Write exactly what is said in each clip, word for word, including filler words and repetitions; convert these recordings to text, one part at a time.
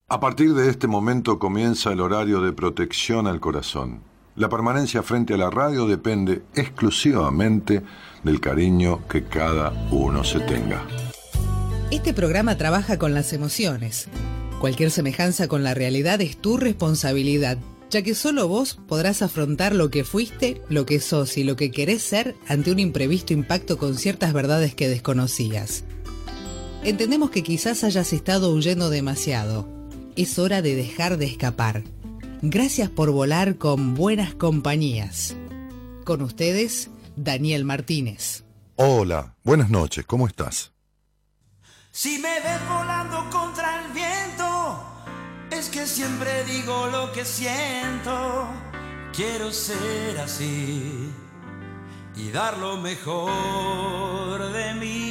A partir de este momento comienza el horario de protección al corazón. La permanencia frente a la radio depende exclusivamente del cariño que cada uno se tenga. Este programa trabaja con las emociones. Cualquier semejanza con la realidad es tu responsabilidad, ya que solo vos podrás afrontar lo que fuiste, lo que sos y lo que querés ser ante un imprevisto impacto con ciertas verdades que desconocías. Entendemos que quizás hayas estado huyendo demasiado. Es hora de dejar de escapar. Gracias por volar con buenas compañías. Con ustedes, Daniel Martínez. Hola, buenas noches, ¿cómo estás? Si me ves volando contra el viento, es que siempre digo lo que siento. Quiero ser así y dar lo mejor de mí.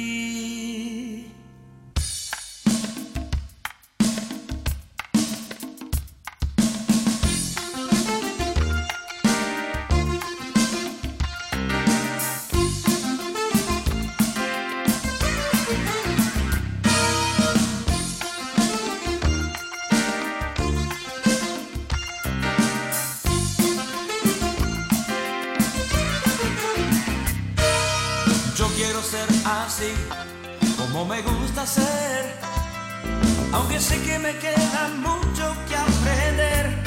Así como me gusta ser, aunque sé que me queda mucho que aprender.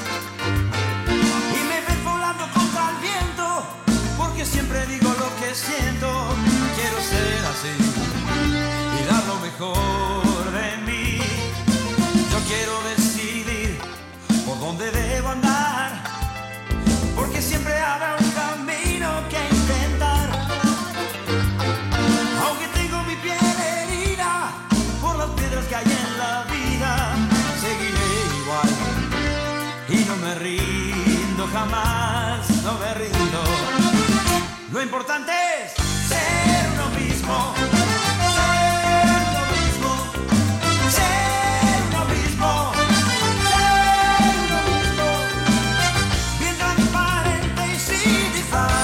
Y me ves volando contra el viento, porque siempre digo lo que siento. Quiero ser así y dar lo mejor de mí. Yo quiero decidir por dónde debo andar, porque siempre habrá un camino que intentar. Que hay en la vida, seguiré igual y no me rindo jamás, no me rindo. Lo importante es ser uno mismo, ser uno mismo, ser uno mismo, ser uno mismo, bien transparente y sin disfraz.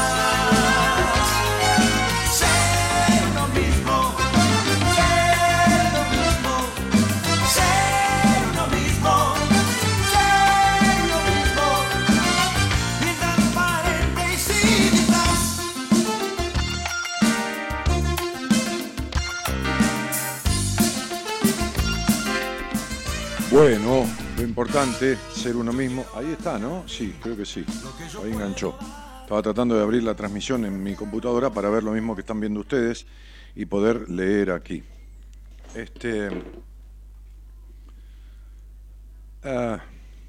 Bueno, lo importante, ser uno mismo. Ahí está, ¿no? Sí, creo que sí. Ahí enganchó. Estaba tratando de abrir la transmisión en mi computadora para ver lo mismo que están viendo ustedes y poder leer aquí. Este... Uh,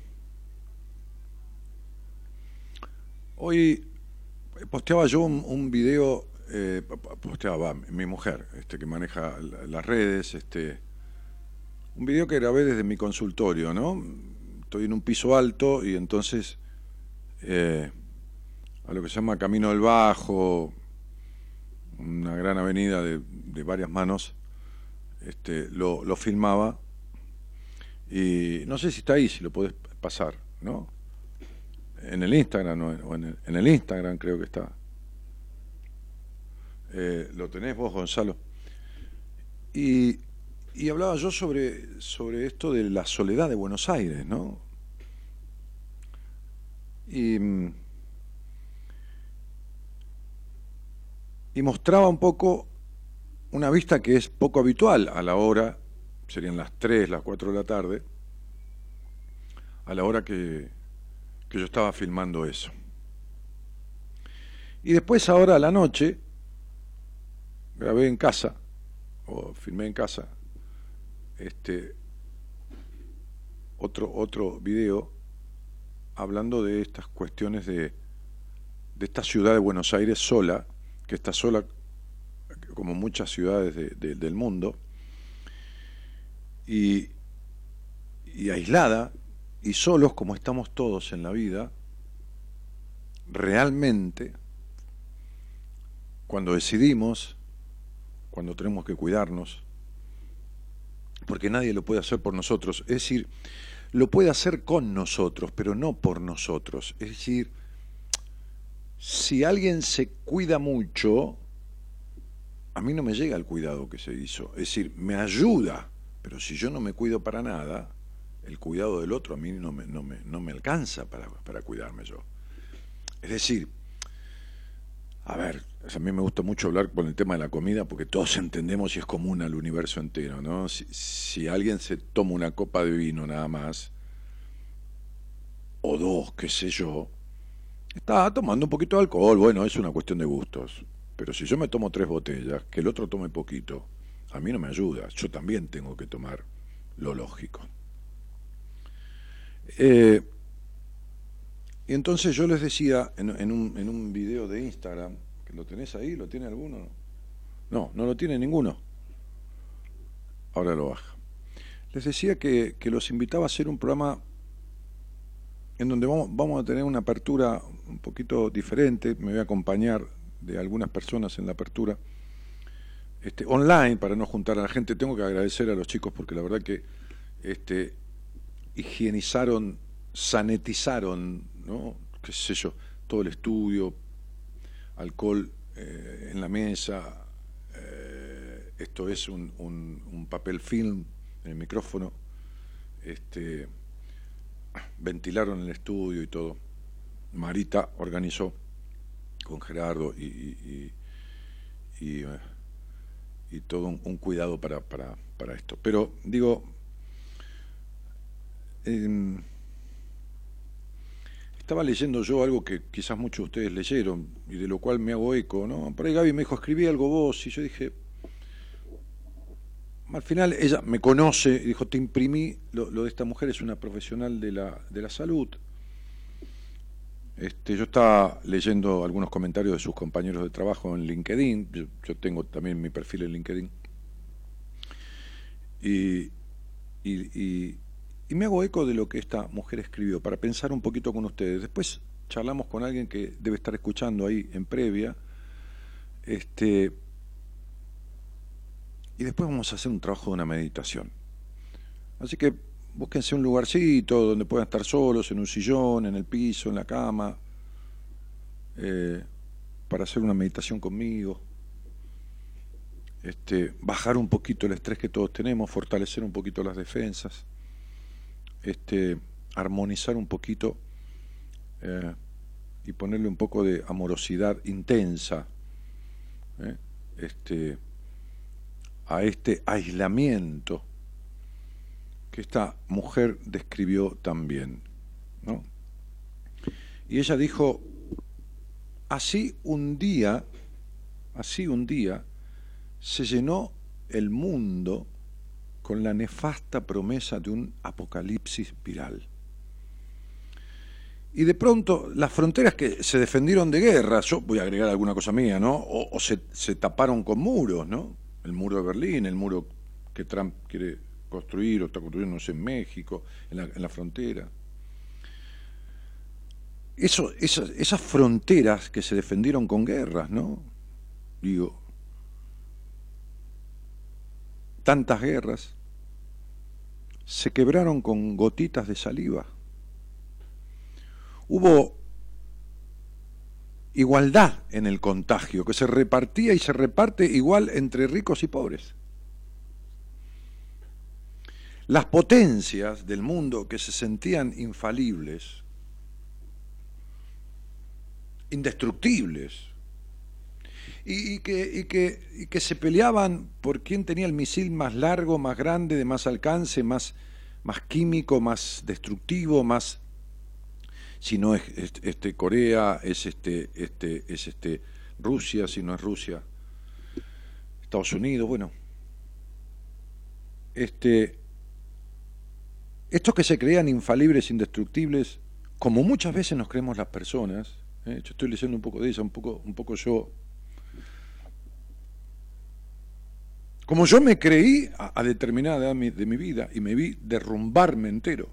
hoy posteaba yo un, un video, eh, posteaba mi mujer, este, que maneja las redes, este... un video que grabé desde mi consultorio, ¿no? Estoy en un piso alto y entonces eh, a lo que se llama Camino del Bajo, una gran avenida de, de varias manos, este, lo, lo filmaba y no sé si está ahí, si lo podés pasar, ¿no? En el Instagram, ¿no? O en el, en el Instagram creo que está. Eh, ¿Lo tenés vos, Gonzalo? Y... Y hablaba yo sobre, sobre esto de la soledad de Buenos Aires, ¿no? Y, y mostraba un poco una vista que es poco habitual a la hora, serían las tres, las cuatro de la tarde, a la hora que, que yo estaba filmando eso. Y después ahora a la noche, grabé en casa, o filmé en casa, este otro otro video hablando de estas cuestiones de de esta ciudad de Buenos Aires sola, que está sola como muchas ciudades de, de, del mundo, y, y aislada y solos como estamos todos en la vida, realmente cuando decidimos, cuando tenemos que cuidarnos, porque nadie lo puede hacer por nosotros, es decir, lo puede hacer con nosotros, pero no por nosotros. Es decir, si alguien se cuida mucho, a mí no me llega el cuidado que se hizo. Es decir, me ayuda, pero si yo no me cuido para nada, el cuidado del otro a mí no me, no me, no me alcanza para, para cuidarme yo. Es decir, a ver, a mí me gusta mucho hablar con el tema de la comida porque todos entendemos y es común al universo entero, ¿no? Si, si alguien se toma una copa de vino nada más, o dos, qué sé yo, está tomando un poquito de alcohol, bueno, es una cuestión de gustos. Pero si yo me tomo tres botellas, que el otro tome poquito, a mí no me ayuda, yo también tengo que tomar lo lógico. Eh, y entonces yo les decía en, en, un, en un video de Instagram, que lo tenés ahí, ¿lo tiene alguno? No, no lo tiene ninguno. Ahora lo baja. Les decía que, que los invitaba a hacer un programa en donde vamos, vamos a tener una apertura un poquito diferente, me voy a acompañar de algunas personas en la apertura, este, online, para no juntar a la gente. Tengo que agradecer a los chicos porque la verdad que este, higienizaron, sanitizaron, ¿no? Qué sé yo, todo el estudio, alcohol eh, en la mesa, eh, esto es un, un, un papel film en el micrófono, este, ventilaron el estudio y todo. Marita organizó con Gerardo y, y, y, y, uh, y todo un, un cuidado para, para, para esto. Pero digo, eh, estaba leyendo yo algo que quizás muchos de ustedes leyeron y de lo cual me hago eco, ¿no? Por ahí Gaby me dijo, escribí algo vos, y yo dije, al final ella me conoce y dijo, te imprimí, lo, lo de esta mujer es una profesional de la, de la salud. Este, yo estaba leyendo algunos comentarios de sus compañeros de trabajo en LinkedIn, yo, yo tengo también mi perfil en LinkedIn, y, y, y, y me hago eco de lo que esta mujer escribió, para pensar un poquito con ustedes. Después charlamos con alguien que debe estar escuchando ahí en previa, este, y después vamos a hacer un trabajo de una meditación. Así que búsquense un lugarcito donde puedan estar solos, en un sillón, en el piso, en la cama, eh, para hacer una meditación conmigo. Este, bajar un poquito el estrés que todos tenemos, fortalecer un poquito las defensas, este, armonizar un poquito eh, y ponerle un poco de amorosidad intensa eh, este, a este aislamiento que esta mujer describió también, ¿no? Y ella dijo, así un día, así un día, se llenó el mundo con la nefasta promesa de un apocalipsis viral. Y de pronto las fronteras que se defendieron de guerra, yo voy a agregar alguna cosa mía, ¿no? O, o se, se taparon con muros, ¿no? El muro de Berlín, el muro que Trump quiere construir o está construyéndose en México, en la, en la frontera. Eso, esas, esas fronteras que se defendieron con guerras, ¿no? Digo, tantas guerras se quebraron con gotitas de saliva. Hubo igualdad en el contagio, que se repartía y se reparte igual entre ricos y pobres. Las potencias del mundo que se sentían infalibles, indestructibles, y, y, que, y, que, y que se peleaban por quién tenía el misil más largo, más grande, de más alcance, más, más químico, más destructivo, más... Si no es este, Corea, es este, este, es este Rusia, si no es Rusia, Estados Unidos, bueno. Este, estos que se creían infalibles, indestructibles, como muchas veces nos creemos las personas, ¿eh? Yo estoy leyendo un poco de eso, un poco, un poco yo. Como yo me creí a, a determinada edad de mi, de mi vida y me vi derrumbarme entero.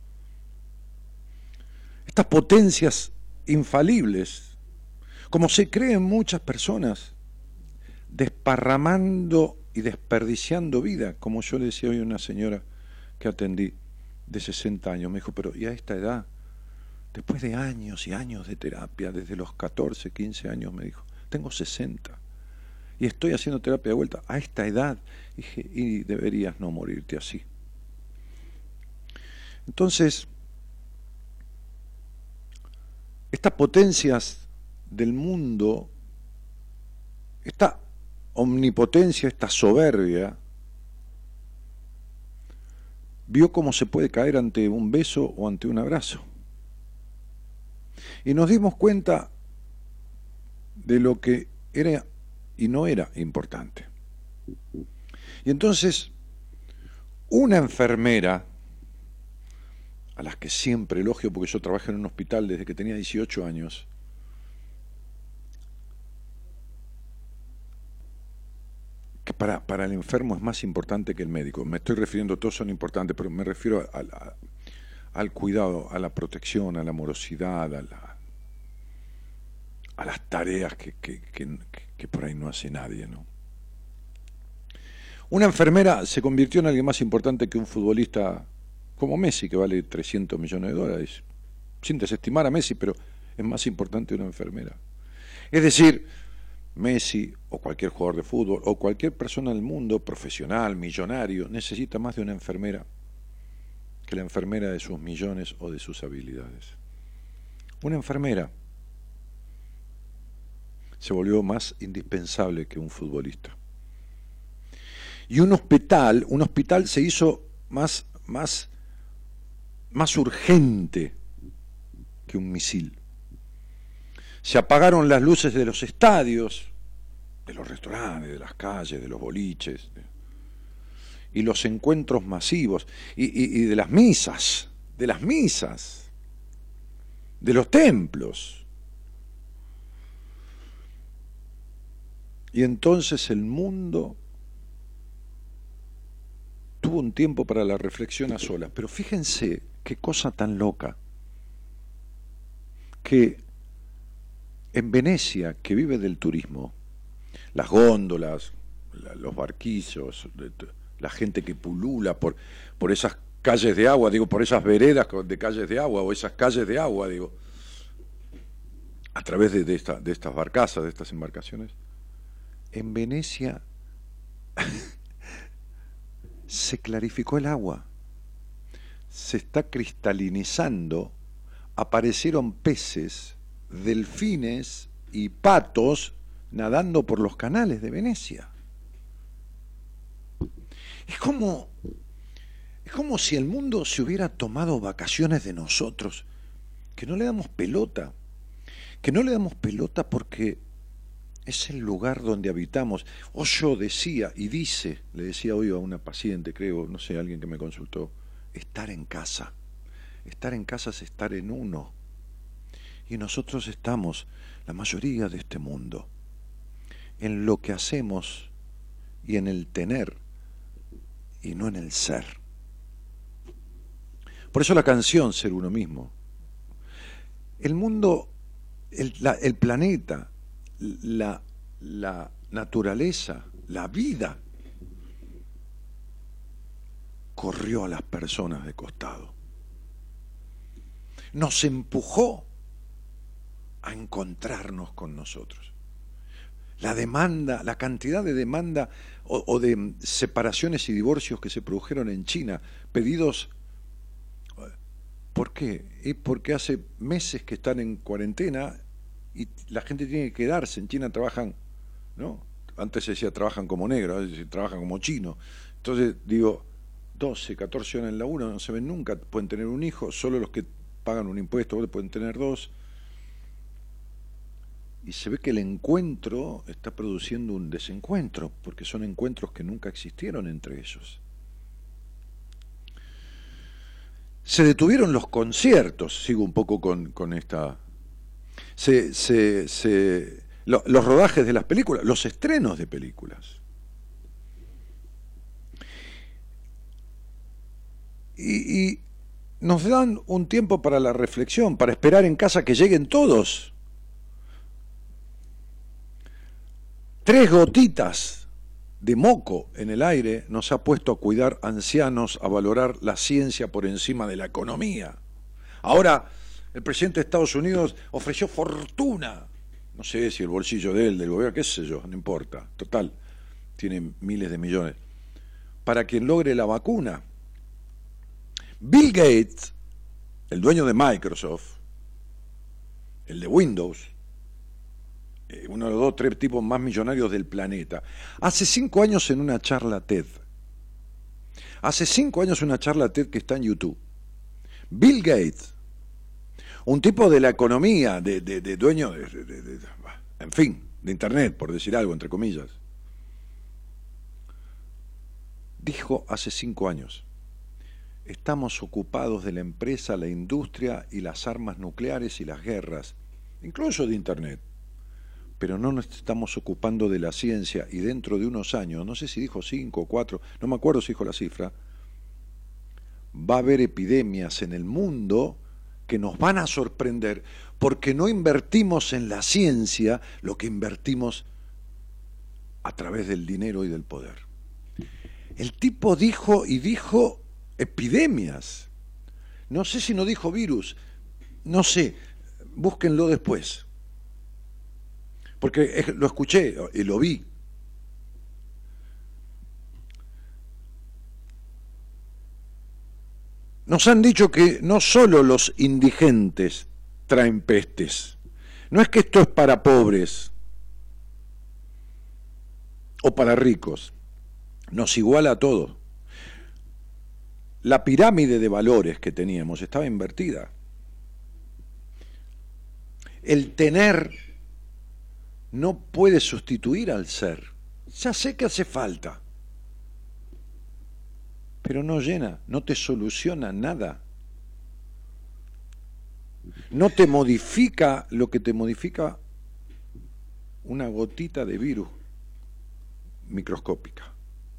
Estas potencias infalibles, como se creen muchas personas, desparramando y desperdiciando vida, como yo le decía hoy a una señora que atendí de sesenta años, me dijo, pero ¿y a esta edad? Después de años y años de terapia, desde los catorce, quince años, me dijo, tengo sesenta y estoy haciendo terapia de vuelta a esta edad. Dije, y deberías no morirte así. Entonces, estas potencias del mundo, esta omnipotencia, esta soberbia, vio cómo se puede caer ante un beso o ante un abrazo. Y nos dimos cuenta de lo que era y no era importante. Y entonces, una enfermera, a las que siempre elogio porque yo trabajé en un hospital desde que tenía dieciocho años, que para, para el enfermo es más importante que el médico. Me estoy refiriendo, todos son importantes, pero me refiero a, a, al cuidado, a la protección, a la amorosidad, a, la, a las tareas que, que, que, que por ahí no hace nadie, ¿no? Una enfermera se convirtió en alguien más importante que un futbolista como Messi, que vale trescientos millones de dólares, sin desestimar a Messi, pero es más importante una enfermera. Es decir, Messi o cualquier jugador de fútbol o cualquier persona del mundo, profesional, millonario, necesita más de una enfermera que la enfermera de sus millones o de sus habilidades. Una enfermera se volvió más indispensable que un futbolista. Y un hospital, un hospital se hizo más, más, más urgente que un misil. Se apagaron las luces de los estadios, de los restaurantes, de las calles, de los boliches, de, y los encuentros masivos, y, y, y de las misas, de las misas, de los templos. Y entonces el mundo tuvo un tiempo para la reflexión a solas, pero fíjense qué cosa tan loca, que en Venecia, que vive del turismo, las góndolas, la, los barquillos, la gente que pulula por, por esas calles de agua, digo, por esas veredas de calles de agua, o esas calles de agua, digo, a través de, de, esta, de estas barcazas, de estas embarcaciones, en Venecia se clarificó el agua, se está cristalinizando, aparecieron peces, delfines y patos nadando por los canales de Venecia. Es como, es como si el mundo se hubiera tomado vacaciones de nosotros, que no le damos pelota, que no le damos pelota porque es el lugar donde habitamos. Osho decía y dice, le decía hoy a una paciente, creo, no sé, alguien que me consultó, estar en casa. Estar en casa es estar en uno. Y nosotros estamos, la mayoría de este mundo, en lo que hacemos y en el tener y no en el ser. Por eso la canción Ser Uno Mismo. El mundo, el, la, el planeta, la, la naturaleza, la vida, corrió a las personas de costado. Nos empujó a encontrarnos con nosotros. La demanda, la cantidad de demanda o, o de separaciones y divorcios que se produjeron en China, pedidos, ¿por qué? Es porque hace meses que están en cuarentena y la gente tiene que quedarse. En China trabajan, ¿no? Antes se decía trabajan como negros, ahora se trabajan como chinos. Entonces, digo, doce, catorce horas en laburo, no se ven nunca, pueden tener un hijo, solo los que pagan un impuesto pueden tener dos. Y se ve que el encuentro está produciendo un desencuentro, porque son encuentros que nunca existieron entre ellos. Se detuvieron los conciertos, sigo un poco con, con esta... Se, se, se, lo, los rodajes de las películas, los estrenos de películas. Y, y nos dan un tiempo para la reflexión, para esperar en casa que lleguen todos. Tres gotitas de moco en el aire nos ha puesto a cuidar ancianos, a valorar la ciencia por encima de la economía. Ahora, el presidente de Estados Unidos ofreció fortuna, no sé si el bolsillo de él, del gobierno, qué sé yo, no importa, total, tiene miles de millones, para quien logre la vacuna. Bill Gates, el dueño de Microsoft, el de Windows, eh, uno de los dos, tres tipos más millonarios del planeta, hace cinco años en una charla TED, hace cinco años una charla TED que está en YouTube, Bill Gates, un tipo de la economía, de, de, de dueño, de, de, de, de, en fin, de Internet, por decir algo, entre comillas, dijo hace cinco años, estamos ocupados de la empresa, la industria y las armas nucleares y las guerras, incluso de Internet, pero no nos estamos ocupando de la ciencia y dentro de unos años, no sé si dijo cinco o cuatro, no me acuerdo si dijo la cifra, va a haber epidemias en el mundo que nos van a sorprender porque no invertimos en la ciencia lo que invertimos a través del dinero y del poder. El tipo dijo y dijo epidemias. No sé si no dijo virus, no sé, búsquenlo después. Porque lo escuché y lo vi. Nos han dicho que no solo los indigentes traen pestes, no es que esto es para pobres o para ricos, nos iguala a todos. La pirámide de valores que teníamos estaba invertida. El tener no puede sustituir al ser. Ya sé que hace falta, pero no llena, no te soluciona nada. No te modifica lo que te modifica una gotita de virus microscópica.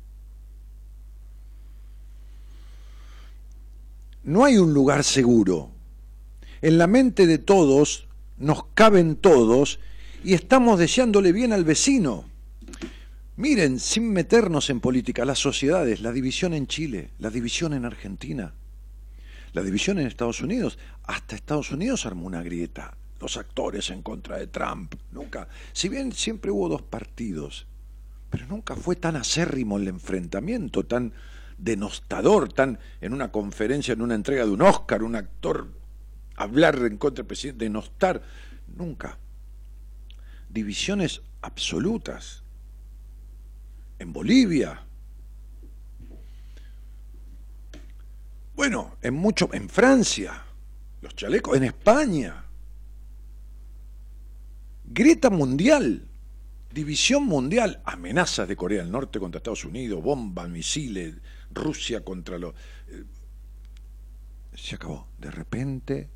No hay un lugar seguro. En la mente de todos nos caben todos y estamos deseándole bien al vecino. Miren, sin meternos en política, las sociedades, la división en Chile, la división en Argentina, la división en Estados Unidos, hasta Estados Unidos armó una grieta, los actores en contra de Trump, nunca, si bien siempre hubo dos partidos, pero nunca fue tan acérrimo el enfrentamiento, tan denostador, tan en una conferencia, en una entrega de un Oscar, un actor hablar en contra del presidente, denostar, nunca. Divisiones absolutas. En Bolivia, bueno, en mucho, en Francia, los chalecos, en España, grieta mundial, división mundial, amenazas de Corea del Norte contra Estados Unidos, bombas, misiles, Rusia contra los... Eh, se acabó, de repente...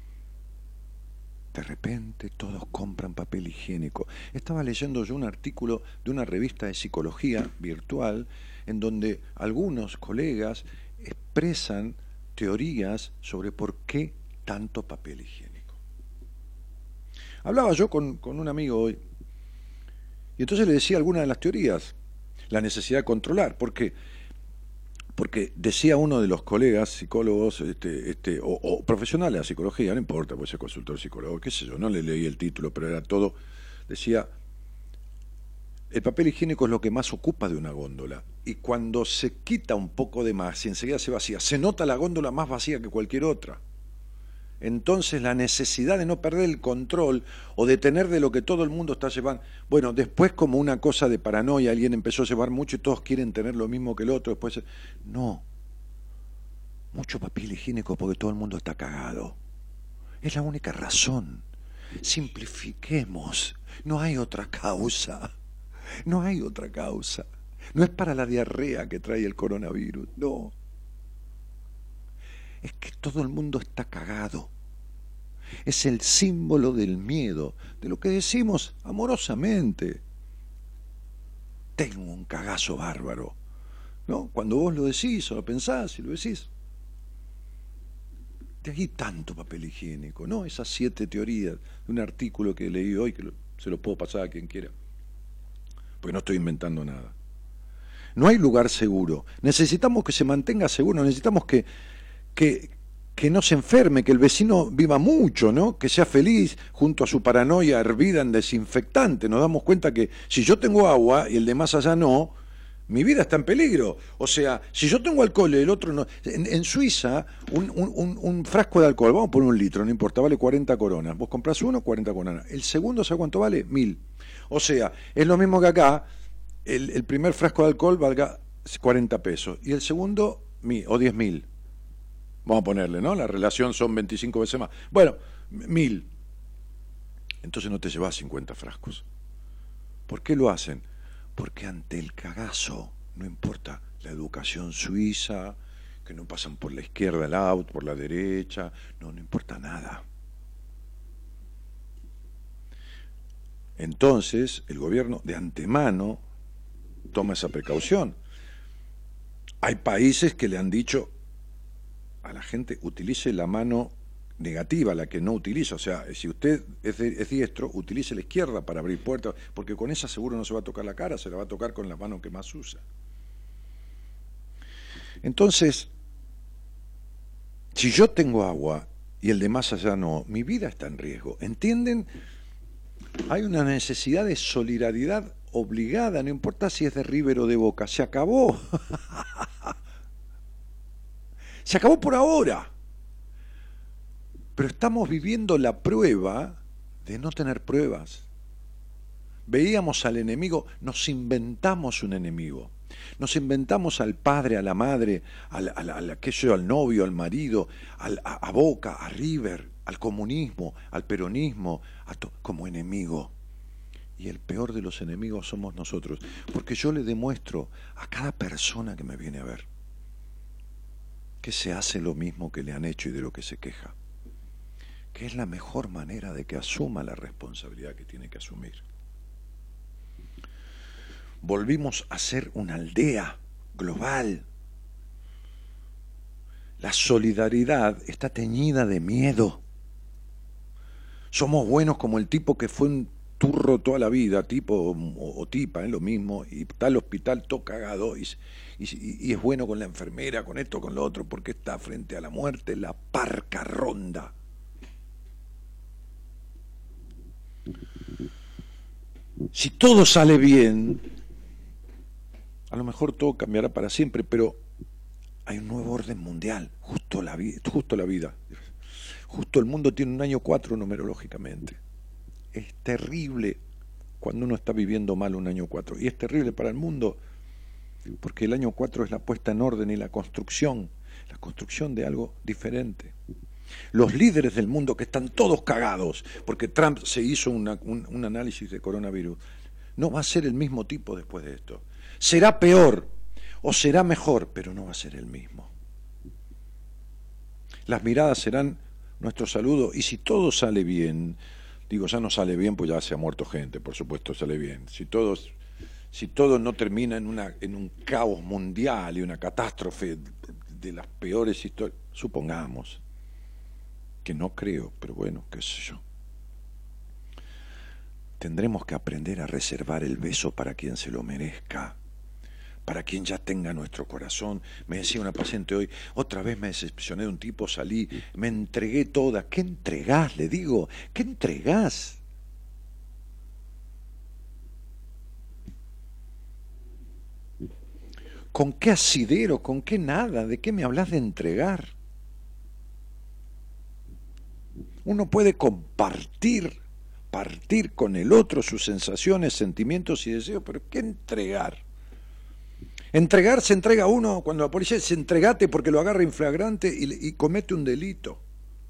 De repente todos compran papel higiénico. Estaba leyendo yo un artículo de una revista de psicología virtual en donde algunos colegas expresan teorías sobre por qué tanto papel higiénico. Hablaba yo con, con un amigo hoy y entonces le decía algunas de las teorías. La necesidad de controlar. ¿Por qué? Porque decía uno de los colegas psicólogos este, este, o, o profesionales de psicología, no importa, puede ser consultor psicólogo, qué sé yo, no le leí el título, pero era todo, decía, el papel higiénico es lo que más ocupa de una góndola, y cuando se quita un poco de más y enseguida se vacía, se nota la góndola más vacía que cualquier otra. Entonces la necesidad de no perder el control o de tener de lo que todo el mundo está llevando, bueno, después como una cosa de paranoia, alguien empezó a llevar mucho y todos quieren tener lo mismo que el otro, después, no, mucho papel higiénico porque todo el mundo está cagado, es la única razón, simplifiquemos, no hay otra causa, no hay otra causa, no es para la diarrea que trae el coronavirus, no. Es que todo el mundo está cagado. Es el símbolo del miedo, de lo que decimos amorosamente. Tengo un cagazo bárbaro, ¿no? Cuando vos lo decís o lo pensás y lo decís. De ahí tanto papel higiénico, ¿no? Esas siete teorías de un artículo que leí hoy, que lo, se lo puedo pasar a quien quiera, porque no estoy inventando nada. No hay lugar seguro. Necesitamos que se mantenga seguro, necesitamos que Que, que no se enferme, que el vecino viva mucho, ¿no? Que sea feliz junto a su paranoia hervida en desinfectante. Nos damos cuenta que si yo tengo agua y el de más allá no, Mi vida está en peligro. O sea, si yo tengo alcohol y el otro no... En, en Suiza, un, un, un, un frasco de alcohol, vamos a poner un litro, no importa, vale cuarenta coronas. Vos comprás uno, cuarenta coronas. El segundo, ¿sabe cuánto vale? Mil. O sea, es lo mismo que acá, el, el primer frasco de alcohol valga cuarenta pesos y el segundo, mil, o diez mil. Vamos a ponerle, ¿no? La relación son veinticinco veces más. Bueno, mil. Entonces no te llevas cincuenta frascos. ¿Por qué lo hacen? Porque ante el cagazo, no importa la educación suiza, que no pasan por la izquierda el auto, por la derecha, no, no importa nada. Entonces, el gobierno de antemano toma esa precaución. Hay países que le han dicho a la gente, utilice la mano negativa, la que no utiliza. O sea, si usted es, de, es diestro, utilice la izquierda para abrir puertas, porque con esa seguro no se va a tocar la cara, se la va a tocar con la mano que más usa. Entonces, si yo tengo agua y el de más allá no, mi vida está en riesgo. ¿Entienden? Hay una necesidad de solidaridad obligada, no importa si es de River o de Boca, se acabó. Se acabó por ahora. Pero estamos viviendo la prueba de no tener pruebas. Veíamos al enemigo, nos inventamos un enemigo. Nos inventamos al padre, a la madre, al, al, al, aquello, al novio, al marido, al, a, a Boca, a River, al comunismo, al peronismo, a to, como enemigo. Y el peor de los enemigos somos nosotros, porque yo le demuestro a cada persona que me viene a ver que se hace lo mismo que le han hecho y de lo que se queja, que es la mejor manera de que asuma la responsabilidad que tiene que asumir. Volvimos a ser una aldea global. La solidaridad está teñida de miedo. Somos buenos como el tipo que fue un turro toda la vida, tipo o, o tipa, es lo mismo, y está al hospital todo cagado, y, y, y es bueno con la enfermera, con esto, con lo otro, porque está frente a la muerte, la parca ronda. Si todo sale bien, a lo mejor todo cambiará para siempre, pero hay un nuevo orden mundial, justo la, vi- justo la vida. Justo el mundo tiene un año cuatro numerológicamente. Es terrible cuando uno está viviendo mal un año cuatro. Y es terrible para el mundo porque el año cuatro es la puesta en orden y la construcción, la construcción de algo diferente. Los líderes del mundo que están todos cagados porque Trump se hizo una, un, un análisis de coronavirus, no va a ser el mismo tipo después de esto. Será peor o será mejor, pero no va a ser el mismo. Las miradas serán nuestro saludo, y si todo sale bien, digo, ya no sale bien, pues ya se ha muerto gente, por supuesto sale bien. Si todo, si todo no termina en, una, en un caos mundial y una catástrofe de las peores historias, supongamos, que no creo, pero bueno, qué sé yo. Tendremos que aprender a reservar el beso para quien se lo merezca, para quien ya tenga nuestro corazón. Me decía una paciente hoy, otra vez me decepcioné de un tipo, salí, me entregué toda. ¿Qué entregás? Le digo, ¿qué entregás? ¿Con qué asidero? ¿Con qué nada? ¿De qué me hablas de entregar? Uno puede compartir, partir con el otro sus sensaciones, sentimientos y deseos, pero ¿qué entregar? Entregar se entrega a uno cuando la policía dice entregate porque lo agarra inflagrante y, y comete un delito.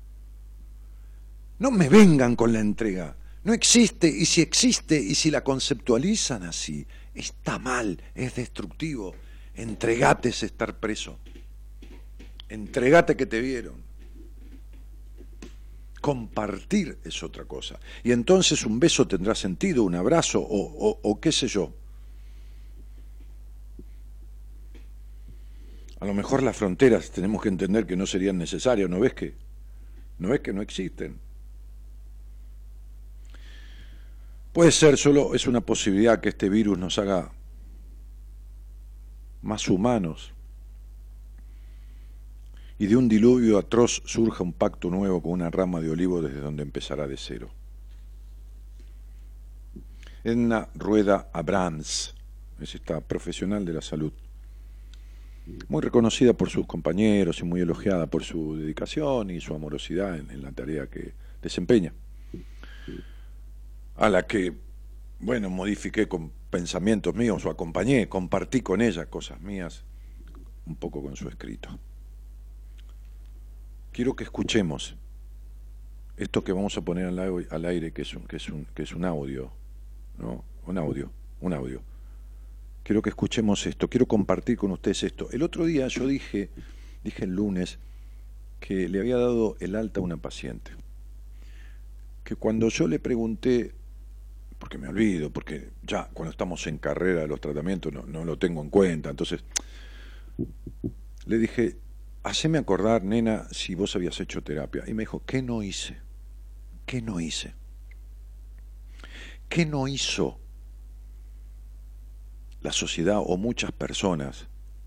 No me vengan con la entrega. No existe, y si existe, y si la conceptualizan así, está mal, es destructivo. Entregate es estar preso. Entregate que te vieron. Compartir es otra cosa. Y entonces un beso tendrá sentido, un abrazo, o, o, o qué sé yo. A lo mejor las fronteras tenemos que entender que no serían necesarias, ¿no ves que? ¿No ves que no existen? Puede ser, solo es una posibilidad que este virus nos haga más humanos y de un diluvio atroz surja un pacto nuevo con una rama de olivo desde donde empezará de cero. Edna Rueda Abrams, es esta profesional de la salud, muy reconocida por sus compañeros y muy elogiada por su dedicación y su amorosidad en, en la tarea que desempeña, a la que, bueno, modifiqué con pensamientos míos o acompañé, compartí con ella cosas mías, un poco con su escrito. Quiero que escuchemos esto que vamos a poner al aire, que es un, que es un, que es un audio, ¿no? Un audio, un audio. Quiero que escuchemos esto, quiero compartir con ustedes esto. El otro día yo dije, dije el lunes, que le había dado el alta a una paciente. Que cuando yo le pregunté, porque me olvido, porque ya cuando estamos en carrera de los tratamientos no, no lo tengo en cuenta, entonces le dije, haceme acordar, nena, si vos habías hecho terapia. Y me dijo, ¿qué no hice? ¿Qué no hice? ¿Qué no hizo la sociedad o muchas personas?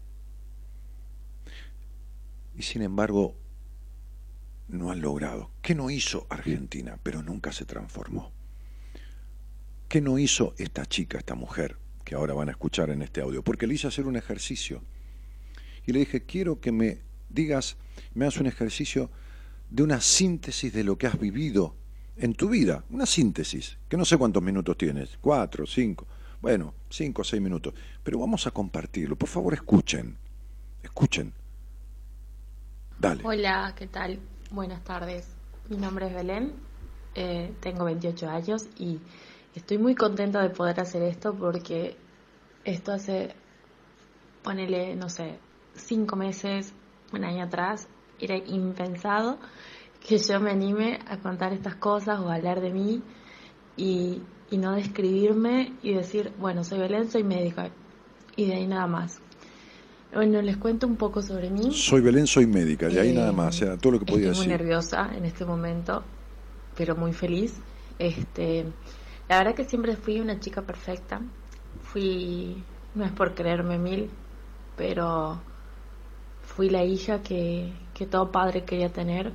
Y sin embargo, no han logrado. ¿Qué no hizo Argentina, pero nunca se transformó? ¿Qué no hizo esta chica, esta mujer, que ahora van a escuchar en este audio? Porque le hice hacer un ejercicio. Y le dije, quiero que me digas, me hagas un ejercicio de una síntesis de lo que has vivido en tu vida. Una síntesis, que no sé cuántos minutos tienes, cuatro, cinco, bueno, cinco o seis minutos. Pero vamos a compartirlo. Por favor, escuchen, escuchen. Dale. Hola, ¿qué tal? Buenas tardes. Mi nombre es Belén, eh, tengo veintiocho años y estoy muy contenta de poder hacer esto porque esto hace, ponele, no sé, cinco meses, un año atrás, era impensado que yo me anime a contar estas cosas o a hablar de mí y, y no describirme y decir, bueno, soy Belén, soy médica y de ahí nada más. Bueno, les cuento un poco sobre mí. Soy Belén, soy médica, de ahí eh, nada más, era todo lo que podía estoy decir. Estoy muy nerviosa en este momento, pero muy feliz. Este, la verdad que siempre fui una chica perfecta. Fui, no es por creerme mil, pero fui la hija que, que todo padre quería tener.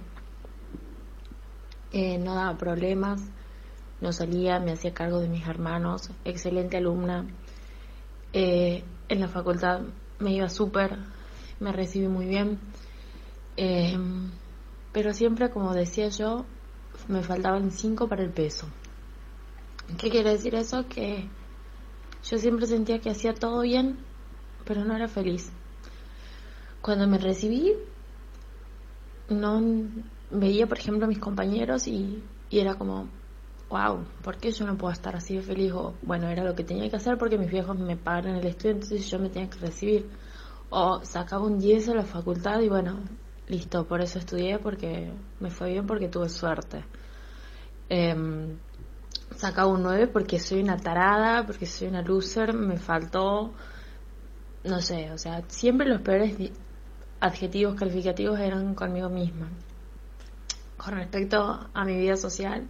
Eh, no daba problemas, no salía, me hacía cargo de mis hermanos, excelente alumna. Eh, en la facultad me iba súper, me recibí muy bien, eh, pero siempre, como decía yo, me faltaban cinco para el peso. ¿Qué quiere decir eso? Que yo siempre sentía que hacía todo bien, pero no era feliz. Cuando me recibí, no veía, por ejemplo, a mis compañeros y, y era como, wow, ¿por qué yo no puedo estar así de feliz? O, bueno, era lo que tenía que hacer porque mis viejos me pagaron el estudio, entonces yo me tenía que recibir. O sacaba un diez en la facultad y bueno, listo, por eso estudié, porque me fue bien, porque tuve suerte. Eh, sacaba un nueve porque soy una tarada, porque soy una loser, me faltó, no sé, o sea, siempre los peores adjetivos calificativos eran conmigo misma. Con respecto a mi vida social,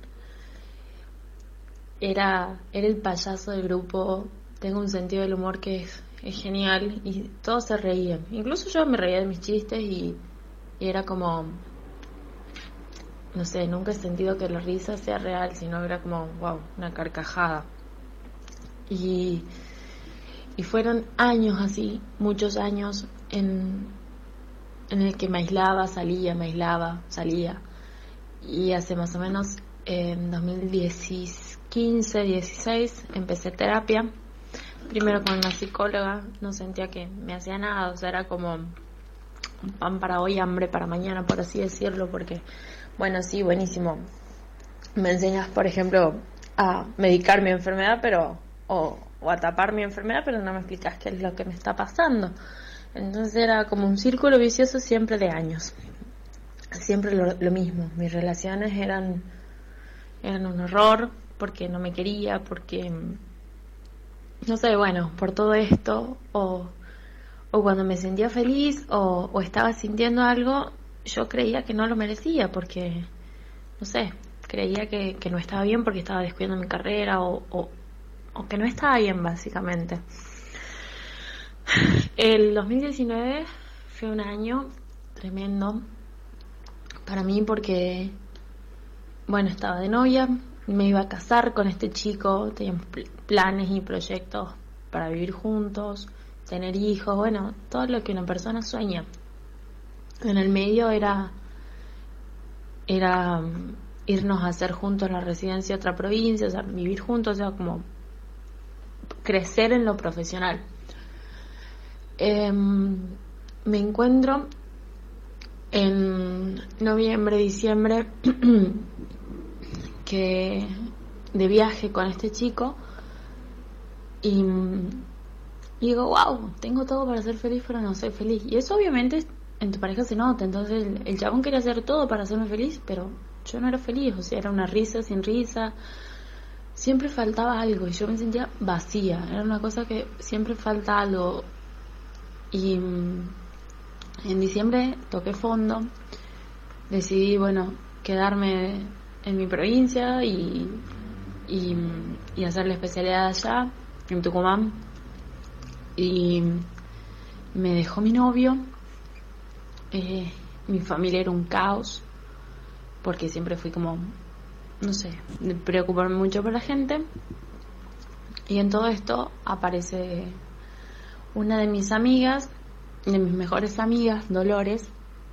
era, era el payaso del grupo, tengo un sentido del humor que es, es genial y todos se reían, incluso yo me reía de mis chistes y, y era como, no sé, nunca he sentido que la risa sea real, sino era como, wow, una carcajada. Y, y fueron años así, muchos años en, en el que me aislaba, salía, me aislaba, salía. Y hace más o menos en dos mil quince, dieciséis empecé terapia. Primero con una psicóloga, no sentía que me hacía nada, o sea, era como pan para hoy, hambre para mañana, por así decirlo, porque, bueno, sí, buenísimo. Me enseñas, por ejemplo, a medicar mi enfermedad, pero o, o a tapar mi enfermedad, pero no me explicas qué es lo que me está pasando. Entonces era como un círculo vicioso siempre de años. Siempre lo, lo mismo, mis relaciones eran eran un horror, porque no me quería, porque, no sé, bueno, por todo esto, o, o cuando me sentía feliz, o, o estaba sintiendo algo, yo creía que no lo merecía, porque, no sé, creía que, que no estaba bien porque estaba descuidando mi carrera, o, o, o que no estaba bien, básicamente. El dos mil diecinueve fue un año tremendo para mí porque, bueno, estaba de novia, me iba a casar con este chico, teníamos planes y proyectos para vivir juntos, tener hijos, bueno, todo lo que una persona sueña. En el medio era, era um, irnos a hacer juntos la residencia a otra provincia, o sea, vivir juntos, o sea, como crecer en lo profesional. Eh, me encuentro en noviembre, diciembre, que de viaje con este chico y, y digo, wow, tengo todo para ser feliz, pero no soy feliz. Y eso obviamente en tu pareja se nota. Entonces el, el chabón quería hacer todo para hacerme feliz, pero yo no era feliz. O sea, era una risa sin risa, siempre faltaba algo y yo me sentía vacía. Era una cosa que siempre falta algo. Y en diciembre toqué fondo, decidí, bueno, quedarme en mi provincia y, y, y hacer la especialidad allá, en Tucumán. Y me dejó mi novio, eh, mi familia era un caos, porque siempre fui como, no sé, de preocuparme mucho por la gente. Y en todo esto aparece una de mis amigas, de mis mejores amigas, Dolores,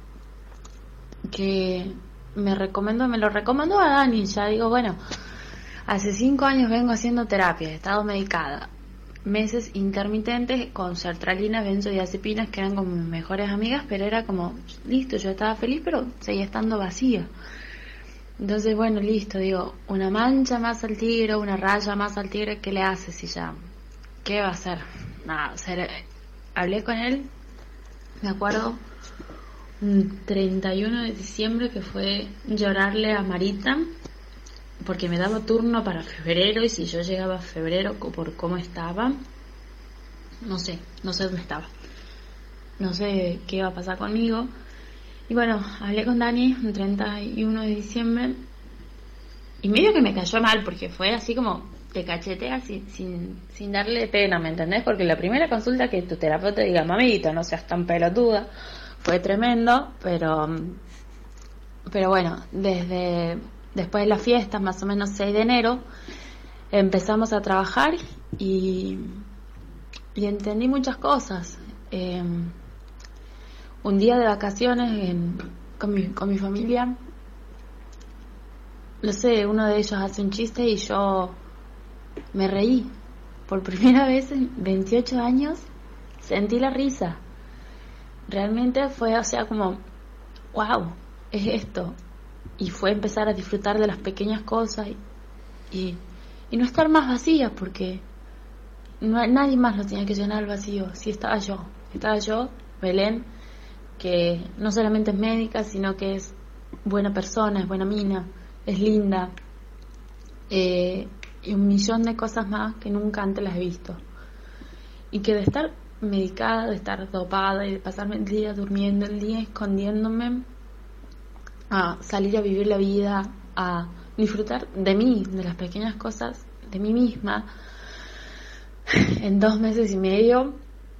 que me recomendó, me lo recomendó a Dani. Ya digo, bueno, hace cinco años vengo haciendo terapia, he estado medicada, meses intermitentes con sertralina, benzodiazepinas, que eran como mis mejores amigas, pero era como, listo, yo estaba feliz, pero seguía estando vacía. Entonces, bueno, listo, digo, una mancha más al tigre, una raya más al tigre, ¿qué le hace si ya? ¿Qué va a hacer? Nada, o sea, hablé con él, me acuerdo, un treinta y uno de diciembre, que fue llorarle a Marita, porque me daba turno para febrero, y si yo llegaba a febrero por cómo estaba, no sé, no sé dónde estaba, no sé qué iba a pasar conmigo. Y bueno, hablé con Dani el treinta y uno de diciembre, y medio que me cayó mal, porque fue así como te cachetea sin, sin, sin darle pena, ¿me entendés? Porque la primera consulta que tu terapeuta diga, mamita, no seas tan pelotuda, fue tremendo, pero pero bueno, desde después de las fiestas, más o menos seis de enero, empezamos a trabajar y, y entendí muchas cosas. Eh, un día de vacaciones en, con, mi, con mi familia, no sé, uno de ellos hace un chiste y yo me reí. Por primera vez en veintiocho años sentí la risa. Realmente fue, o sea, como, wow, es esto. Y fue empezar a disfrutar de las pequeñas cosas y, y, y no estar más vacía, porque no, nadie más lo tenía que llenar el vacío. Sí, estaba yo, estaba yo, Belén, que no solamente es médica, sino que es buena persona, es buena mina, es linda, eh, y un millón de cosas más que nunca antes las he visto. Y que de estar medicada, de estar dopada y de pasarme el día durmiendo, el día escondiéndome, a salir a vivir la vida, a disfrutar de mí, de las pequeñas cosas, de mí misma, en dos meses y medio,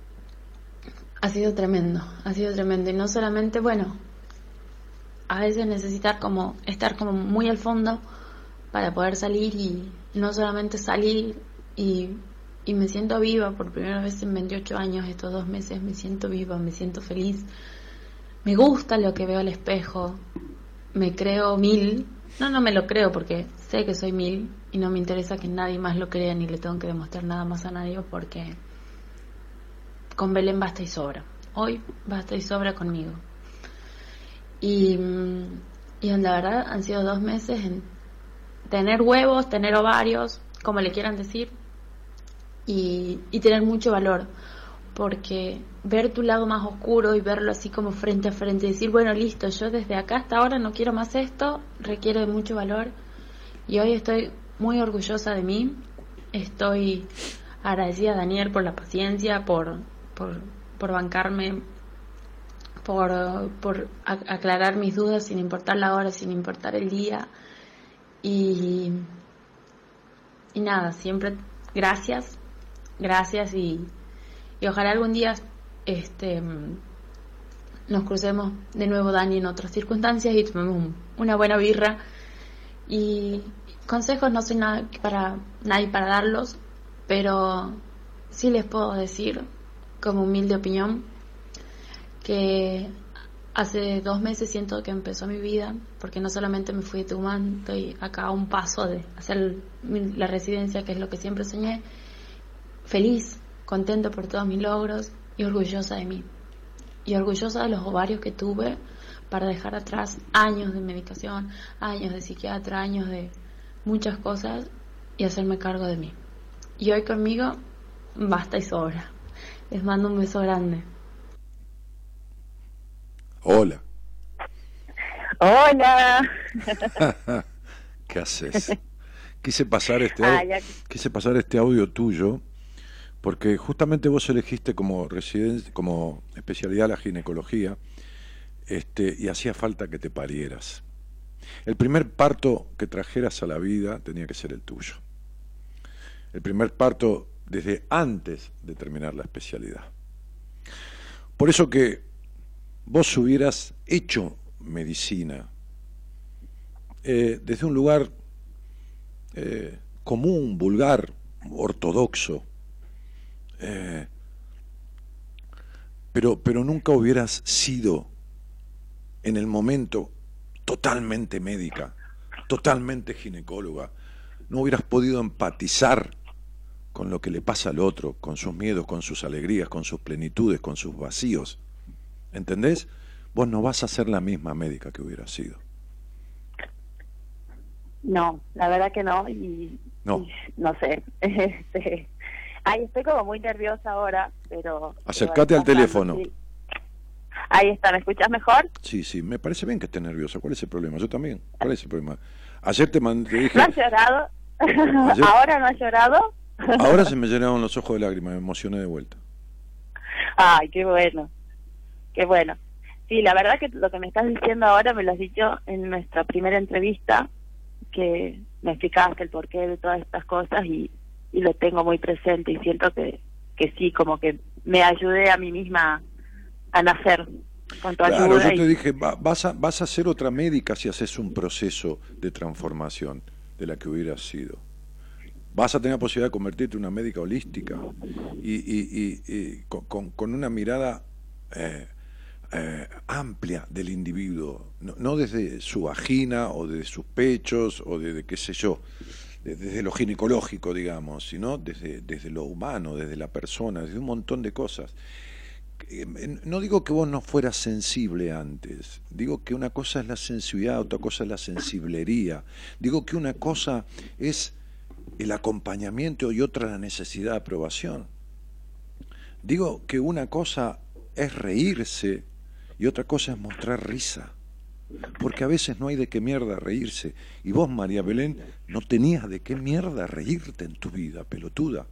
ha sido tremendo, ha sido tremendo. Y no solamente, bueno, a veces necesitar como, estar como muy al fondo para poder salir, y no solamente salir y, y me siento viva por primera vez en veintiocho años, estos dos meses me siento viva, me siento feliz, me gusta lo que veo al espejo, me creo mil, no, no me lo creo porque sé que soy mil y no me interesa que nadie más lo crea ni le tengo que demostrar nada más a nadie, porque con Belén basta y sobra, hoy basta y sobra conmigo. Y, y la verdad han sido dos meses en tener huevos, tener ovarios, como le quieran decir, y, y tener mucho valor, porque ver tu lado más oscuro y verlo así como frente a frente y decir, bueno, listo, yo desde acá hasta ahora no quiero más esto, requiere de mucho valor. Y hoy estoy muy orgullosa de mí, estoy agradecida a Daniel por la paciencia, por, por, por bancarme, por, por aclarar mis dudas sin importar la hora, sin importar el día. Y, y nada, siempre gracias, gracias y, y ojalá algún día este nos crucemos de nuevo, Dani, en otras circunstancias y tomemos un, una buena birra. Y consejos no soy nada para nadie para darlos, pero sí les puedo decir, como humilde opinión, que hace dos meses siento que empezó mi vida, porque no solamente me fui de Tucumán, estoy acá a un paso de hacer la residencia, que es lo que siempre soñé, feliz, contenta por todos mis logros y orgullosa de mí. Y orgullosa de los ovarios que tuve para dejar atrás años de medicación, años de psiquiatra, años de muchas cosas y hacerme cargo de mí. Y hoy conmigo basta y sobra. Les mando un beso grande. Hola. Hola. ¿Qué haces? Quise pasar este audio, ah, quise pasar este audio tuyo porque justamente vos elegiste como residencia, como especialidad la ginecología, este, y hacía falta que te parieras. El primer parto que trajeras a la vida tenía que ser el tuyo. El primer parto desde antes de terminar la especialidad. Por eso que vos hubieras hecho medicina eh, desde un lugar eh, común, vulgar, ortodoxo, eh, pero, pero nunca hubieras sido en el momento totalmente médica, totalmente ginecóloga. No hubieras podido empatizar con lo que le pasa al otro, con sus miedos, con sus alegrías, con sus plenitudes, con sus vacíos. ¿Entendés? Vos no vas a ser la misma médica que hubieras sido. No, la verdad que no, y no, y, no sé. Este, ay, estoy como muy nerviosa ahora, pero... Acércate al teléfono. Sí. Ahí está, ¿me escuchas mejor? Sí, sí, me parece bien que estés nerviosa. ¿Cuál es el problema? Yo también. ¿Cuál es el problema? Ayer te, mandé, te dije... ¿No has llorado? Ayer... ¿Ahora no has llorado? Ahora se me llenaron los ojos de lágrimas, me emocioné de vuelta. Ay, qué bueno. Qué bueno. Sí, la verdad que lo que me estás diciendo ahora me lo has dicho en nuestra primera entrevista, que me explicaste el porqué de todas estas cosas y, y lo tengo muy presente y siento que, que sí, como que me ayudé a mí misma a nacer con tu claro, ayuda. Claro, yo te y... dije, va, vas, a, vas a ser otra médica si haces un proceso de transformación de la que hubieras sido. Vas a tener la posibilidad de convertirte en una médica holística y, y, y, y con, con, con una mirada eh, eh, amplia del individuo, no, no desde su vagina o desde sus pechos o desde qué sé yo, desde lo ginecológico, digamos, sino desde, desde lo humano, desde la persona, desde un montón de cosas. No digo que vos no fueras sensible antes, digo que una cosa es la sensibilidad, otra cosa es la sensiblería, digo que una cosa es el acompañamiento y otra la necesidad de aprobación. Digo que una cosa es reírse y otra cosa es mostrar risa, porque a veces no hay de qué mierda reírse, y vos, María Belén, no tenías de qué mierda reírte en tu vida, pelotuda.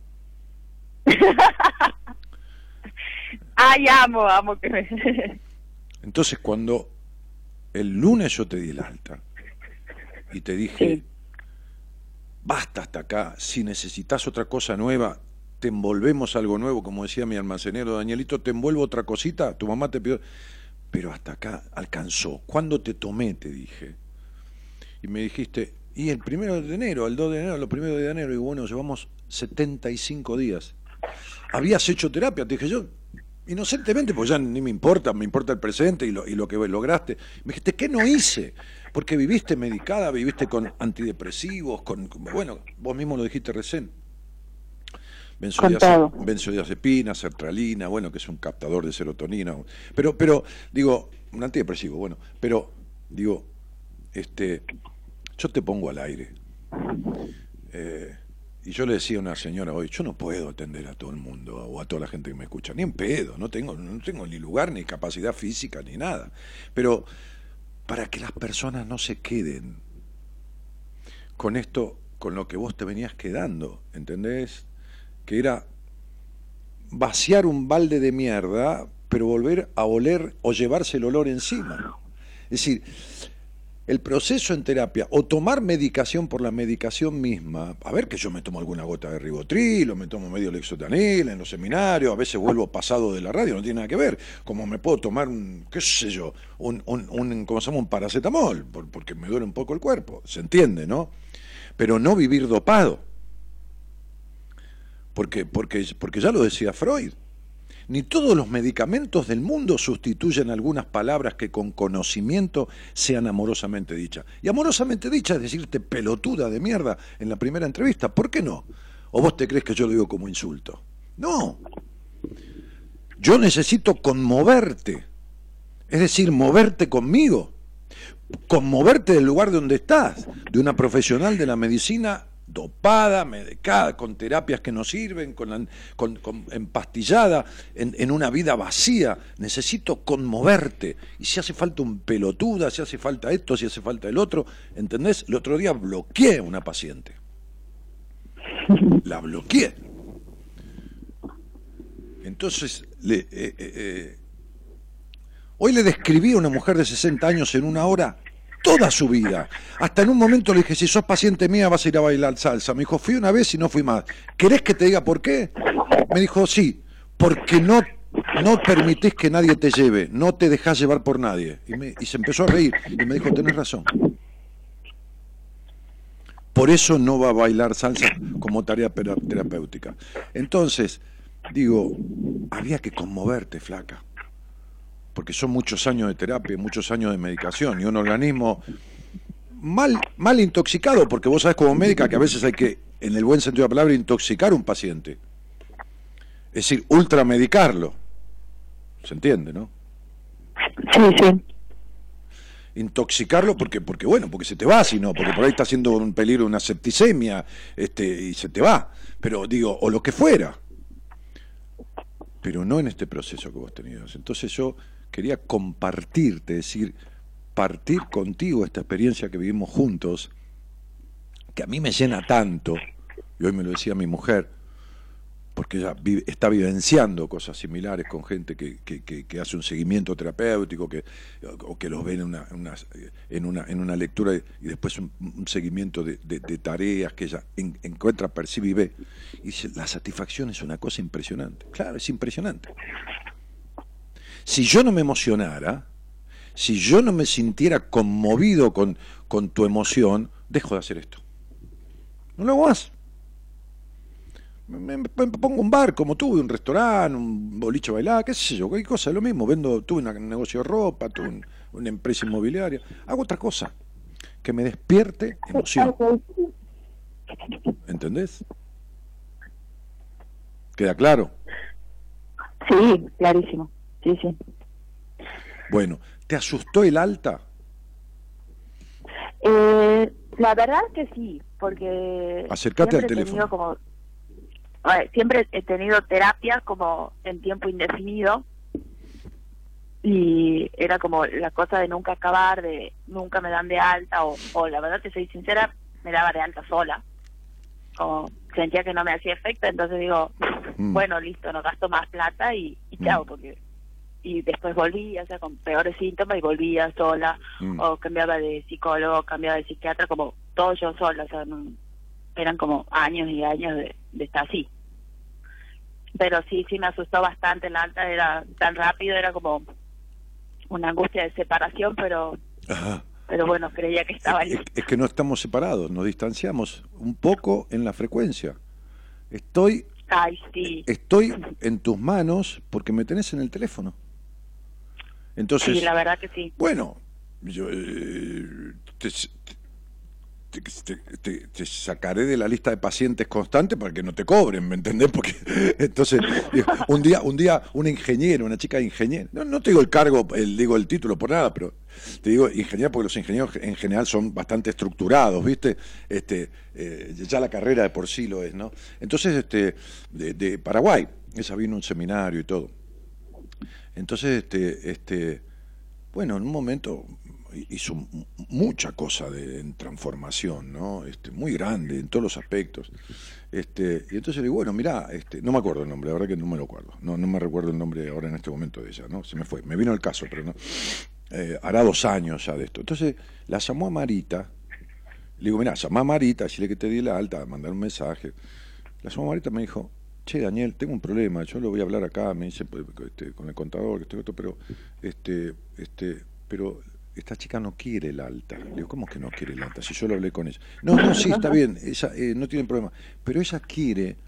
Ay, amo, amo que me... Entonces, cuando el lunes yo te di el alta y te dije, sí, basta hasta acá, si necesitas otra cosa nueva, te envolvemos algo nuevo, como decía mi almacenero Danielito, te envuelvo otra cosita, tu mamá te pidió, pero hasta acá alcanzó. ¿Cuándo te tomé? Te dije. Y me dijiste, y el primero de enero, el dos de enero, los primeros de enero, y bueno, llevamos setenta y cinco días. ¿Habías hecho terapia? Te dije yo, inocentemente, pues ya ni me importa, me importa el presente y lo, y lo que lograste. Me dijiste, ¿qué no hice? Porque viviste medicada, viviste con antidepresivos, con, bueno, vos mismo lo dijiste recién. Benzodiazepina, benzodiazepina, sertralina, bueno, que es un captador de serotonina. Pero, pero, digo, un antidepresivo, bueno, pero, digo, este, yo te pongo al aire. Eh, y yo le decía a una señora hoy, yo no puedo atender a todo el mundo o a toda la gente que me escucha, ni en pedo, no tengo, no tengo ni lugar, ni capacidad física, ni nada. Pero para que las personas no se queden con esto, con lo que vos te venías quedando, ¿entendés? Que era vaciar un balde de mierda, pero volver a oler o llevarse el olor encima. Es decir, el proceso en terapia, o tomar medicación por la medicación misma, a ver que yo me tomo alguna gota de ribotril, o me tomo medio lexotanil en los seminarios, a veces vuelvo pasado de la radio, no tiene nada que ver, como me puedo tomar un, qué sé yo, un, un, un ¿cómo se llama? Un paracetamol, por, porque me duele un poco el cuerpo, se entiende, ¿no? Pero no vivir dopado. porque, porque, porque ya lo decía Freud. Ni todos los medicamentos del mundo sustituyen algunas palabras que con conocimiento sean amorosamente dichas. Y amorosamente dicha es decirte pelotuda de mierda en la primera entrevista. ¿Por qué no? ¿O vos te crees que yo lo digo como insulto? No. Yo necesito conmoverte. Es decir, moverte conmigo. Conmoverte del lugar donde estás. De una profesional de la medicina dopada, medicada, con terapias que no sirven, con, la, con, con empastillada, en, en una vida vacía. Necesito conmoverte. Y si hace falta un pelotuda, si hace falta esto, si hace falta el otro, ¿entendés? El otro día bloqueé a una paciente. La bloqueé. Entonces, le, eh, eh, eh, hoy le describí a una mujer de sesenta años en una hora toda su vida. Hasta en un momento le dije, si sos paciente mía vas a ir a bailar salsa. Me dijo, fui una vez y no fui más. ¿Querés que te diga por qué? Me dijo, sí, porque no, no permitís que nadie te lleve, no te dejás llevar por nadie. Y, me, y se empezó a reír y me dijo, tenés razón. Por eso no va a bailar salsa como tarea terapéutica. Entonces, digo, había que conmoverte, flaca. Porque son muchos años de terapia, muchos años de medicación y un organismo mal, mal intoxicado, porque vos sabés como médica que a veces hay que, en el buen sentido de la palabra, intoxicar a un paciente. Es decir, ultramedicarlo. ¿Se entiende, no? Sí, sí. Intoxicarlo porque, porque bueno, porque se te va, sino porque por ahí está haciendo un peligro una septicemia, este, y se te va. Pero digo, o lo que fuera. Pero no en este proceso que vos tenías. Entonces yo quería compartirte, es decir, partir contigo esta experiencia que vivimos juntos, que a mí me llena tanto, y hoy me lo decía mi mujer, porque ella vive, está vivenciando cosas similares con gente que, que, que, que hace un seguimiento terapéutico, que, o que los ve en una, una, en una, en una lectura y, y después un, un seguimiento de, de, de tareas que ella en, encuentra, percibe y ve. Y dice, la satisfacción es una cosa impresionante. Claro, es impresionante. Si yo no me emocionara, si yo no me sintiera conmovido con, con tu emoción, dejo de hacer esto. No lo hago más. Me, me, me pongo un bar como tuve, un restaurante, un boliche bailar, qué sé yo, cualquier cosa, lo mismo. Vendo, tuve un negocio de ropa, tuve un, una empresa inmobiliaria. Hago otra cosa, que me despierte emoción. ¿Entendés? ¿Queda claro? Sí, clarísimo. Sí, sí. Bueno, ¿te asustó el alta? Eh, la verdad que sí, porque acércate al siempre he teléfono. tenido como, a ver, siempre he tenido terapia como en tiempo indefinido y era como la cosa de nunca acabar, de nunca me dan de alta o, o la verdad que soy sincera, me daba de alta sola, como sentía que no me hacía efecto, entonces digo, mm. bueno, listo, no gasto más plata y, y chao, mm. porque y después volvía, o sea, con peores síntomas y volvía sola, mm. o cambiaba de psicólogo, cambiaba de psiquiatra, como todo yo sola, o sea, no, eran como años y años de, de estar así. Pero sí, sí me asustó bastante el alta, era tan rápido, era como una angustia de separación, pero Ajá. pero bueno, creía que estaba es, es que no estamos separados, nos distanciamos un poco en la frecuencia. Estoy, Ay, sí. estoy en tus manos porque me tenés en el teléfono. Entonces, sí, la verdad que sí. Bueno, yo eh, te, te, te, te, te sacaré de la lista de pacientes constantes para que no te cobren, ¿me entendés? Porque entonces un día, un día una ingeniera, una chica ingeniera, no, no te digo el cargo, el, digo el título por nada, pero te digo ingeniera porque los ingenieros en general son bastante estructurados, ¿viste? Este, eh, ya la carrera de por sí lo es, ¿no? Entonces, este, de, de Paraguay, ella vino a un seminario y todo. Entonces, este, este, bueno, en un momento hizo mucha cosa de en transformación, ¿no? Este, muy grande en todos los aspectos. Este, y entonces le digo, bueno, mirá, este, no me acuerdo el nombre, la verdad que no me lo acuerdo. No, no me recuerdo el nombre ahora en este momento de ella, ¿no? Se me fue, me vino el caso, pero no. Eh, hará dos años ya de esto. Entonces, la llamó a Marita, le digo, mirá, llamá a Marita, decirle que te di la alta, mandar un mensaje. La llamó a Marita, me dijo, che, Daniel, tengo un problema, yo lo voy a hablar acá, me dice, este, con el contador, que estoy otro, pero, este, este, pero esta chica no quiere el alta. Le digo, ¿cómo que no quiere el alta? Si yo lo hablé con ella. No, no, sí, está bien, ella eh, no tiene problema, pero ella quiere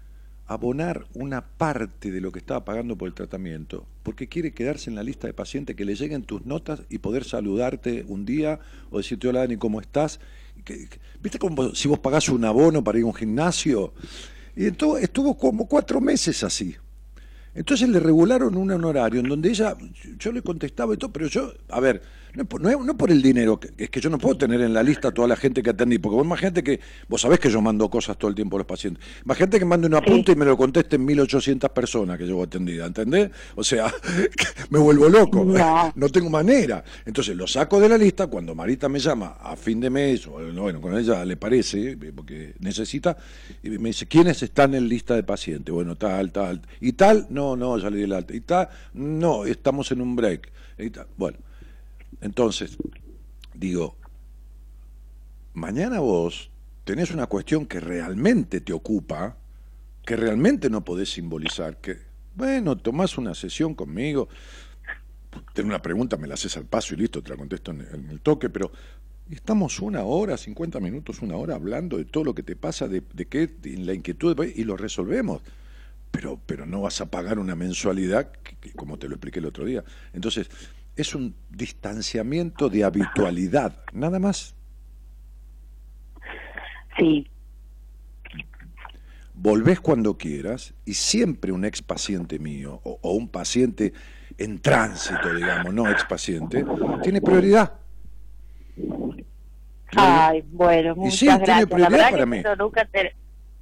abonar una parte de lo que estaba pagando por el tratamiento, porque quiere quedarse en la lista de pacientes, que le lleguen tus notas y poder saludarte un día o decirte, hola Dani, ¿cómo estás? Que, que, ¿viste como si vos pagás un abono para ir a un gimnasio? Y entonces estuvo como cuatro meses así. Entonces le regularon un honorario en donde ella, yo le contestaba y todo, pero yo, a ver, no es por, no es, no por el dinero, es que yo no puedo tener en la lista a toda la gente que atendí, porque vos imagínate que, vos sabés que yo mando cosas todo el tiempo a los pacientes, imagínate que mande una apunte y me lo contesten mil ochocientas personas que llevo atendida, ¿entendés? O sea, me vuelvo loco, no. no tengo manera. Entonces lo saco de la lista, cuando Marita me llama a fin de mes, o bueno, con ella le parece, porque necesita, y me dice, ¿quiénes están en lista de pacientes? Bueno, tal, tal, y tal, no. No, no, ya le di el alta. Y está, no, estamos en un break. Y tal. Bueno, entonces, digo, mañana vos tenés una cuestión que realmente te ocupa, que realmente no podés simbolizar, que, bueno, tomás una sesión conmigo, tenés una pregunta, me la haces al paso y listo, te la contesto en, en el toque, pero estamos una hora, cincuenta minutos, una hora hablando de todo lo que te pasa, de, de qué, de la inquietud, y lo resolvemos. Pero, pero no vas a pagar una mensualidad, que, que, como te lo expliqué el otro día. Entonces, es un distanciamiento de habitualidad, nada más. Sí. Volvés cuando quieras, y siempre un ex paciente mío, o, o un paciente en tránsito, digamos, no ex paciente, tiene prioridad. Ay, bueno, muchas y sí, gracias. tiene prioridad La verdad para que mí. nunca te...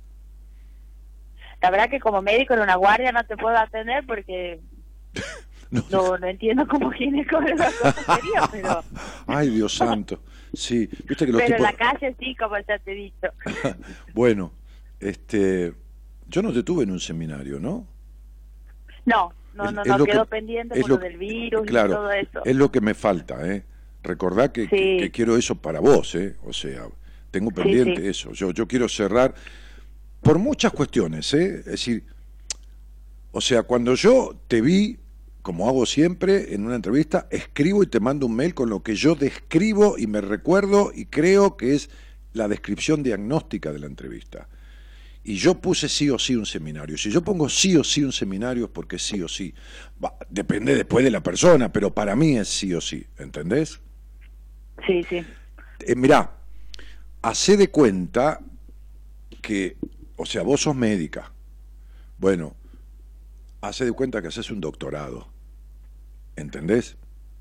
La verdad que como médico en una guardia no te puedo atender porque no, no, no entiendo cómo ginecólogo sería, pero... Ay, Dios santo. Sí, viste que los pero tipos... en la calle sí, como ya te he dicho. Bueno, este, yo no te tuve en un seminario, ¿no? No, no, no, es, no es quedó que, pendiente por lo, lo del virus claro, y todo eso. Es lo que me falta, ¿eh? Recordá que, sí. que, que quiero eso para vos, ¿eh? O sea, tengo pendiente sí, sí. eso. Yo, yo quiero cerrar... Por muchas cuestiones, ¿eh? Es decir, o sea, cuando yo te vi, como hago siempre en una entrevista, escribo y te mando un mail con lo que yo describo y me recuerdo y creo que es la descripción diagnóstica de la entrevista. Y yo puse sí o sí un seminario. Si yo pongo sí o sí un seminario es porque sí o sí. Va, depende después de la persona, pero para mí es sí o sí, ¿entendés? Sí, sí. Eh, mirá, hacé de cuenta que... O sea, vos sos médica. Bueno, hace de cuenta que haces un doctorado. ¿Entendés?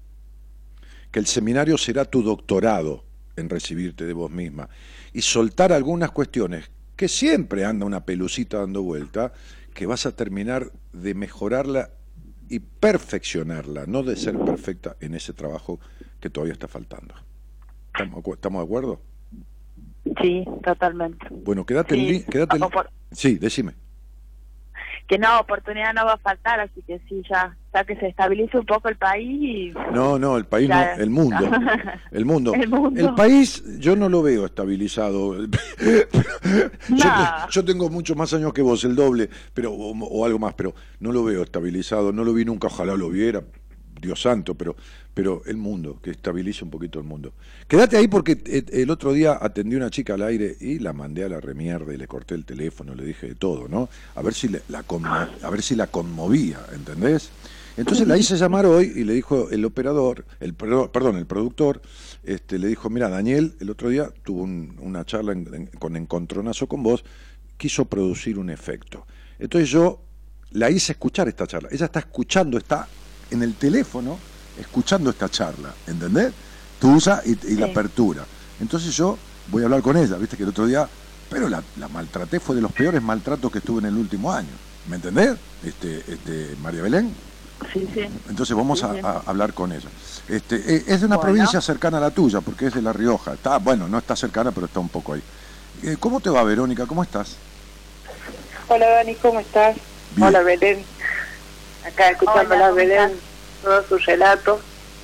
Que el seminario será tu doctorado en recibirte de vos misma. Y soltar algunas cuestiones que siempre anda una pelucita dando vuelta, que vas a terminar de mejorarla y perfeccionarla, no de ser perfecta en ese trabajo que todavía está faltando. ¿Estamos, estamos de acuerdo? Sí, totalmente. Bueno, quédate sí. en li- quédate en... Por... Sí, decime. Que no, oportunidad no va a faltar, así que sí, ya, ya que se estabilice un poco el país. Y... No, no, el país ya... no, el mundo. El mundo. el mundo. El país yo no lo veo estabilizado. No. yo, yo tengo muchos más años que vos, el doble, pero o, o algo más, pero no lo veo estabilizado, no lo vi nunca, ojalá lo viera. Dios santo, pero pero el mundo, que estabilice un poquito el mundo. Quédate ahí porque el otro día atendí a una chica al aire y la mandé a la remierda y le corté el teléfono, le dije de todo, ¿no? A ver si le, la conmo- a ver si la conmovía, ¿entendés? Entonces la hice llamar hoy y le dijo el operador, el perdón, el productor, este, le dijo, mira, Daniel, el otro día tuvo un, una charla en, en, con encontronazo con vos, quiso producir un efecto. Entonces yo la hice escuchar esta charla. Ella está escuchando, está en el teléfono, escuchando esta charla, ¿entendés? Tuya y, y sí. La apertura. Entonces yo voy a hablar con ella, viste que el otro día, pero la, la maltraté, fue de los peores maltratos que estuve en el último año, ¿me entendés? Este, este, María Belén. Sí, sí. Entonces vamos sí, a, sí. a hablar con ella. Este, es de una bueno. provincia cercana a la tuya, porque es de La Rioja. Está, bueno, no está cercana, pero está un poco ahí. Eh, ¿Cómo te va, Verónica? ¿Cómo estás? Hola, Dani, ¿cómo estás? Bien. Hola, Belén. Acá escuchando Hola, a Belén, todo su relato.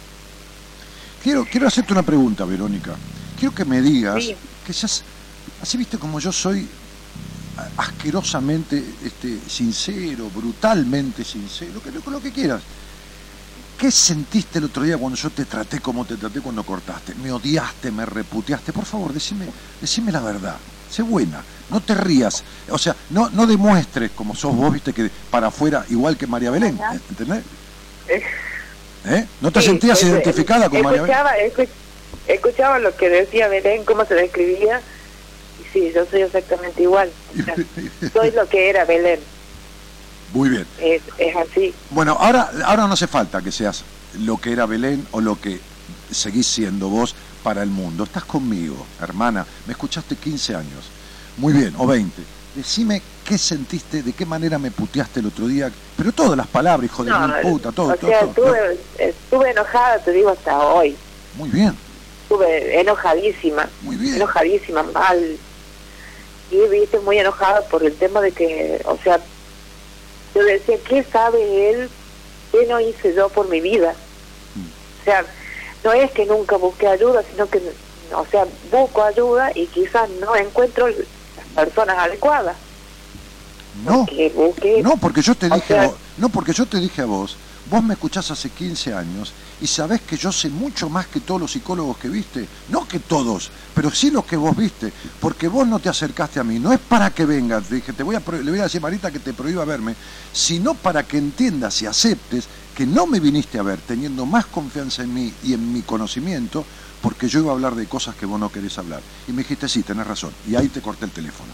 Quiero, quiero hacerte una pregunta, Verónica. Quiero que me digas, sí. que seas, así viste como yo soy asquerosamente este, sincero, brutalmente sincero, lo que, lo, lo que quieras. ¿Qué sentiste el otro día cuando yo te traté como te traté cuando cortaste? ¿Me odiaste, me reputeaste? Por favor, decime, decime la verdad. sé buena, no te rías, o sea, no, no demuestres como sos vos, viste, que para afuera, igual que María Belén, ¿entendés? ¿Eh? ¿No te Sí, sentías es- identificada con María Belén? escuchaba, escu- escuchaba lo que decía Belén, cómo se describía, y sí, yo soy exactamente igual. O sea, soy lo que era Belén, Muy bien. es, es así. Bueno, ahora, ahora no hace falta que seas lo que era Belén o lo que seguís siendo vos para el mundo. Estás conmigo, hermana, me escuchaste quince años. Muy bien, o veinte. Decime qué sentiste, de qué manera me puteaste el otro día, pero todas las palabras, hijo de No, mil puta, todo, o todo, sea, todo, estuve, estuve enojada, te digo, hasta hoy. Muy bien, Estuve enojadísima, muy bien. enojadísima, mal. Y viste, muy enojada por el tema de que, o sea, yo decía, ¿qué sabe él? ¿Qué no hice yo por mi vida? O sea, no es que nunca busqué ayuda, sino que, o sea, busco ayuda y quizás no encuentro las personas adecuadas. No, Que busqué, no, porque yo te o dije, sea- a vos, no, porque yo te dije a vos, vos me escuchás hace quince años y sabés que yo sé mucho más que todos los psicólogos que viste, no que todos, pero sí los que vos viste, porque vos no te acercaste a mí, no es para que vengas, te dije, te voy a pro- le voy a decir a Marita que te prohíba verme, sino para que entiendas y aceptes que no me viniste a ver teniendo más confianza en mí y en mi conocimiento, porque yo iba a hablar de cosas que vos no querés hablar. Y me dijiste, sí, tenés razón, y ahí te corté el teléfono.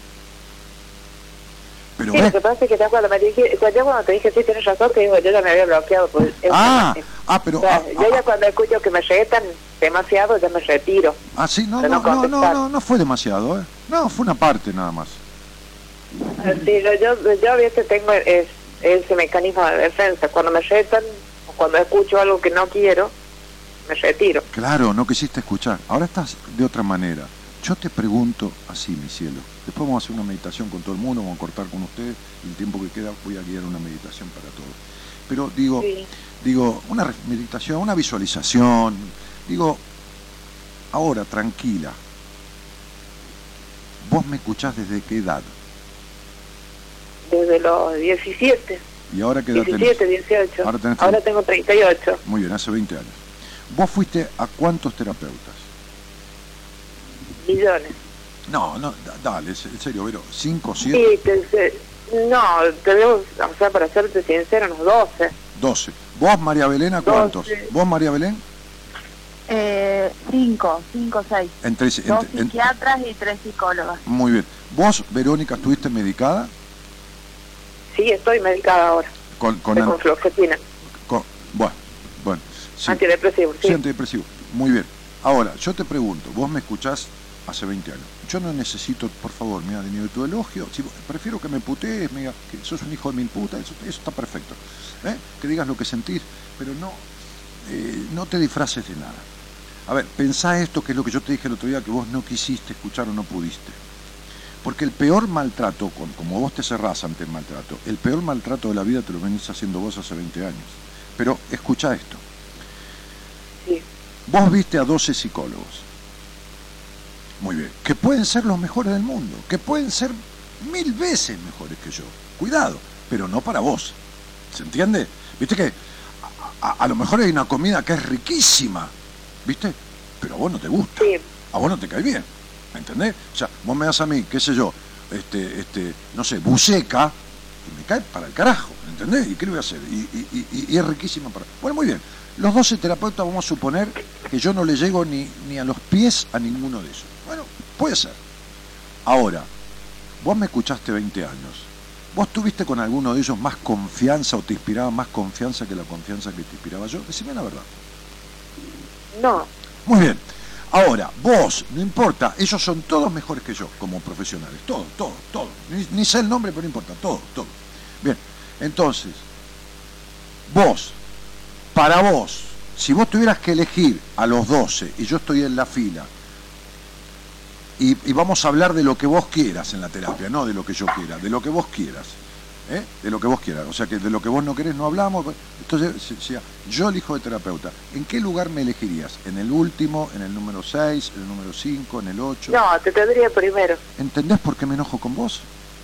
Pero sí, ves, lo que pasa es que ya cuando me dije, cuando, ya cuando te dije, sí, tienes razón, te digo, yo ya me había bloqueado. Por el- Ah, el- ah, pero... o sea, ah, yo ya ah, cuando escucho que me retan demasiado, ya me retiro. Ah, sí, no, de no, no no, no, contestar. no, no fue demasiado, ¿eh? No, fue una parte nada más. Sí, yo, yo, yo a veces tengo es, ese mecanismo de defensa. Cuando me retan, o cuando escucho algo que no quiero, me retiro. Claro, no quisiste escuchar. Ahora estás de otra manera. Yo te pregunto así, mi cielo. Después vamos a hacer una meditación con todo el mundo, vamos a cortar con ustedes y el tiempo que queda voy a guiar una meditación para todos. Pero digo, Sí. digo, una re- meditación, una visualización. Digo, ahora, tranquila. ¿Vos me escuchás desde qué edad? Desde los diecisiete, ¿Y ahora qué edad diecisiete, tenés? dieciocho. Ahora tenés Ahora tengo treinta y ocho. Muy bien, hace veinte años. ¿Vos fuiste a cuántos terapeutas? Millones. No, no, da- dale, en serio, Vero, ¿cinco, siete? Sí, te- te- no, te debo, o sea, para serte sincero, unos doce. doce. ¿Vos, María Belén, a cuántos? doce. ¿Vos, María Belén? Eh, cinco, cinco, seis. Entre, Dos entre- en- psiquiatras y tres psicólogas. muy bien. ¿Vos, Verónica, estuviste medicada? Sí, estoy medicada ahora. Con, con, Estoy an- con fluoxetina, con- bueno, bueno. Sí, antidepresivo, sí. sí, antidepresivo. Muy bien. Ahora, yo te pregunto, vos me escuchás hace veinte años. Yo no necesito, por favor, mira, de ni tu elogio. Si vos- prefiero que me putees, me digas que sos un hijo de mil putas, eso, eso está perfecto. ¿Eh? Que digas lo que sentís, pero no, eh, no te disfraces de nada. A ver, pensá esto, que es lo que yo te dije el otro día, que vos no quisiste escuchar o no pudiste. Porque el peor maltrato, con- como vos te cerrás ante el maltrato, el peor maltrato de la vida te lo venís haciendo vos hace veinte años. Pero escucha esto. Sí. Vos viste a doce psicólogos. Muy bien. Que pueden ser los mejores del mundo. Que pueden ser mil veces mejores que yo. Cuidado. Pero no para vos. ¿Se entiende? Viste que a, a- a lo mejor hay una comida que es riquísima. ¿Viste? Pero a vos no te gusta. Sí. A vos no te cae bien. ¿Me entendés? O sea, vos me das a mí, qué sé yo, este, este, no sé, buceca, y me cae para el carajo. ¿Me entendés? ¿Y qué le voy a hacer? Y, y- y- y es riquísima para... Bueno, muy bien. Los doce terapeutas vamos a suponer que yo no le llego ni, ni a los pies a ninguno de ellos. Bueno, puede ser. Ahora, vos me escuchaste veinte años. ¿Vos tuviste con alguno de ellos más confianza o te inspiraba más confianza que la confianza que te inspiraba yo? Decime la verdad. No, Muy bien. Ahora, vos, no importa, ellos son todos mejores que yo como profesionales. Todos, todos, todos. Ni, ni sé el nombre, pero no importa. Todos, todos. Bien. Entonces, vos, para vos, si vos tuvieras que elegir a los doce y yo estoy en la fila, y, y vamos a hablar de lo que vos quieras en la terapia, no de lo que yo quiera, de lo que vos quieras. ¿Eh? De lo que vos quieras, o sea que de lo que vos no querés no hablamos. Entonces, si- si- yo elijo de terapeuta. ¿En qué lugar me elegirías? ¿En el último, en el número seis, en el número cinco, en el ocho? no, te tendría primero. ¿Entendés por qué me enojo con vos?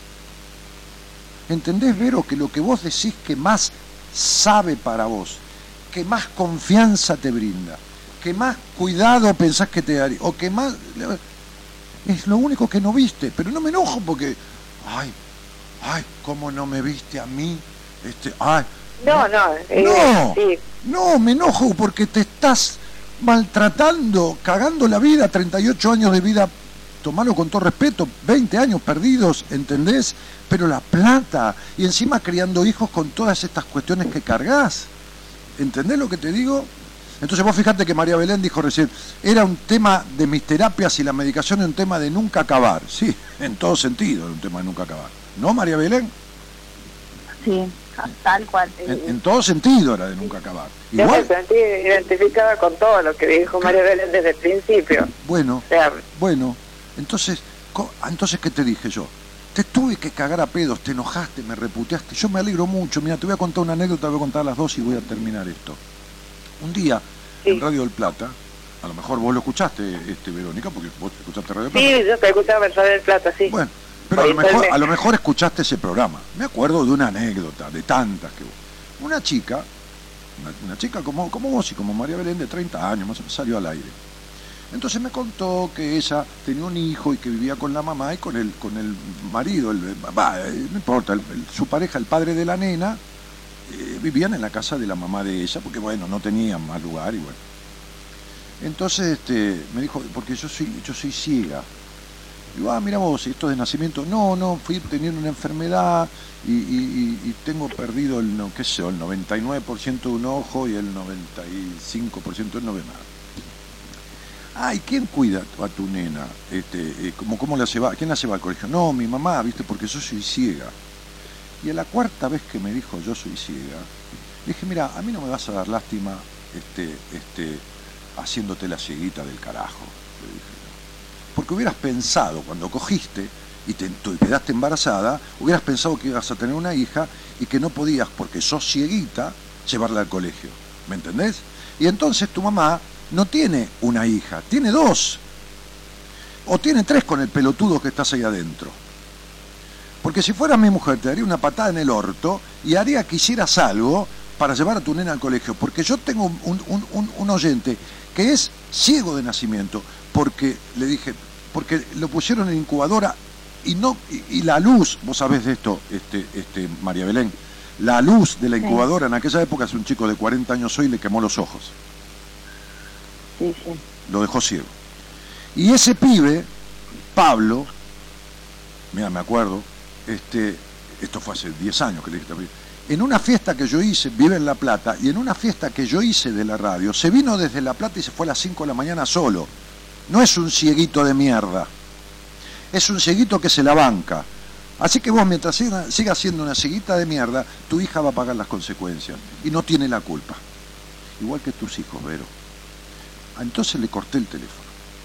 ¿Entendés, Vero, que lo que vos decís que más sabe para vos, que más confianza te brinda, que más cuidado pensás que te daría, o que más... Es lo único que no viste, pero no me enojo porque, ay, ay, ¿cómo no me viste a mí? Este, ay. No, no. Eh, no, sí. no, me enojo porque te estás maltratando, cagando la vida, treinta y ocho años de vida, tomalo con todo respeto, veinte años perdidos, ¿entendés? Pero la plata, y encima criando hijos con todas estas cuestiones que cargas, ¿entendés lo que te digo? Entonces vos fijate que María Belén dijo recién, era un tema de mis terapias y la medicación es un tema de nunca acabar. Sí, en todo sentido era un tema de nunca acabar. ¿No, María Belén? Sí, tal cual. En, en todo sentido era de nunca acabar. Yo Igual, me sentí identificada con todo lo que dijo María Belén desde el principio. bueno, O sea, bueno, entonces, co- entonces ¿qué te dije yo? Te tuve que cagar a pedos, te enojaste, me reputeaste. Yo me alegro mucho. Mira, te voy a contar una anécdota, voy a contar a las dos y voy a terminar esto. Un día, sí. en Radio del Plata, a lo mejor vos lo escuchaste, este Verónica, porque vos escuchaste Radio del Plata. Sí, yo te escuchaba en Radio del Plata, sí. Bueno, pero a Por lo, mejor, internet. a lo mejor escuchaste ese programa. Me acuerdo de una anécdota, de tantas que hubo. Una chica, una, una chica como, como vos y como María Belén, de treinta años, más o menos, salió al aire. Entonces me contó que ella tenía un hijo y que vivía con la mamá y con el, con el marido, el, bah, no importa, el, el, su pareja, el padre de la nena, eh, vivían en la casa de la mamá de ella, porque bueno, no tenían más lugar y bueno. Entonces este, me dijo, porque yo soy, yo soy ciega. Digo, ah, mira vos, esto de nacimiento, no, no, fui teniendo una enfermedad y, y, y tengo perdido el, no, qué sé yo, el noventa y nueve por ciento de un ojo y el noventa y cinco por ciento no ve nada. Ay, ¿quién cuida a tu nena? Este, eh, ¿cómo, ¿Cómo la lleva? ¿Quién la lleva al colegio? No, mi mamá, viste, porque yo soy ciega. Y a la cuarta vez que me dijo yo soy ciega, le dije, mira, a mí no me vas a dar lástima este, este, haciéndote la cieguita del carajo, le dije. Porque hubieras pensado, cuando cogiste y te, te quedaste embarazada, hubieras pensado que ibas a tener una hija y que no podías, porque sos cieguita, llevarla al colegio. ¿Me entendés? Y entonces tu mamá no tiene una hija, tiene dos. O tiene tres con el pelotudo que estás ahí adentro. Porque si fuera mi mujer, te daría una patada en el orto y haría que hicieras algo para llevar a tu nena al colegio. Porque yo tengo un, un, un, un oyente que es ciego de nacimiento, porque le dije, porque lo pusieron en incubadora y no y, y la luz, vos sabés de esto, este, este María Belén, la luz de la incubadora en aquella época, es un chico de cuarenta años hoy, le quemó los ojos. Sí, sí. Lo dejó ciego. Y ese pibe, Pablo, mira, me acuerdo, este, esto fue hace diez años que le dije, en una fiesta que yo hice, vive en La Plata, y en una fiesta que yo hice de la radio, se vino desde La Plata y se fue a las cinco de la mañana solo. No es un cieguito de mierda, es un cieguito que se la banca. Así que vos, mientras siga, siga siendo una cieguita de mierda, tu hija va a pagar las consecuencias, y no tiene la culpa. Igual que tus hijos, Vero. Entonces le corté el teléfono.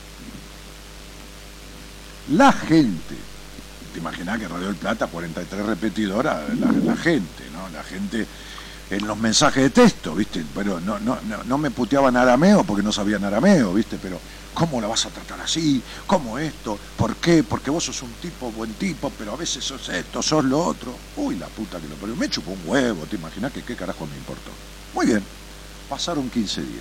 La gente, te imaginás que Radio del Plata, cuarenta y tres repetidoras, la, la gente, ¿no? La gente en los mensajes de texto, ¿viste? Pero no, no, no, no me puteaban arameo porque no sabían arameo, ¿viste? Pero, ¿cómo la vas a tratar así? ¿Cómo esto? ¿Por qué? Porque vos sos un tipo, buen tipo, pero a veces sos esto, sos lo otro. Uy, la puta que lo parió. Me chupó un huevo, ¿te imaginás que qué carajo me importó? Muy bien, pasaron quince días.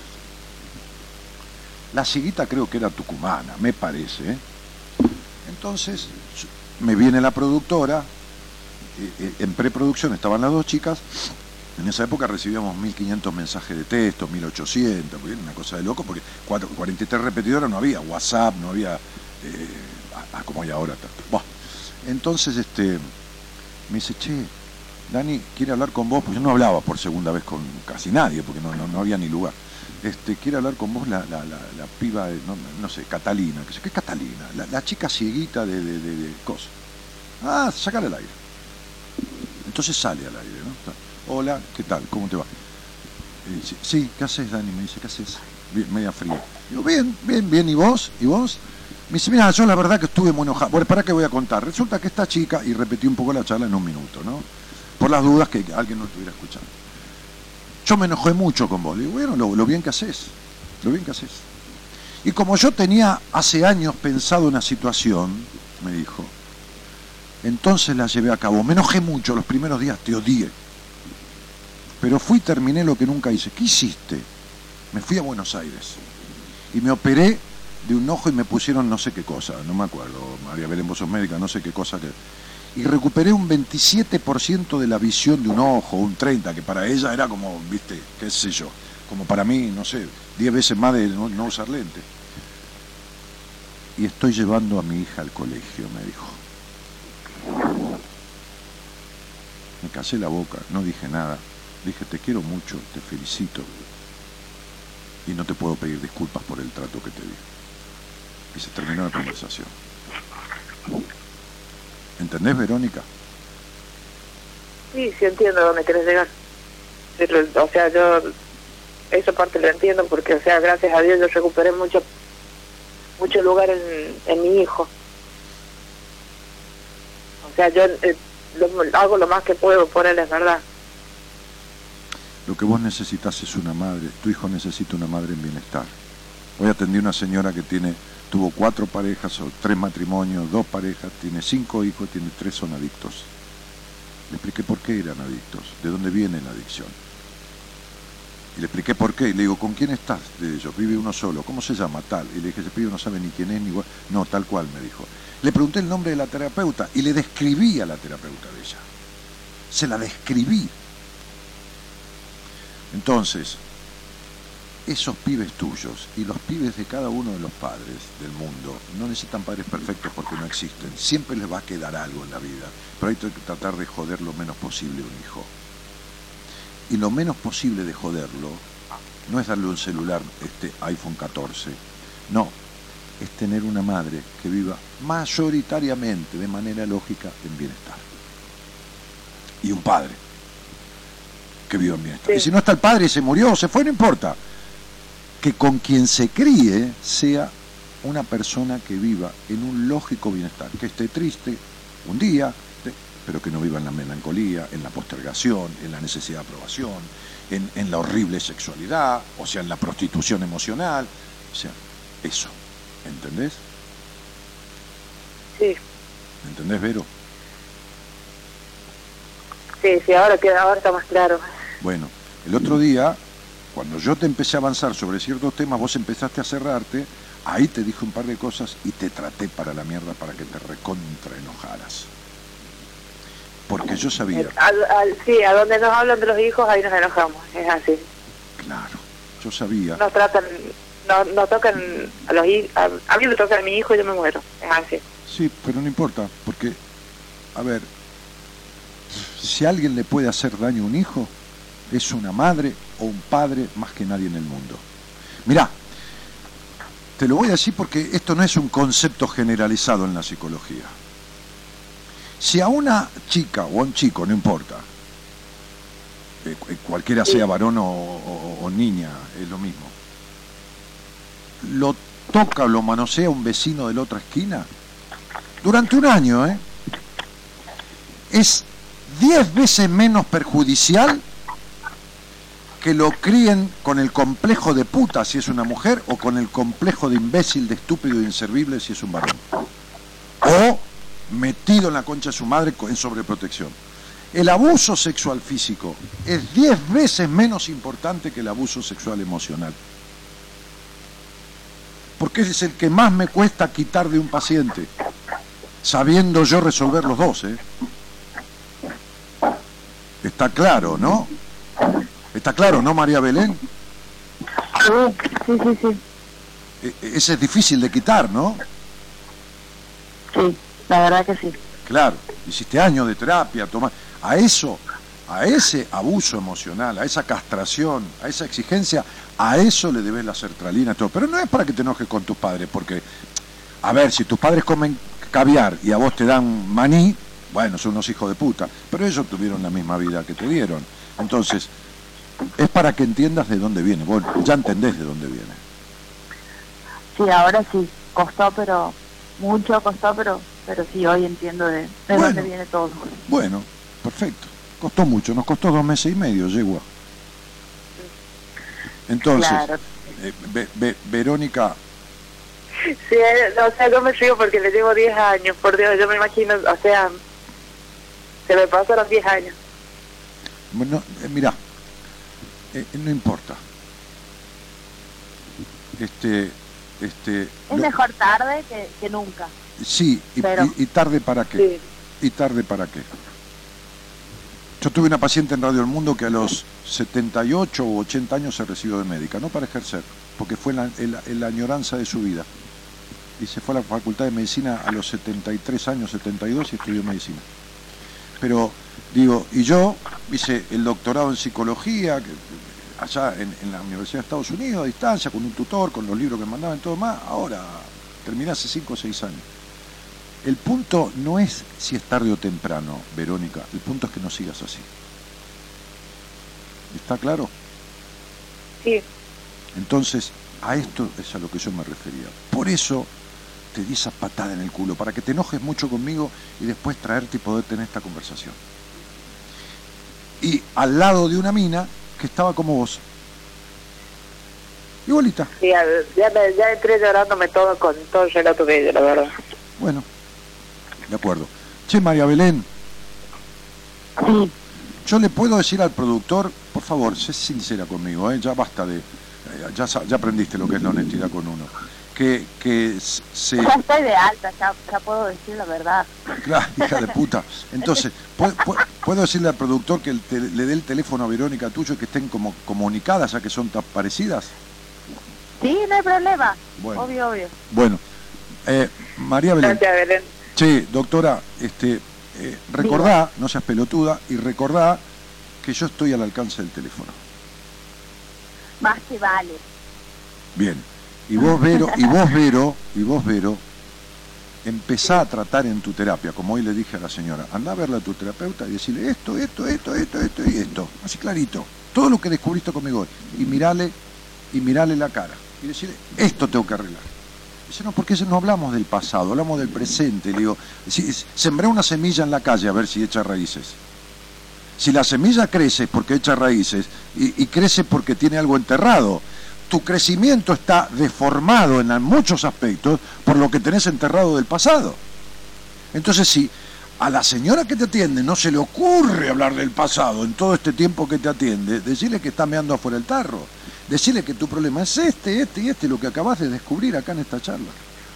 La cieguita creo que era tucumana, me parece, ¿eh? Entonces me viene la productora, eh, en preproducción estaban las dos chicas, en esa época recibíamos mil quinientos mensajes de texto, mil ochocientos, porque era una cosa de loco, porque cuarenta y tres repetidoras no había, WhatsApp, no había, eh, ah, como hay ahora. Bueno, entonces este, me dice, che, Dani, quiere hablar con vos, pues yo no hablaba por segunda vez con casi nadie, porque no, no, no había ni lugar. Este, quiere hablar con vos la, la, la, la piba, de, no, no sé, Catalina, ¿qué, ¿qué es Catalina? La, la chica cieguita de, de, de, de cosas. Ah, sacale al aire. Entonces sale al aire, ¿no? Hola, ¿qué tal? ¿Cómo te va? Y dice, sí, ¿qué haces, Dani? Me dice, ¿qué haces? Bien, media fría. Digo, bien, bien, bien, ¿y vos? ¿Y vos? Me dice, mira, yo la verdad que estuve muy enojado. Bueno, ¿para qué voy a contar? Resulta que esta chica, y repetí un poco la charla en un minuto, ¿no? Por las dudas que alguien no estuviera escuchando. Yo me enojé mucho con vos. Le digo, bueno, lo, lo bien que haces, lo bien que haces. Y como yo tenía hace años pensado una situación, me dijo, entonces la llevé a cabo. Me enojé mucho, los primeros días te odié. Pero fui y terminé lo que nunca hice. ¿Qué hiciste? Me fui a Buenos Aires y me operé de un ojo y me pusieron no sé qué cosa, no me acuerdo, María Belén, vos sos médica, no sé qué cosa que... Y recuperé un veintisiete por ciento de la visión de un ojo, un treinta por ciento, que para ella era como, viste, qué sé yo, como para mí, no sé, diez veces más de no, no usar lente. Y estoy llevando a mi hija al colegio, me dijo. Me casé la boca, no dije nada. Dije, te quiero mucho, te felicito. Y no te puedo pedir disculpas por el trato que te di. Y se terminó la conversación. ¿Entendés, Verónica? Sí, sí entiendo a dónde querés llegar. Pero, o sea, yo esa parte lo entiendo porque, o sea, gracias a Dios yo recuperé mucho mucho lugar en, en mi hijo. O sea, yo eh, lo, hago lo más que puedo por él, es verdad. Lo que vos necesitas es una madre. Tu hijo necesita una madre en bienestar. Hoy atendí a una señora que tiene tuvo cuatro parejas o tres matrimonios, dos parejas, tiene cinco hijos, tiene tres son adictos. Le expliqué por qué eran adictos, de dónde viene la adicción. Y le expliqué por qué, y le digo, ¿con quién estás de ellos? Vive uno solo, ¿cómo se llama? Tal. Y le dije, ese pibe no sabe ni quién es, ni igual. No, tal cual, me dijo. Le pregunté el nombre de la terapeuta y le describí a la terapeuta de ella. Se la describí. Entonces, esos pibes tuyos y los pibes de cada uno de los padres del mundo no necesitan padres perfectos porque no existen. Siempre les va a quedar algo en la vida, pero hay que tratar de joder lo menos posible a un hijo. Y lo menos posible de joderlo no es darle un celular, este iPhone catorce, no, es tener una madre que viva mayoritariamente, de manera lógica, en bienestar. Y un padre que viva en bienestar. Sí. Y si no está el padre y se murió, se fue, no importa. Que con quien se críe sea una persona que viva en un lógico bienestar, que esté triste un día, pero que no viva en la melancolía, en la postergación, en la necesidad de aprobación, en, en la horrible sexualidad, o sea, en la prostitución emocional, o sea, eso, ¿entendés? Sí. ¿Entendés, Vero? Sí, sí, ahora queda, ahora está más claro. Bueno, el otro día, cuando yo te empecé a avanzar sobre ciertos temas, vos empezaste a cerrarte, ahí te dije un par de cosas y te traté para la mierda para que te recontra enojaras. Porque yo sabía... Al, al, sí, a donde nos hablan de los hijos, ahí nos enojamos, es así. Claro, yo sabía... Nos tratan, no, no tocan a los hijos, a, a mí me tocan a mi hijo y yo me muero, es así. Sí, pero no importa, porque, a ver, si a alguien le puede hacer daño a un hijo, es una madre o un padre más que nadie en el mundo. Mirá, te lo voy a decir porque esto no es un concepto generalizado en la psicología. Si a una chica o a un chico, no importa, eh, cualquiera sea varón o, o, o niña, es lo mismo, lo toca o lo manosea un vecino de la otra esquina, durante un año, ¿eh? es diez veces menos perjudicial que lo críen con el complejo de puta si es una mujer o con el complejo de imbécil, de estúpido e inservible si es un varón. O metido en la concha de su madre en sobreprotección. El abuso sexual físico es diez veces menos importante que el abuso sexual emocional. Porque ese es el que más me cuesta quitar de un paciente, sabiendo yo resolver los dos, ¿eh? Está claro, ¿no? Está claro, ¿no, María Belén? Sí, sí, sí. E- ese es difícil de quitar, ¿no? Sí, la verdad que sí. Claro, hiciste años de terapia, toma... a eso, a ese abuso emocional, a esa castración, a esa exigencia, a eso le debes la sertralina, todo. Pero no es para que te enojes con tus padres, porque, a ver, si tus padres comen caviar y a vos te dan maní, bueno, son unos hijos de puta, pero ellos tuvieron la misma vida que te dieron. Entonces, es para que entiendas de dónde viene. Vos ya entendés de dónde viene. Sí, ahora sí, costó, pero mucho costó, pero pero sí, hoy entiendo de, de Bueno. dónde viene todo. Bueno, perfecto. Costó mucho, nos costó dos meses y medio, yegua. Entonces, Claro. eh, Ve- Ve- Verónica, Sí, eh, o sea, yo me río porque le llevo diez años, por Dios, yo me imagino, o sea, se me pasaron diez años. bueno, eh, mirá, eh, no importa. Este, Este, Es lo- mejor tarde que, que nunca. Sí, y, Pero- y- y tarde para qué. Sí. ¿Y tarde para qué? Yo tuve una paciente en Radio El Mundo que a los setenta y ocho o ochenta años se recibió de médica, no para ejercer, porque fue la, el- el- la añoranza de su vida. Y se fue a la Facultad de Medicina a los setenta y tres años, setenta y dos, y estudió medicina. Pero, digo, y yo hice el doctorado en psicología, que- allá en, en la Universidad de Estados Unidos, a distancia, con un tutor, con los libros que mandaban y todo más. Ahora, terminé hace cinco o seis años. El punto no es si es tarde o temprano, Verónica, el punto es que no sigas así. ¿Está claro? Sí. Entonces, a esto es a lo que yo me refería. Por eso te di esa patada en el culo, para que te enojes mucho conmigo y después traerte y poder tener esta conversación. Y al lado de una mina que estaba como vos. Igualita. Sí, a ver, ya, me, ya entré llorándome todo con todo el relato de ella, la verdad. Bueno, de acuerdo. Che, María Belén, Sí. yo le puedo decir al productor, por favor, sé sincera conmigo, ¿eh? Ya basta de... eh, Ya, sa- ya aprendiste lo que es la honestidad con uno. Que, que s- se... Ya estoy de alta, ya, ya puedo decir la verdad. Claro, hija de puta. Entonces, ¿puedo, puedo- puedo decirle al productor que el te- le dé el teléfono a Verónica tuyo y que estén como comunicadas, ya que son tan parecidas? Sí, no hay problema. Bueno. Obvio, obvio. Bueno, eh, María Belén. Gracias, Belén. Che, doctora, este, eh, recordá, no seas pelotuda, y recordá que yo estoy al alcance del teléfono. Más que vale. Bien. Y vos, Vero, y vos, Vero, y vos, Vero, empezá a tratar en tu terapia, como hoy le dije a la señora, andá a verla a tu terapeuta y decirle esto, esto, esto, esto, esto y esto. Así clarito. Todo lo que descubriste conmigo hoy. Y mirale, y mirale la cara. Y decirle, esto tengo que arreglar. Dice, no, porque no hablamos del pasado, hablamos del presente. Le digo, si, sembré una semilla en la calle a ver si echa raíces. Si la semilla crece es porque echa raíces y, y crece porque tiene algo enterrado. Tu crecimiento está deformado en muchos aspectos por lo que tenés enterrado del pasado. Entonces, si a la señora que te atiende no se le ocurre hablar del pasado en todo este tiempo que te atiende, decirle que está meando afuera el tarro. Decirle que tu problema es este, este y este, lo que acabas de descubrir acá en esta charla.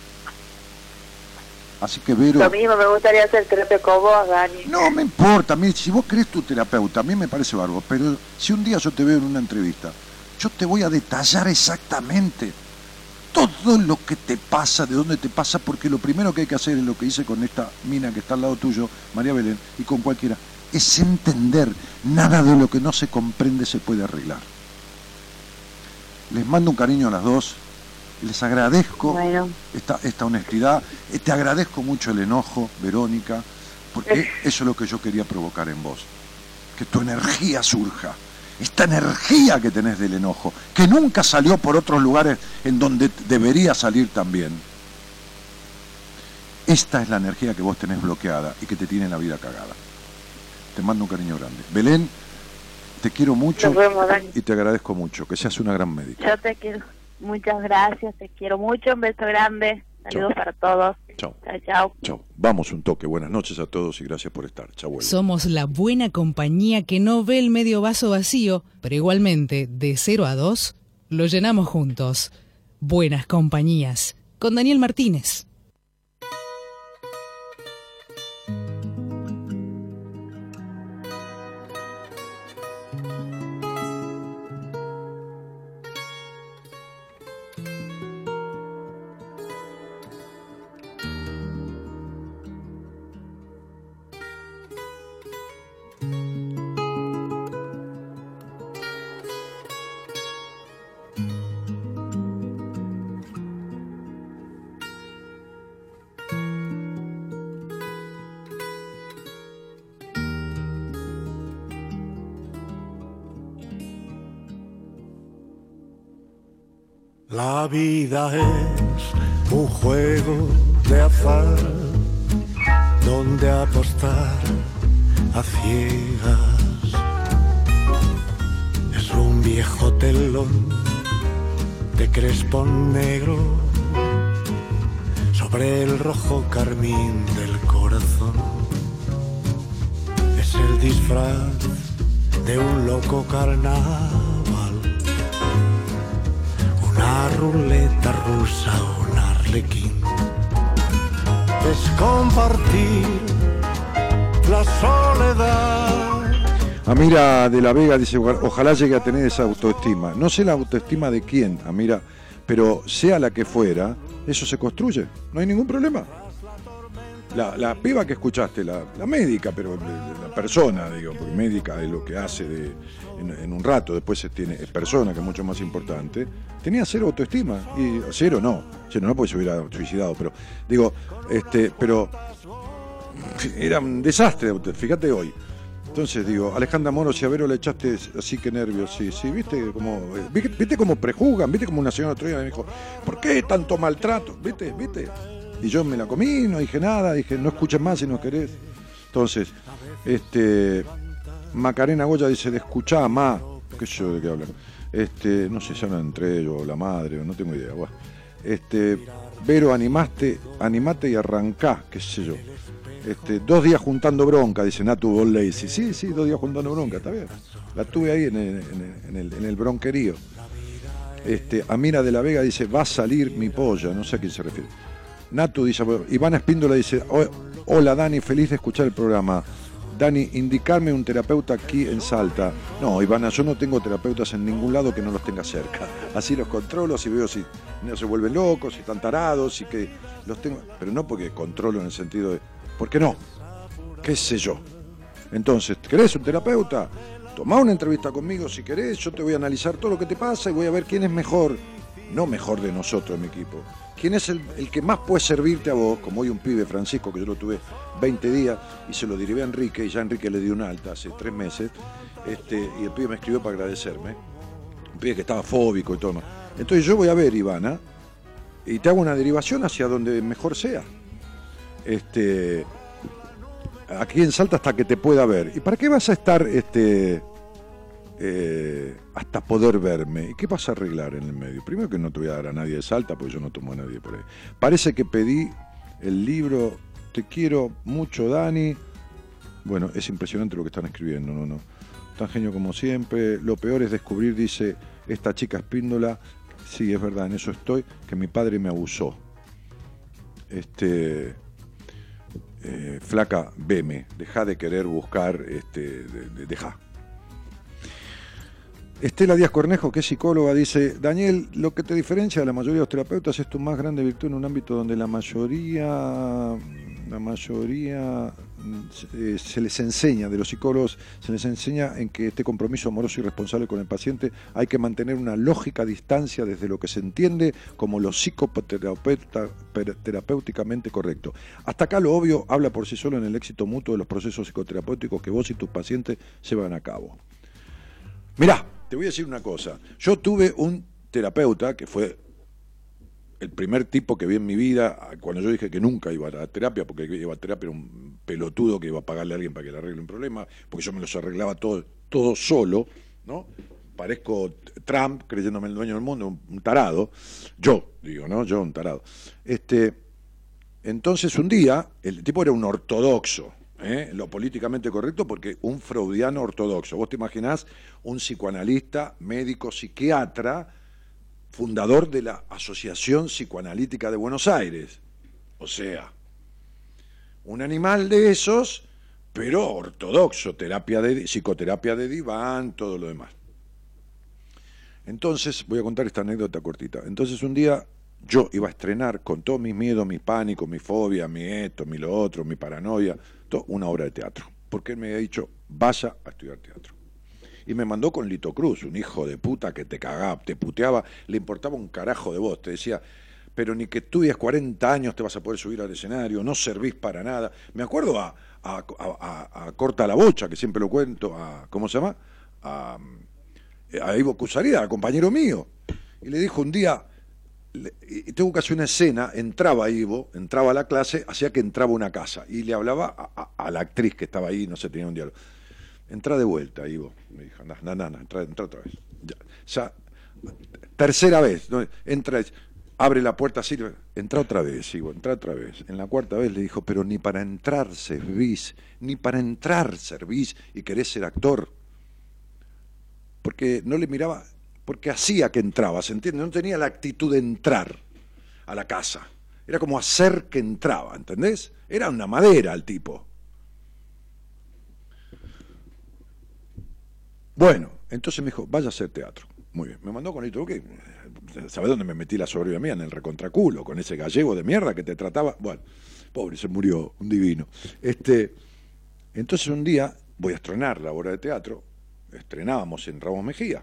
Así que, Vero... Lo mismo, me gustaría hacer terapia con vos, Dani. No me importa, a mí, si vos querés tu terapeuta, a mí me parece bárbaro, pero si un día yo te veo en una entrevista, yo te voy a detallar exactamente todo lo que te pasa, de dónde te pasa, porque lo primero que hay que hacer es lo que hice con esta mina que está al lado tuyo, María Belén, y con cualquiera, es entender. Nada de lo que no se comprende se puede arreglar. Les mando un cariño a las dos. Les agradezco Bueno. esta, esta honestidad. Eh, Te agradezco mucho el enojo, Verónica, porque eso es lo que yo quería provocar en vos. Que tu energía surja. Esta energía que tenés del enojo, que nunca salió por otros lugares en donde debería salir también. Esta es la energía que vos tenés bloqueada y que te tiene la vida cagada. Te mando un cariño grande. Belén, te quiero mucho Nos vemos, Dani. y te agradezco mucho. Que seas una gran médica. Yo te quiero. Muchas gracias, te quiero mucho. Un beso grande. Saludos Chau. para todos. Chao. Chao, chao. Chao. Vamos un toque. Buenas noches a todos y gracias por estar. Chao. vuelvo. Somos la buena compañía que no ve el medio vaso vacío, pero igualmente, de cero a dos, lo llenamos juntos. Buenas compañías. Con Daniel Martínez. La vida es un juego de azar donde apostar a ciegas es un viejo telón de crespón negro sobre el rojo carmín del corazón. Es el disfraz de un loco carnaval, una ruleta rusa, un arlequín. Es compartir la soledad. Amira de la Vega dice, ojalá llegue a tener esa autoestima. No sé la autoestima de quién, Amira, pero sea la que fuera, eso se construye, no hay ningún problema. La, la piba que escuchaste, la, la médica, pero la persona, digo, porque médica es lo que hace de, en, en un rato, después se tiene, es persona, que es mucho más importante, tenía cero autoestima, y cero no, cero no porque se hubiera suicidado, pero digo, este, pero era un desastre, fíjate hoy. Entonces digo, Alejandra Moro, si a Vero le echaste así que nervios, sí, sí, viste como, viste, viste como prejuzgan, viste como una señora otro día me dijo, ¿por qué tanto maltrato? ¿Viste? ¿Viste? Y yo me la comí, no dije nada, dije, no escuches más si no querés. Entonces, este, Macarena Goya dice, de escuchá, ma, qué sé yo de qué hablan. Este, no sé si hablan entre ellos, o la madre, no tengo idea. Bueno, este, Vero, animaste, animate y arrancá, qué sé yo. Este, dos días juntando bronca, dice Natu Bolley. Sí, sí, sí, dos días juntando bronca, está bien. La tuve ahí en el, en el, en el, en el bronquerío. Este, Amira de la Vega dice, va a salir mi polla, no sé a quién se refiere. Natu dice, Ivana Espíndola dice, hola Dani, feliz de escuchar el programa. Dani, indicarme un terapeuta aquí en Salta. No, Ivana, yo no tengo terapeutas en ningún lado que no los tenga cerca. Así los controlo, si veo si no se vuelven locos, si están tarados, y que los tengo. Pero no porque controlo en el sentido de, ¿por qué no? ¿Qué sé yo? Entonces, ¿querés un terapeuta? Tomá una entrevista conmigo si querés, yo te voy a analizar todo lo que te pasa y voy a ver quién es mejor. No mejor de nosotros, mi equipo. ¿Quién es el, el que más puede servirte a vos? Como hoy un pibe, Francisco, que yo lo tuve veinte días y se lo derivé a Enrique, y ya Enrique le dio un alta hace tres meses, este, y el pibe me escribió para agradecerme. Un pibe que estaba fóbico y todo más. Entonces yo voy a ver, Ivana, y te hago una derivación hacia donde mejor sea. Este, aquí en Salta hasta que te pueda ver. ¿Y para qué vas a estar este, eh, hasta poder verme? ¿Y qué vas a arreglar en el medio? Primero que no te voy a dar a nadie de Salta, porque yo no tomo a nadie por ahí. Parece que pedí el libro, te quiero mucho, Dani. Bueno, es impresionante lo que están escribiendo, no, no. Tan genio como siempre. Lo peor es descubrir, dice esta chica Espíndola, sí, es verdad, en eso estoy, que mi padre me abusó. Este... Eh, flaca, veme, deja de querer buscar, este, de, de, deja. Estela Díaz Cornejo, que es psicóloga, dice, Daniel, lo que te diferencia de la mayoría de los terapeutas es tu más grande virtud en un ámbito donde la mayoría, la mayoría eh, se les enseña, de los psicólogos, se les enseña en que este compromiso amoroso y responsable con el paciente hay que mantener una lógica distancia desde lo que se entiende como lo psicoterapéuticamente correcto. Hasta acá lo obvio habla por sí solo en el éxito mutuo de los procesos psicoterapéuticos que vos y tus pacientes llevan a cabo. Mirá, te voy a decir una cosa. Yo tuve un terapeuta que fue el primer tipo que vi en mi vida cuando yo dije que nunca iba a la terapia, porque el que iba a terapia era un pelotudo que iba a pagarle a alguien para que le arregle un problema, porque yo me los arreglaba todo, todo solo, ¿no? Parezco Trump creyéndome el dueño del mundo, un, un tarado. Yo, digo, ¿no? Yo, un tarado. Este, entonces un día, el tipo era un ortodoxo, ¿Eh? lo políticamente correcto, porque un freudiano ortodoxo. Vos te imaginás un psicoanalista, médico, psiquiatra, fundador de la Asociación Psicoanalítica de Buenos Aires. O sea, un animal de esos, pero ortodoxo, terapia de, psicoterapia de diván, todo lo demás. Entonces, voy a contar esta anécdota cortita. Entonces un día yo iba a estrenar con todos mis miedos, mis pánicos, mi fobia, mi esto, mi lo otro, mi paranoia, todo, una obra de teatro. Porque él me había dicho, vaya a estudiar teatro. Y me mandó con Lito Cruz, un hijo de puta que te cagaba, te puteaba, le importaba un carajo de vos, te decía, pero ni que estudias cuarenta años te vas a poder subir al escenario, no servís para nada. Me acuerdo a, a, a, a Corta la Bocha, que siempre lo cuento, a, ¿cómo se llama? A, a Ivo Cusarida, compañero mío. Y le dijo un día, y tengo que hacer una escena, entraba Ivo, entraba a la clase, hacía que entraba a una casa, y le hablaba a, a, a la actriz que estaba ahí, no sé, tenía un diálogo. Entra de vuelta, Ivo, me dijo, no, no, no, entra, entra otra vez. Ya, ya, tercera vez, ¿no? Entra, abre la puerta así, entra otra vez, Ivo, entra otra vez. En la cuarta vez le dijo, pero ni para entrar servís, ni para entrar servís y querés ser actor. Porque no le miraba, porque hacía que entraba, ¿se entiende? No tenía la actitud de entrar a la casa. Era como hacer que entraba, ¿entendés? Era una madera el tipo. Bueno, entonces me dijo, vaya a hacer teatro. Muy bien, me mandó con el truque. ¿Sabés dónde me metí la sobrevida mía? En el recontraculo, con ese gallego de mierda que te trataba. Bueno, pobre, se murió, un divino. Este, entonces un día voy a estrenar la obra de teatro, estrenábamos en Ramos Mejía.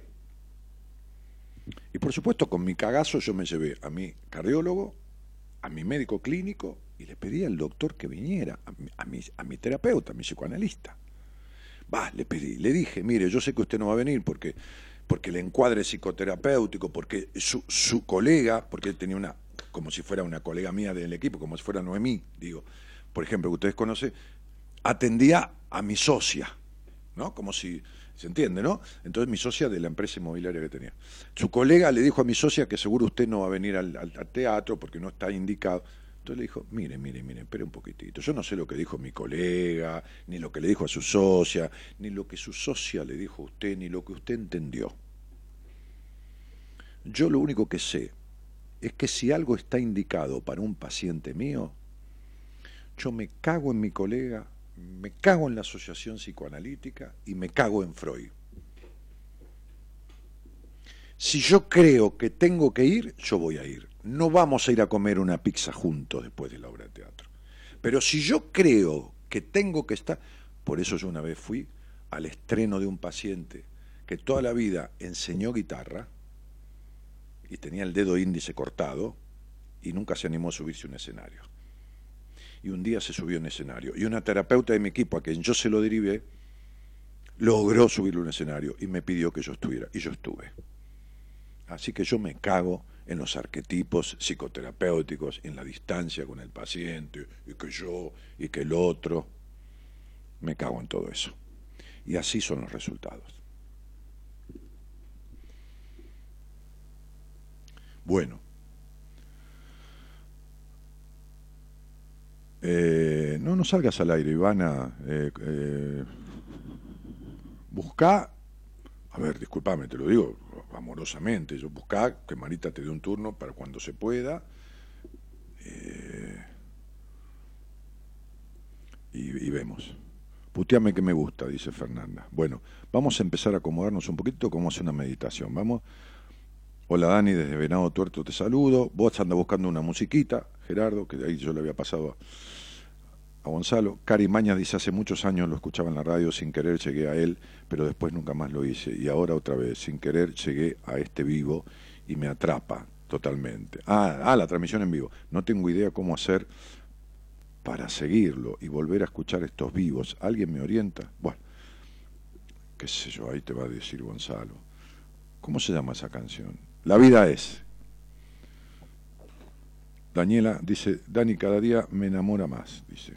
Y por supuesto, con mi cagazo yo me llevé a mi cardiólogo, a mi médico clínico, y le pedí al doctor que viniera, a mi, a mi, a mi terapeuta, a mi psicoanalista. Va, le pedí, le dije, mire, yo sé que usted no va a venir porque, porque el encuadre psicoterapéutico, porque su, su colega, porque él tenía una, como si fuera una colega mía del equipo, como si fuera Noemí, digo, por ejemplo, que ustedes conocen, atendía a mi socia, ¿no? Como si, se entiende, ¿no? Entonces mi socia de la empresa inmobiliaria que tenía. Su colega le dijo a mi socia que seguro usted no va a venir al, al, al teatro porque no está indicado. Entonces le dijo, mire, mire, mire, espere un poquitito. Yo no sé lo que dijo mi colega, ni lo que le dijo a su socia, ni lo que su socia le dijo a usted, ni lo que usted entendió. Yo lo único que sé es que si algo está indicado para un paciente mío, yo me cago en mi colega, me cago en la asociación psicoanalítica y me cago en Freud. Si yo creo que tengo que ir, yo voy a ir. No vamos a ir a comer una pizza juntos después de la obra de teatro. Pero si yo creo que tengo que estar... Por eso yo una vez fui al estreno de un paciente que toda la vida enseñó guitarra y tenía el dedo índice cortado y nunca se animó a subirse a un escenario. Y un día se subió a un escenario. Y una terapeuta de mi equipo, a quien yo se lo derivé, logró subirlo a un escenario y me pidió que yo estuviera. Y yo estuve. Así que yo me cago en los arquetipos psicoterapéuticos, en la distancia con el paciente, y que yo, y que el otro. Me cago en todo eso. Y así son los resultados. Bueno. Eh, no, no salgas al aire, Ivana. Eh, eh, buscá, a ver, discúlpame, te lo digo amorosamente, yo buscá que Marita te dé un turno para cuando se pueda. Eh, y, y vemos. Puteame que me gusta, dice Fernanda. Bueno, vamos a empezar a acomodarnos un poquito, como hacer una meditación. Vamos. Hola Dani, desde Venado Tuerto te saludo. Vos andas buscando una musiquita, Gerardo, que ahí yo le había pasado a, a Gonzalo. Cari Mañas dice, hace muchos años lo escuchaba en la radio, sin querer llegué a él, pero después nunca más lo hice. Y ahora otra vez, sin querer llegué a este vivo y me atrapa totalmente. Ah, ah, la transmisión en vivo. No tengo idea cómo hacer para seguirlo y volver a escuchar estos vivos. ¿Alguien me orienta? Bueno, qué sé yo, ahí te va a decir Gonzalo. ¿Cómo se llama esa canción? La vida es. Daniela dice, Dani, cada día me enamora más, dice.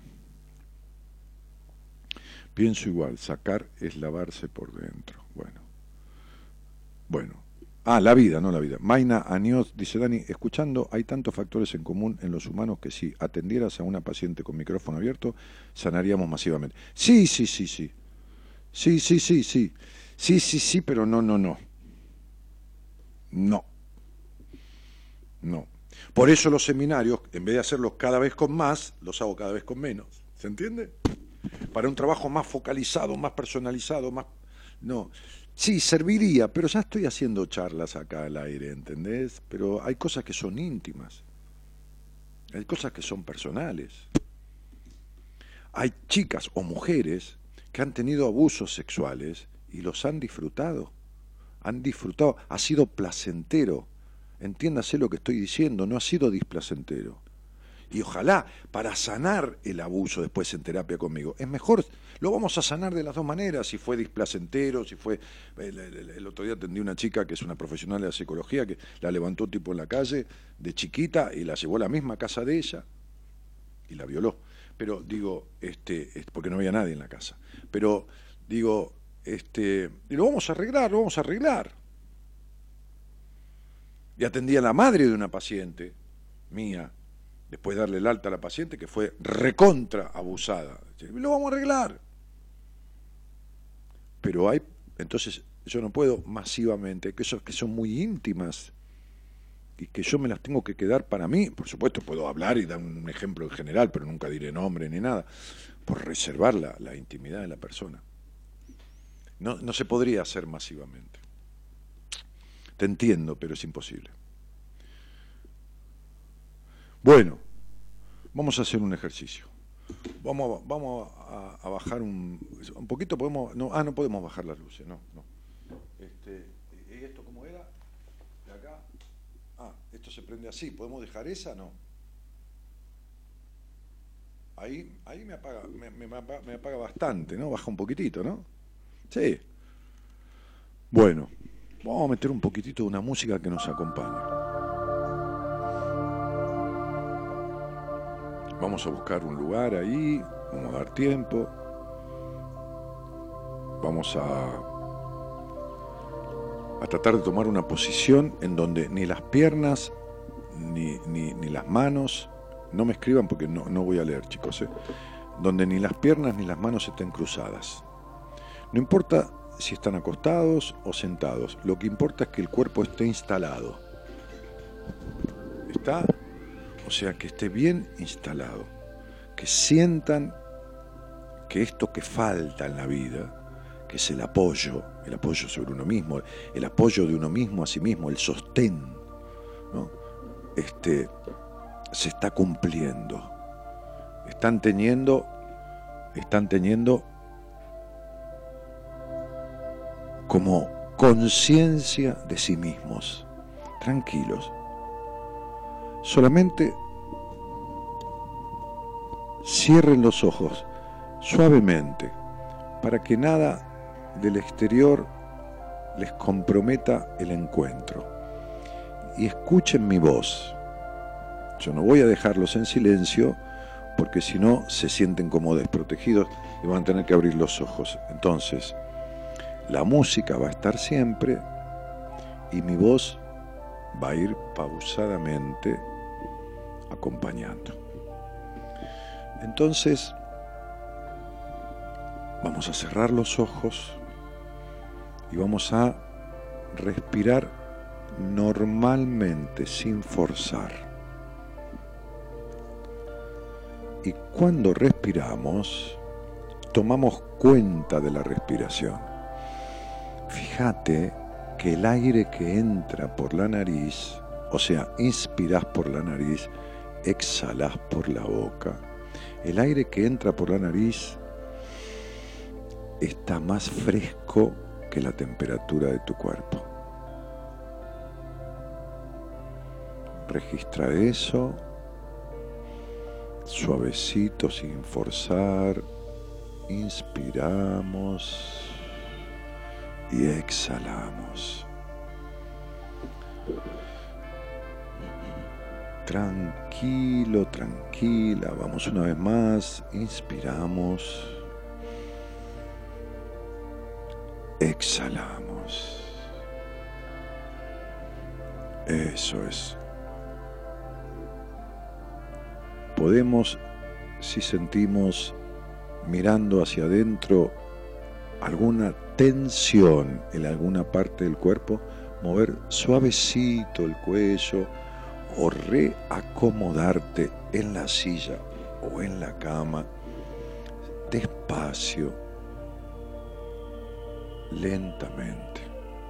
Pienso igual, sacar es lavarse por dentro. Bueno. Bueno. Ah, la vida, no la vida. Maina Anios dice, Dani, escuchando, hay tantos factores en común en los humanos que si atendieras a una paciente con micrófono abierto, sanaríamos masivamente. Sí, sí, sí, sí. Sí, sí, sí, sí. Sí, sí, sí, pero no, no, no. No, no. Por eso los seminarios, en vez de hacerlos cada vez con más, los hago cada vez con menos. ¿Se entiende? Para un trabajo más focalizado, más personalizado, más... No, sí, serviría, pero ya estoy haciendo charlas acá al aire, ¿entendés? Pero hay cosas que son íntimas. Hay cosas que son personales. Hay chicas o mujeres que han tenido abusos sexuales y los han disfrutado. Han disfrutado, ha sido placentero. Entiéndase lo que estoy diciendo, no ha sido displacentero. Y ojalá, para sanar el abuso después en terapia conmigo, es mejor, lo vamos a sanar de las dos maneras, si fue displacentero, si fue... El, el, el otro día atendí una chica que es una profesional de la psicología, que la levantó un tipo en la calle, de chiquita, y la llevó a la misma casa de ella, y la violó. Pero digo, este, porque no había nadie en la casa. Pero digo... Este, y lo vamos a arreglar, lo vamos a arreglar. Y atendí a la madre de una paciente mía, después de darle el alta a la paciente, que fue recontra abusada. Y lo vamos a arreglar. Pero hay, entonces, Yo no puedo masivamente, que cosas que son muy íntimas y que yo me las tengo que quedar para mí. Por supuesto, puedo hablar y dar un ejemplo en general, pero nunca diré nombre ni nada, por reservar la, la intimidad de la persona. No, no se podría hacer masivamente. Te entiendo, pero es imposible. Bueno, vamos a hacer un ejercicio. Vamos, a, vamos a, a bajar un, un poquito. Podemos, no, ah, no podemos bajar las luces, no, no. Este, ¿y esto cómo era? De acá. Ah, esto se prende así. ¿Podemos dejar esa? No. Ahí, ahí me apaga, me, me, me apaga bastante, ¿no? Baja un poquitito, ¿no? Sí. Bueno, vamos a meter un poquitito de una música que nos acompañe. Vamos a buscar un lugar ahí, vamos a dar tiempo. Vamos a, a tratar de tomar una posición en donde ni las piernas ni, ni, ni las manos, no me escriban porque no, no voy a leer, chicos, ¿eh? Donde ni las piernas ni las manos estén cruzadas. No importa si están acostados o sentados, lo que importa es que el cuerpo esté instalado. ¿Está? O sea, que esté bien instalado, que sientan que esto que falta en la vida, que es el apoyo, el apoyo sobre uno mismo, el apoyo de uno mismo a sí mismo, el sostén, ¿no? Este, se está cumpliendo. Están teniendo, están teniendo como conciencia de sí mismos, tranquilos. Solamente cierren los ojos suavemente para que nada del exterior les comprometa el encuentro. Y escuchen mi voz. Yo no voy a dejarlos en silencio porque si no se sienten como desprotegidos y van a tener que abrir los ojos. Entonces, la música va a estar siempre y mi voz va a ir pausadamente acompañando. Entonces, vamos a cerrar los ojos y vamos a respirar normalmente, sin forzar. Y cuando respiramos, tomamos cuenta de la respiración. Fíjate que el aire que entra por la nariz, o sea, inspirás por la nariz, exhalás por la boca. El aire que entra por la nariz está más fresco que la temperatura de tu cuerpo. Registra eso, suavecito, sin forzar. Inspiramos y exhalamos. Tranquilo, tranquila. Vamos una vez más. Inspiramos. Exhalamos. Eso es. Podemos, si sentimos mirando hacia adentro alguna tensión en alguna parte del cuerpo, mover suavecito el cuello o reacomodarte en la silla o en la cama, despacio, lentamente.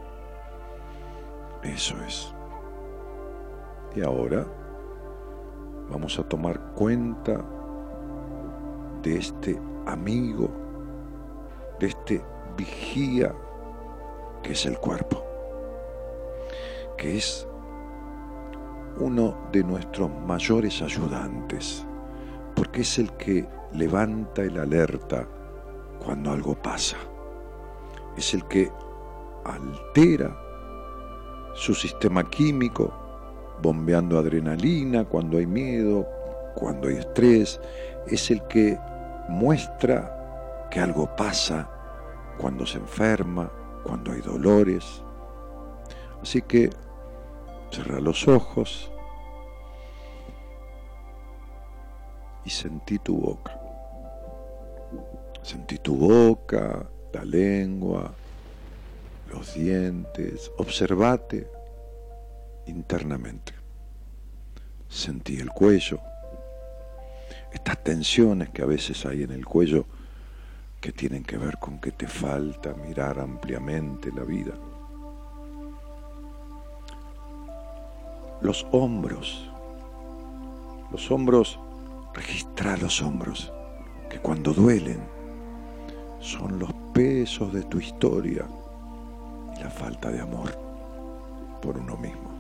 Eso es. Y ahora vamos a tomar cuenta de este amigo, de este vigía que es el cuerpo, que es uno de nuestros mayores ayudantes, porque es el que levanta el alerta cuando algo pasa, es el que altera su sistema químico, bombeando adrenalina cuando hay miedo, cuando hay estrés, es el que muestra que algo pasa cuando se enferma, cuando hay dolores. Así que cerrá los ojos y sentí tu boca. Sentí tu boca, la lengua, los dientes, observate internamente. Sentí el cuello, estas tensiones que a veces hay en el cuello que tienen que ver con que te falta mirar ampliamente la vida. Los hombros, los hombros, registra los hombros, que cuando duelen son los pesos de tu historia y la falta de amor por uno mismo.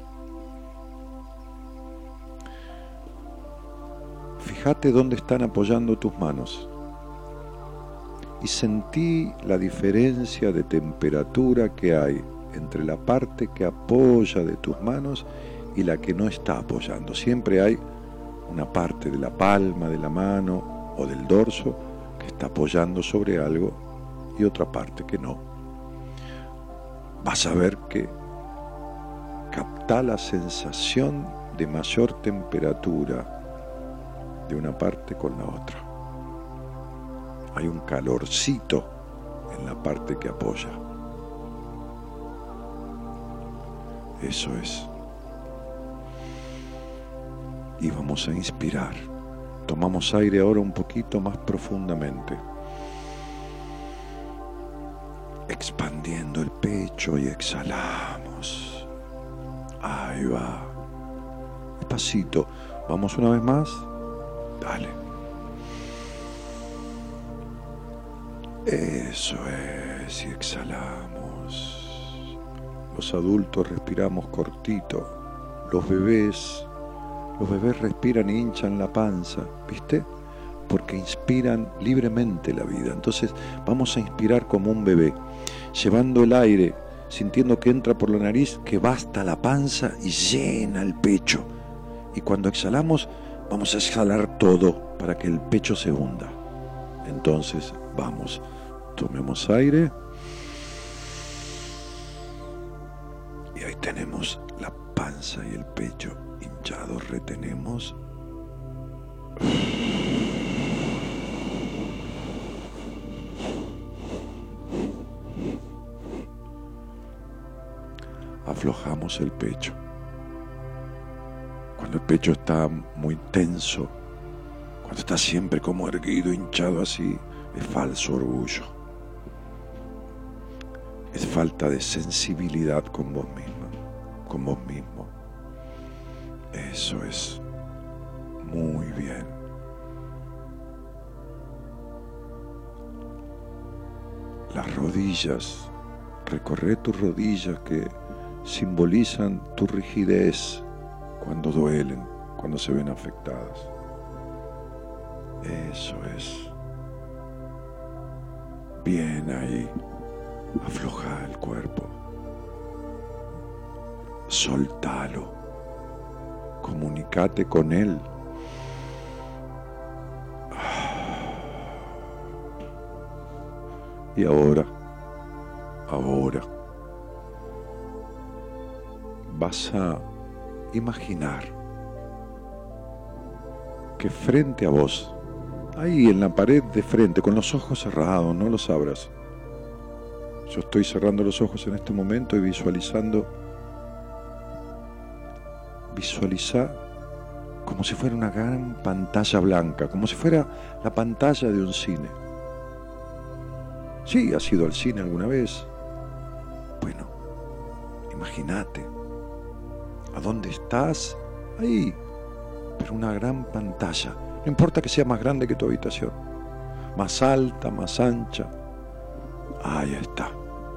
Fíjate dónde están apoyando tus manos y sentí la diferencia de temperatura que hay entre la parte que apoya de tus manos y la que no está apoyando. Siempre hay una parte de la palma de la mano o del dorso que está apoyando sobre algo y otra parte que no. Vas a ver que capta la sensación de mayor temperatura de una parte con la otra. Hay un calorcito en la parte que apoya. Eso es. Y vamos a inspirar. Tomamos aire ahora un poquito más profundamente, expandiendo el pecho y exhalamos. Ahí va. Despacito. Vamos una vez más. Dale. Eso es. Y exhalamos. Los adultos respiramos cortito. Los bebés, los bebés respiran e hinchan la panza, ¿viste? Porque inspiran libremente la vida. Entonces vamos a inspirar como un bebé, llevando el aire, sintiendo que entra por la nariz, que va hasta la panza y llena el pecho. Y cuando exhalamos, vamos a exhalar todo para que el pecho se hunda. Entonces, vamos, tomemos aire. Y ahí tenemos la panza y el pecho hinchados, retenemos. Aflojamos el pecho. Cuando el pecho está muy tenso, cuando está siempre como erguido, hinchado así, es falso orgullo. Es falta de sensibilidad con vos misma, con vos mismo. Eso es. Muy bien. Las rodillas, recorre tus rodillas que simbolizan tu rigidez cuando duelen, cuando se ven afectadas. Eso es. Bien ahí. Afloja el cuerpo. Soltalo. Comunicate con él. Y ahora, ahora, vas a imaginar que frente a vos, ahí en la pared de frente, con los ojos cerrados, no los abras. Yo estoy cerrando los ojos en este momento y visualizando, visualiza como si fuera una gran pantalla blanca, como si fuera la pantalla de un cine. Sí, ¿has ido al cine alguna vez? Bueno, imagínate. ¿A dónde estás? Ahí. Pero una gran pantalla. No importa que sea más grande que tu habitación. Más alta, más ancha. Ahí está.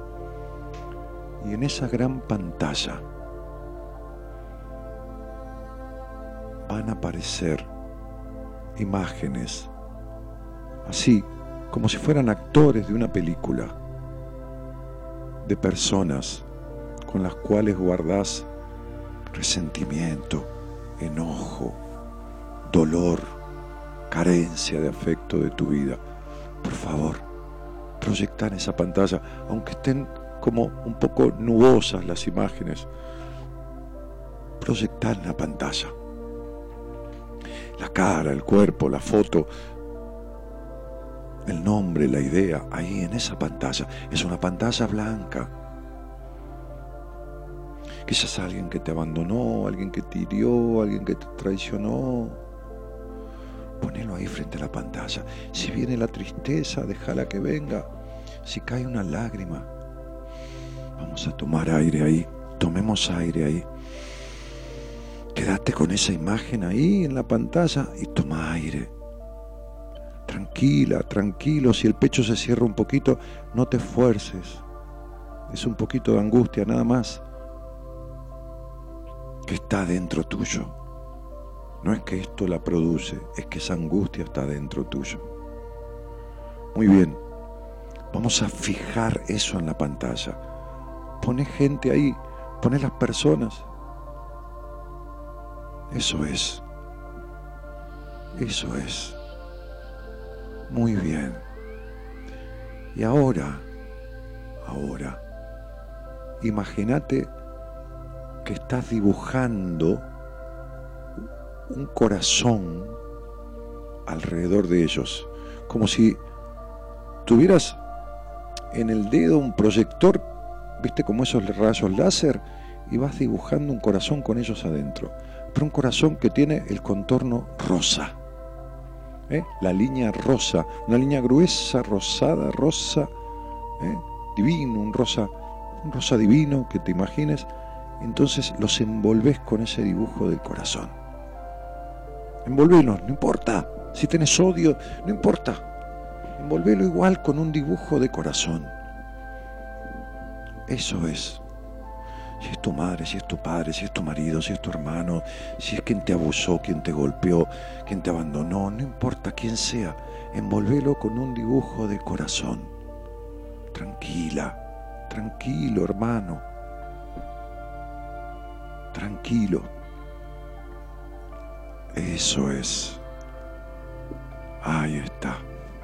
Y en esa gran pantalla van a aparecer imágenes así, como si fueran actores de una película, de personas con las cuales guardás resentimiento, enojo, dolor, carencia de afecto de tu vida. Por favor, proyectá en esa pantalla, aunque estén como un poco nubosas las imágenes, proyectá en la pantalla. La cara, el cuerpo, la foto, el nombre, la idea, ahí en esa pantalla. Es una pantalla blanca, Quizás alguien que te abandonó, alguien que te hirió, alguien que te traicionó. Ponelo ahí frente a la pantalla. Si viene la tristeza, déjala que venga. Si cae una lágrima, vamos a tomar aire ahí. Tomemos aire ahí. Quédate con esa imagen ahí en la pantalla y toma aire. Tranquila, tranquilo. Si el pecho se cierra un poquito, no te esfuerces. Es un poquito de angustia, nada más, que está dentro tuyo. No es que esto la produce, es que esa angustia está dentro tuyo. Muy bien, vamos a fijar eso en la pantalla. Poné gente ahí, poné las personas. Eso es. Eso es. Muy bien. Y ahora, ahora, imagínate que estás dibujando un corazón alrededor de ellos, como si tuvieras en el dedo un proyector, viste, como esos rayos láser, y vas dibujando un corazón con ellos adentro, pero un corazón que tiene el contorno rosa, ¿eh? La línea rosa, una línea gruesa, rosada, rosa, ¿eh? Divino, un rosa, un rosa divino que te imagines. Entonces los envolves con ese dibujo del corazón. Envolvelos, no importa. Si tenés odio, no importa. Envolvelo igual con un dibujo de corazón. Eso es. Si es tu madre, si es tu padre, si es tu marido, si es tu hermano, si es quien te abusó, quien te golpeó, quien te abandonó, no importa quién sea, envolvelo con un dibujo de corazón. Tranquila, tranquilo, hermano. Tranquilo. Eso es. Ahí está.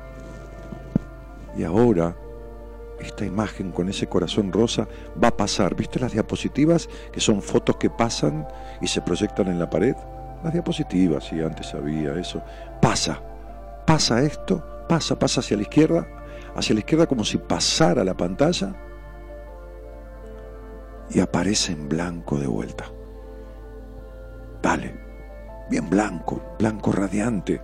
Y ahora, esta imagen con ese corazón rosa va a pasar. ¿Viste las diapositivas que son fotos que pasan y se proyectan en la pared? Las diapositivas, sí, antes había eso. Pasa, pasa esto, pasa, pasa hacia la izquierda, hacia la izquierda como si pasara la pantalla y aparece en blanco de vuelta. Dale, bien blanco, blanco radiante.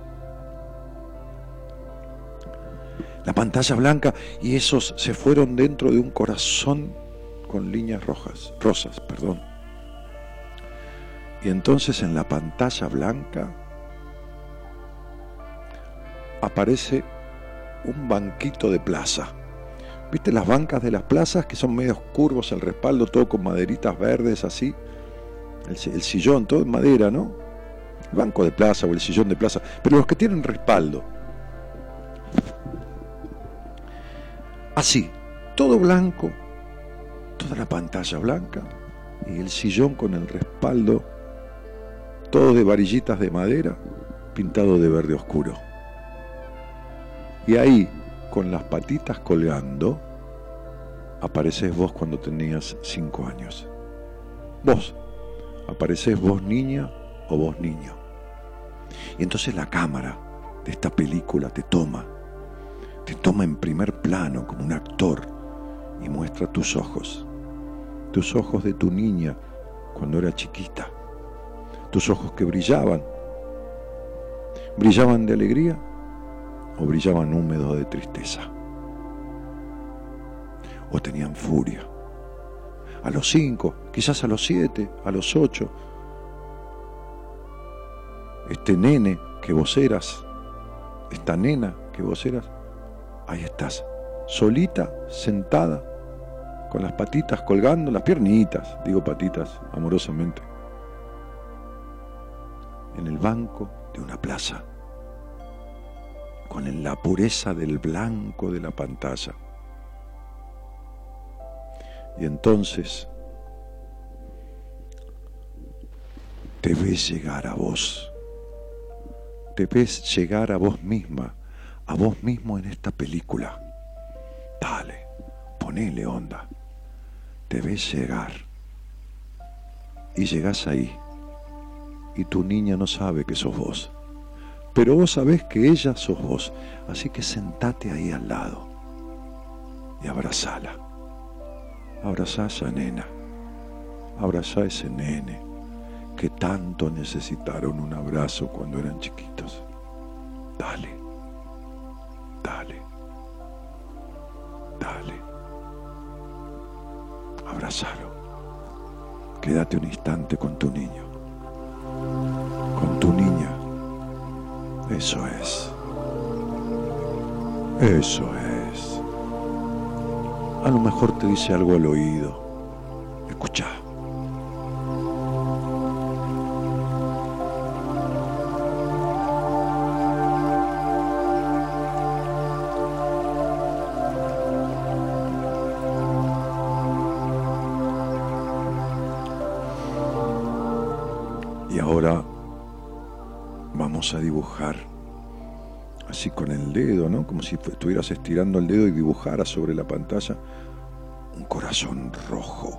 La pantalla blanca y esos se fueron dentro de un corazón con líneas rojas, rosas, perdón. Y entonces en la pantalla blanca aparece un banquito de plaza. ¿Viste las bancas de las plazas que son medios curvos al respaldo, todo con maderitas verdes así? El, el sillón, todo en madera, ¿no? El banco de plaza o el sillón de plaza, pero los que tienen respaldo. Así, todo blanco, toda la pantalla blanca y el sillón con el respaldo, todo de varillitas de madera, pintado de verde oscuro. Y ahí, con las patitas colgando, apareces vos cuando tenías cinco años. Vos, apareces vos niña o vos niño. Y entonces la cámara de esta película te toma, te toma en primer plano como un actor y muestra tus ojos, tus ojos de tu niña cuando era chiquita, tus ojos que brillaban, brillaban de alegría o brillaban húmedos de tristeza, o tenían furia. A los cinco, quizás a los siete, a los ocho, este nene que vos eras, esta nena que vos eras, ahí estás, solita, sentada, con las patitas colgando, las piernitas, digo patitas amorosamente, en el banco de una plaza, con la pureza del blanco de la pantalla. Y entonces te ves llegar a vos, te ves llegar a vos misma, a vos mismo en esta película. Dale, ponele onda. Te ves llegar. Y llegás ahí. Y tu niña no sabe que sos vos. Pero vos sabés que ella sos vos. Así que sentate ahí al lado. Y abrazala. Abrazá a esa nena. Abrazá a ese nene que tanto necesitaron un abrazo cuando eran chiquitos. Dale, dale, dale. Abrazalo. Quédate un instante con tu niño, con tu niña. Eso es. Eso es. A lo mejor te dice algo al oído. Escucha. Y ahora vamos a dibujar así con el dedo, ¿no? Como si estuvieras estirando el dedo y dibujaras sobre la pantalla un corazón rojo,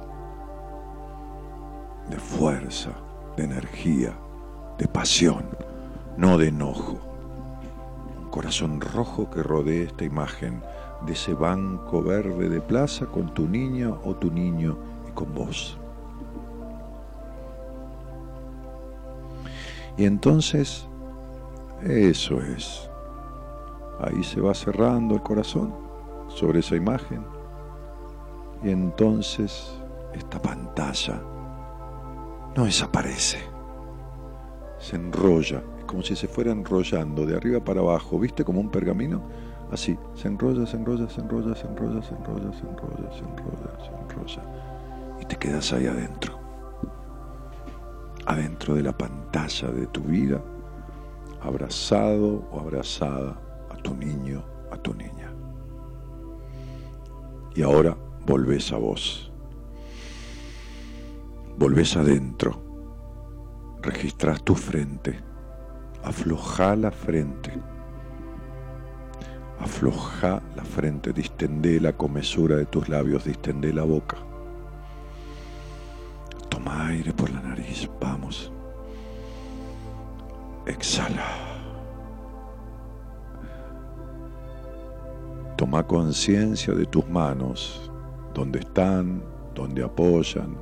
de fuerza, de energía, de pasión, no de enojo. Un corazón rojo que rodee esta imagen de ese banco verde de plaza con tu niña o tu niño y con vos. Y entonces, eso es. Ahí se va cerrando el corazón sobre esa imagen. Y entonces esta pantalla no desaparece. Se enrolla. Es como si se fuera enrollando de arriba para abajo. ¿Viste? Como un pergamino. Así. Se enrolla, se enrolla, se enrolla, se enrolla, se enrolla, se enrolla, se enrolla, se enrolla. Y te quedas ahí adentro. Adentro de la pantalla de tu vida, abrazado o abrazada a tu niño, a tu niña. Y ahora volvés a vos. Volvés adentro. Registrás tu frente. Aflojá la frente. Aflojá la frente. Distendé la comesura de tus labios. Distendé la boca. Toma aire por la nariz, vamos. Exhala. Toma conciencia de tus manos, dónde están, dónde apoyan,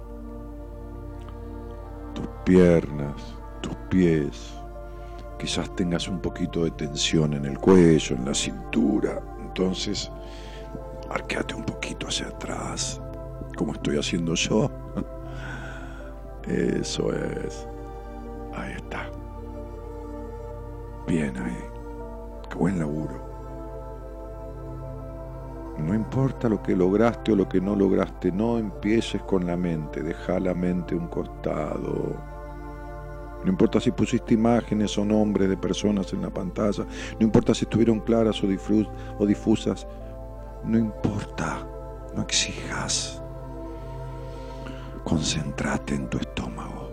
tus piernas, tus pies. Quizás tengas un poquito de tensión en el cuello, en la cintura. Entonces, arquéate un poquito hacia atrás, como estoy haciendo yo. Eso es. Ahí está. Bien ahí. Qué buen laburo. No importa lo que lograste o lo que no lograste, no empieces con la mente. Deja la mente a un costado. No importa si pusiste imágenes o nombres de personas en la pantalla. No importa si estuvieron claras o, difus- o difusas. No importa. No exijas. Concéntrate en tu estómago.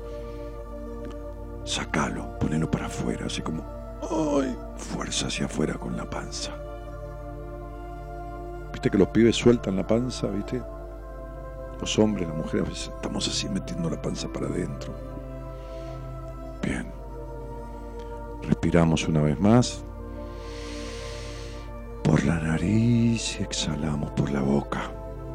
Sácalo, ponelo para afuera, así como ¡ay! Fuerza hacia afuera con la panza. ¿Viste que los pibes sueltan la panza? ¿Viste? Los hombres, las mujeres, a veces estamos así metiendo la panza para adentro. Bien. Respiramos una vez más. Por la nariz y exhalamos por la boca.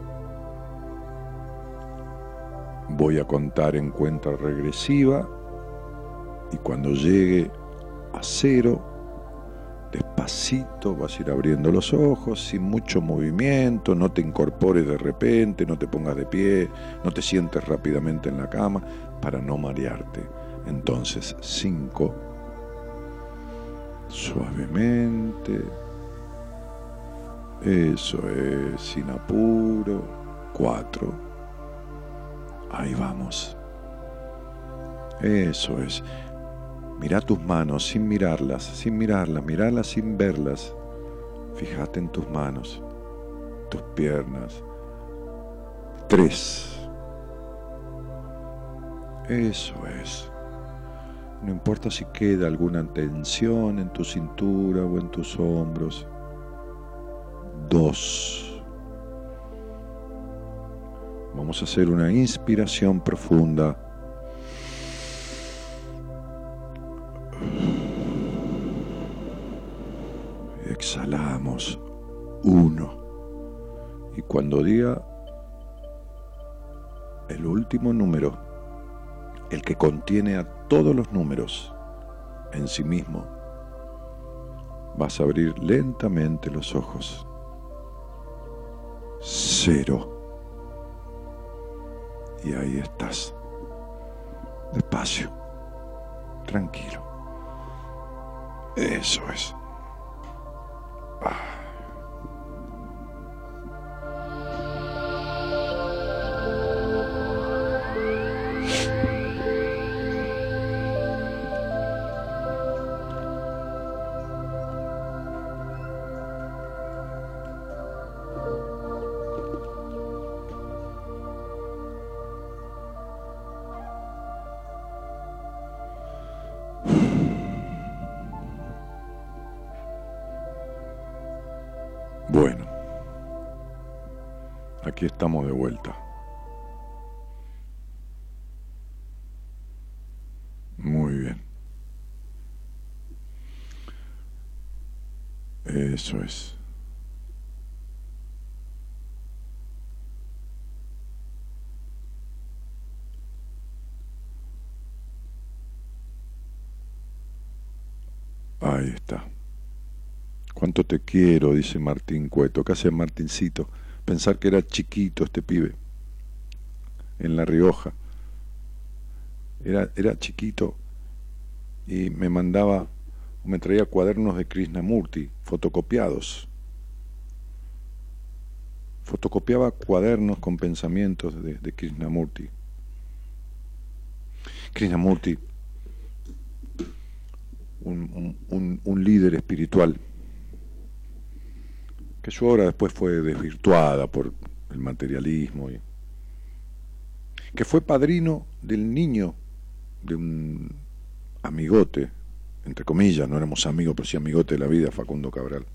Voy a contar en cuenta regresiva y cuando llegue a cero, despacito vas a ir abriendo los ojos, sin mucho movimiento, no te incorpores de repente, no te pongas de pie, no te sientes rápidamente en la cama para no marearte. Entonces, cinco, suavemente, eso es, sin apuro, cuatro. Ahí vamos. Eso es. Mira tus manos sin mirarlas, sin mirarlas, mirarlas sin verlas. Fíjate en tus manos, tus piernas. Tres. Eso es. No importa si queda alguna tensión en tu cintura o en tus hombros. Dos. Vamos a hacer una inspiración profunda. Exhalamos. Uno. Y cuando diga el último número, el que contiene a todos los números en sí mismo, vas a abrir lentamente los ojos. Cero. Y ahí estás. Despacio. Tranquilo. Eso es. Ah. Bueno, aquí estamos de vuelta. Muy bien. Eso es. Ahí está. Cuánto te quiero, dice Martín Cueto. ¿Qué hace Martincito? Pensar que era chiquito este pibe. En La Rioja. Era, era chiquito y me mandaba, me traía cuadernos de Krishnamurti, fotocopiados. Fotocopiaba cuadernos con pensamientos de, de Krishnamurti. Krishnamurti, un, un, un, un líder espiritual, que su obra después fue desvirtuada por el materialismo, y que fue padrino del niño de un amigote, entre comillas, no éramos amigos, pero sí amigote de la vida, Facundo Cabral.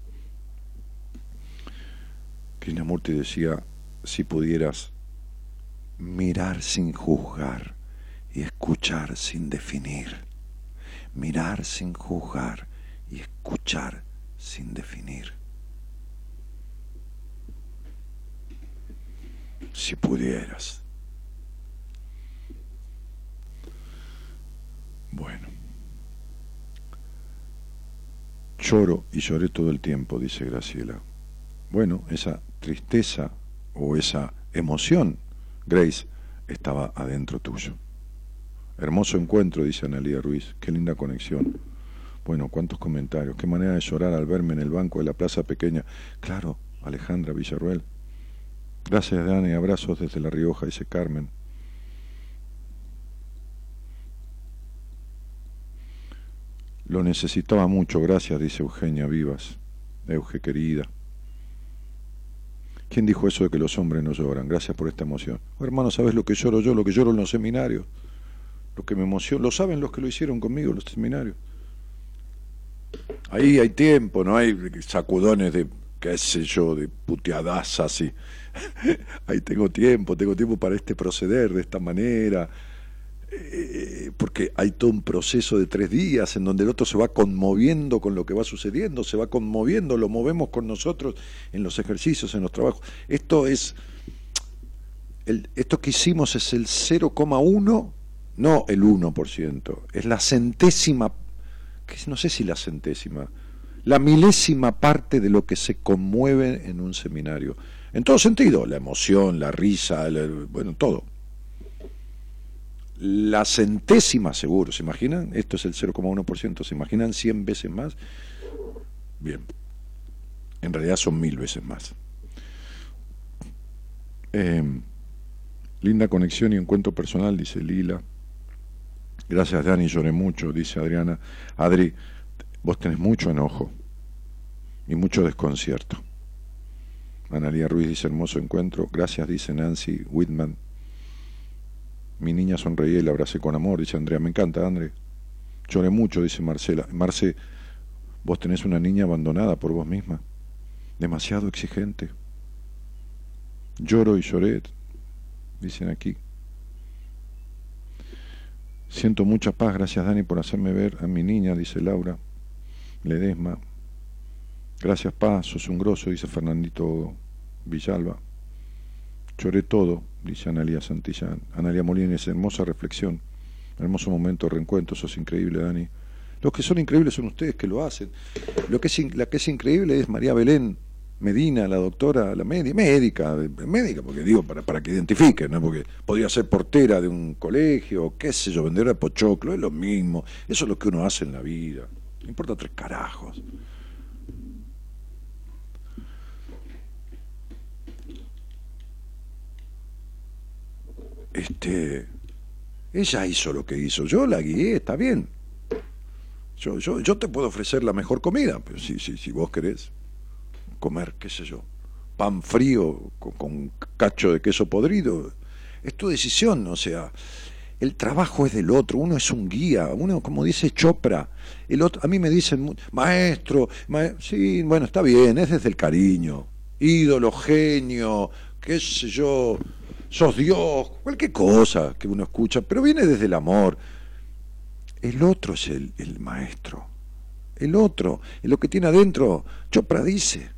Krishnamurti decía, si pudieras mirar sin juzgar y escuchar sin definir, mirar sin juzgar y escuchar sin definir. Si pudieras. Bueno. Lloro y lloré todo el tiempo, dice Graciela. Bueno, esa tristeza o esa emoción, Grace, estaba adentro tuyo. Hermoso encuentro, dice Analía Ruiz. Qué linda conexión. Bueno, cuántos comentarios. Qué manera de llorar al verme en el banco de la Plaza Pequeña. Claro, Alejandra Villarruel. Gracias, Dani, abrazos desde La Rioja, dice Carmen. Lo necesitaba mucho, gracias, dice Eugenia Vivas. Euge, querida. ¿Quién dijo eso de que los hombres no lloran? Gracias por esta emoción. Oh, hermano, ¿sabes lo que lloro yo? Lo que lloro en los seminarios. Lo que me emociona. Lo saben los que lo hicieron conmigo, los seminarios. Ahí hay tiempo, no hay sacudones de, qué sé yo, de puteadas así. Ahí tengo tiempo, tengo tiempo para este proceder de esta manera, eh, porque hay todo un proceso de tres días en donde el otro se va conmoviendo con lo que va sucediendo, se va conmoviendo, lo movemos con nosotros en los ejercicios, en los trabajos. Esto es, el, esto que hicimos es el cero coma uno, no el uno por ciento, es la centésima, que no sé si la centésima, la milésima parte de lo que se conmueve en un seminario. En todo sentido, la emoción, la risa, el, bueno, todo. La centésima seguro, ¿se imaginan? Esto es el cero coma uno por ciento, ¿se imaginan cien veces más? Bien, en realidad son mil veces más. Eh, linda conexión y encuentro personal, dice Lila. Gracias, Dani, lloré mucho, dice Adriana. Adri, vos tenés mucho enojo y mucho desconcierto. Analía Ruiz dice, hermoso encuentro. Gracias, dice Nancy Whitman. Mi niña sonreía y la abracé con amor, dice Andrea. Me encanta, André. Lloré mucho, dice Marcela. Marce, vos tenés una niña abandonada por vos misma. Demasiado exigente. Lloro y lloré, dicen aquí. Siento mucha paz, gracias Dani por hacerme ver a mi niña, dice Laura Ledesma. Gracias, Paz, sos un grosso, dice Fernandito Villalba. Lloré todo, dice Analia Santillán. Analia Molines, hermosa reflexión, hermoso momento de reencuentro, sos increíble, Dani. Los que son increíbles son ustedes que lo hacen. Lo que es, la que es increíble es María Belén Medina, la doctora, la médica, médica, médica, porque digo, para, para que identifiquen, ¿no? Porque podría ser portera de un colegio, qué sé yo, vendedora de pochoclo, es lo mismo. Eso es lo que uno hace en la vida. No importa tres carajos. Este, ella hizo lo que hizo, yo la guié, está bien. Yo, yo, yo te puedo ofrecer la mejor comida, pero si, si, si vos querés comer, qué sé yo, pan frío con, con cacho de queso podrido, es tu decisión, o sea, el trabajo es del otro, uno es un guía, uno, como dice Chopra, el otro, a mí me dicen, maestro, ma sí, bueno, está bien, es desde el cariño, ídolo, genio, qué sé yo, sos Dios, cualquier cosa que uno escucha, pero viene desde el amor. El otro es el, el maestro, el otro, es lo que tiene adentro. Chopra dice,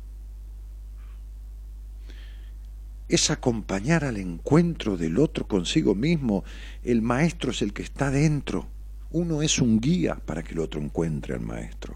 es acompañar al encuentro del otro consigo mismo. El maestro es el que está dentro, uno es un guía para que el otro encuentre al maestro.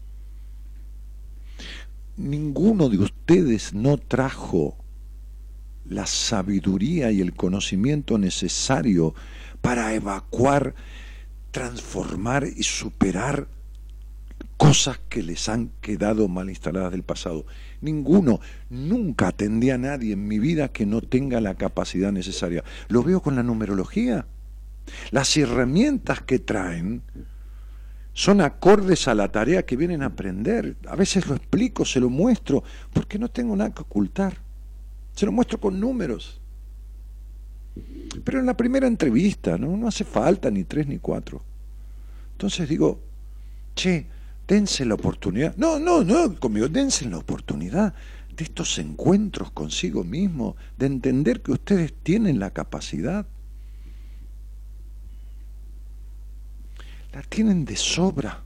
Ninguno de ustedes no trajo la sabiduría y el conocimiento necesario para evacuar, transformar y superar cosas que les han quedado mal instaladas del pasado. Ninguno, nunca atendí a nadie en mi vida que no tenga la capacidad necesaria. Lo veo con la numerología. Las herramientas que traen son acordes a la tarea que vienen a aprender. A veces lo explico, se lo muestro, porque no tengo nada que ocultar. Se lo muestro con números. Pero en la primera entrevista, ¿no? No hace falta ni tres ni cuatro. Entonces digo, che, dense la oportunidad. No, no, no, conmigo, dense la oportunidad de estos encuentros consigo mismo, de entender que ustedes tienen la capacidad. La tienen de sobra.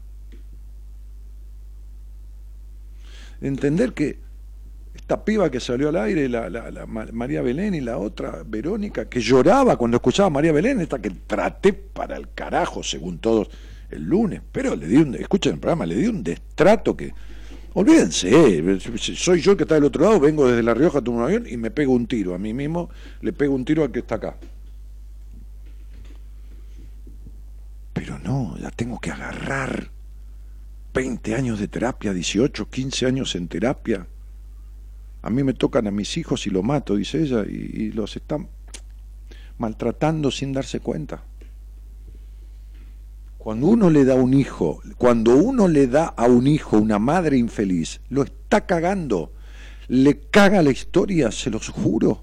De entender que esta piba que salió al aire, la, la, la María Belén, y la otra, Verónica, que lloraba cuando escuchaba a María Belén, esta que traté para el carajo, según todos, el lunes, pero le di un, escuchen el programa, le di un destrato que, olvídense, soy yo el que está del otro lado, vengo desde La Rioja, tomo un avión y me pego un tiro, a mí mismo le pego un tiro al que está acá. Pero no, la tengo que agarrar. veinte años de terapia, dieciocho, quince años en terapia. A mí me tocan a mis hijos y lo mato, dice ella, y, y los están maltratando sin darse cuenta. Cuando uno le da un hijo, cuando uno le da a un hijo una madre infeliz, lo está cagando, le caga la historia, se los juro.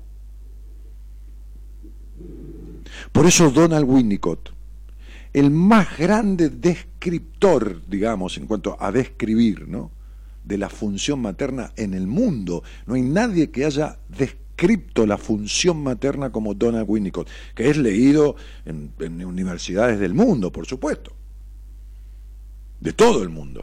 Por eso Donald Winnicott, el más grande descriptor, digamos, en cuanto a describir, ¿no?, de la función materna en el mundo. No hay nadie que haya descripto la función materna como Donald Winnicott, que es leído en, en universidades del mundo, por supuesto, de todo el mundo.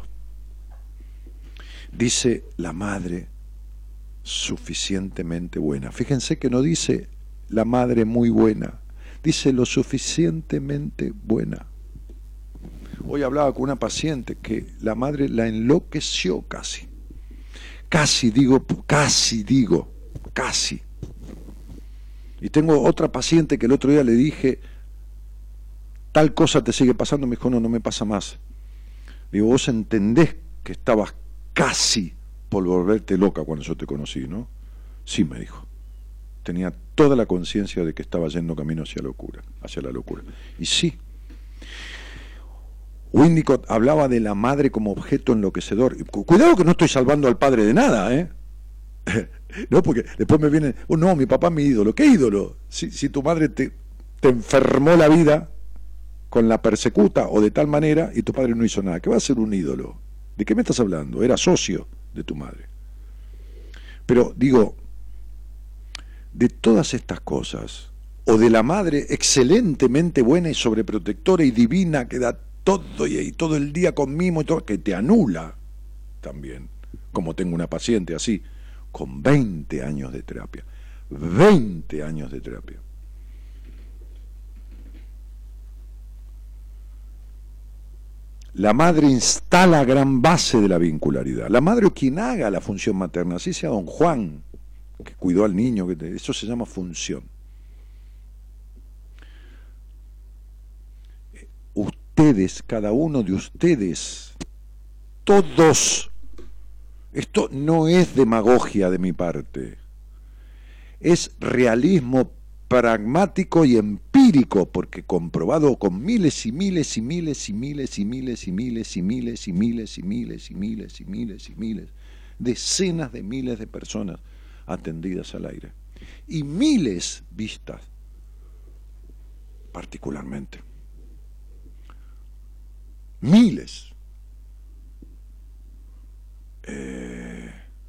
Dice la madre suficientemente buena. Fíjense que no dice la madre muy buena, dice lo suficientemente buena. Hoy hablaba con una paciente que la madre la enloqueció casi. Casi digo, casi digo, casi. Y tengo otra paciente que el otro día le dije, tal cosa te sigue pasando, me dijo, no, no me pasa más. Digo, vos entendés que estabas casi por volverte loca cuando yo te conocí, ¿no? Sí, me dijo. Tenía toda la conciencia de que estaba yendo camino hacia la locura, hacia la locura. Y sí. Winnicott hablaba de la madre como objeto enloquecedor. Cuidado que no estoy salvando al padre de nada, ¿eh? No, porque después me viene, oh no, mi papá es mi ídolo. ¿Qué ídolo? Si, si tu madre te, te enfermó la vida con la persecuta o de tal manera y tu padre no hizo nada, ¿qué va a ser un ídolo? ¿De qué me estás hablando? Era socio de tu madre. Pero digo, de todas estas cosas, o de la madre excelentemente buena y sobreprotectora y divina que da todo y, y todo el día con mimo y todo, que te anula también, como tengo una paciente así, con veinte años de terapia, veinte años de terapia. La madre instala gran base de la vincularidad. La madre o quien haga la función materna, así sea don Juan, que cuidó al niño, que te, eso se llama función. Ustedes, cada uno de ustedes, todos, esto no es demagogia de mi parte, es realismo pragmático y empírico, porque comprobado con miles y miles y miles y miles y miles y miles y miles y miles y miles y miles y miles y miles, decenas de miles de personas atendidas al aire y miles vistas particularmente, miles. Eh,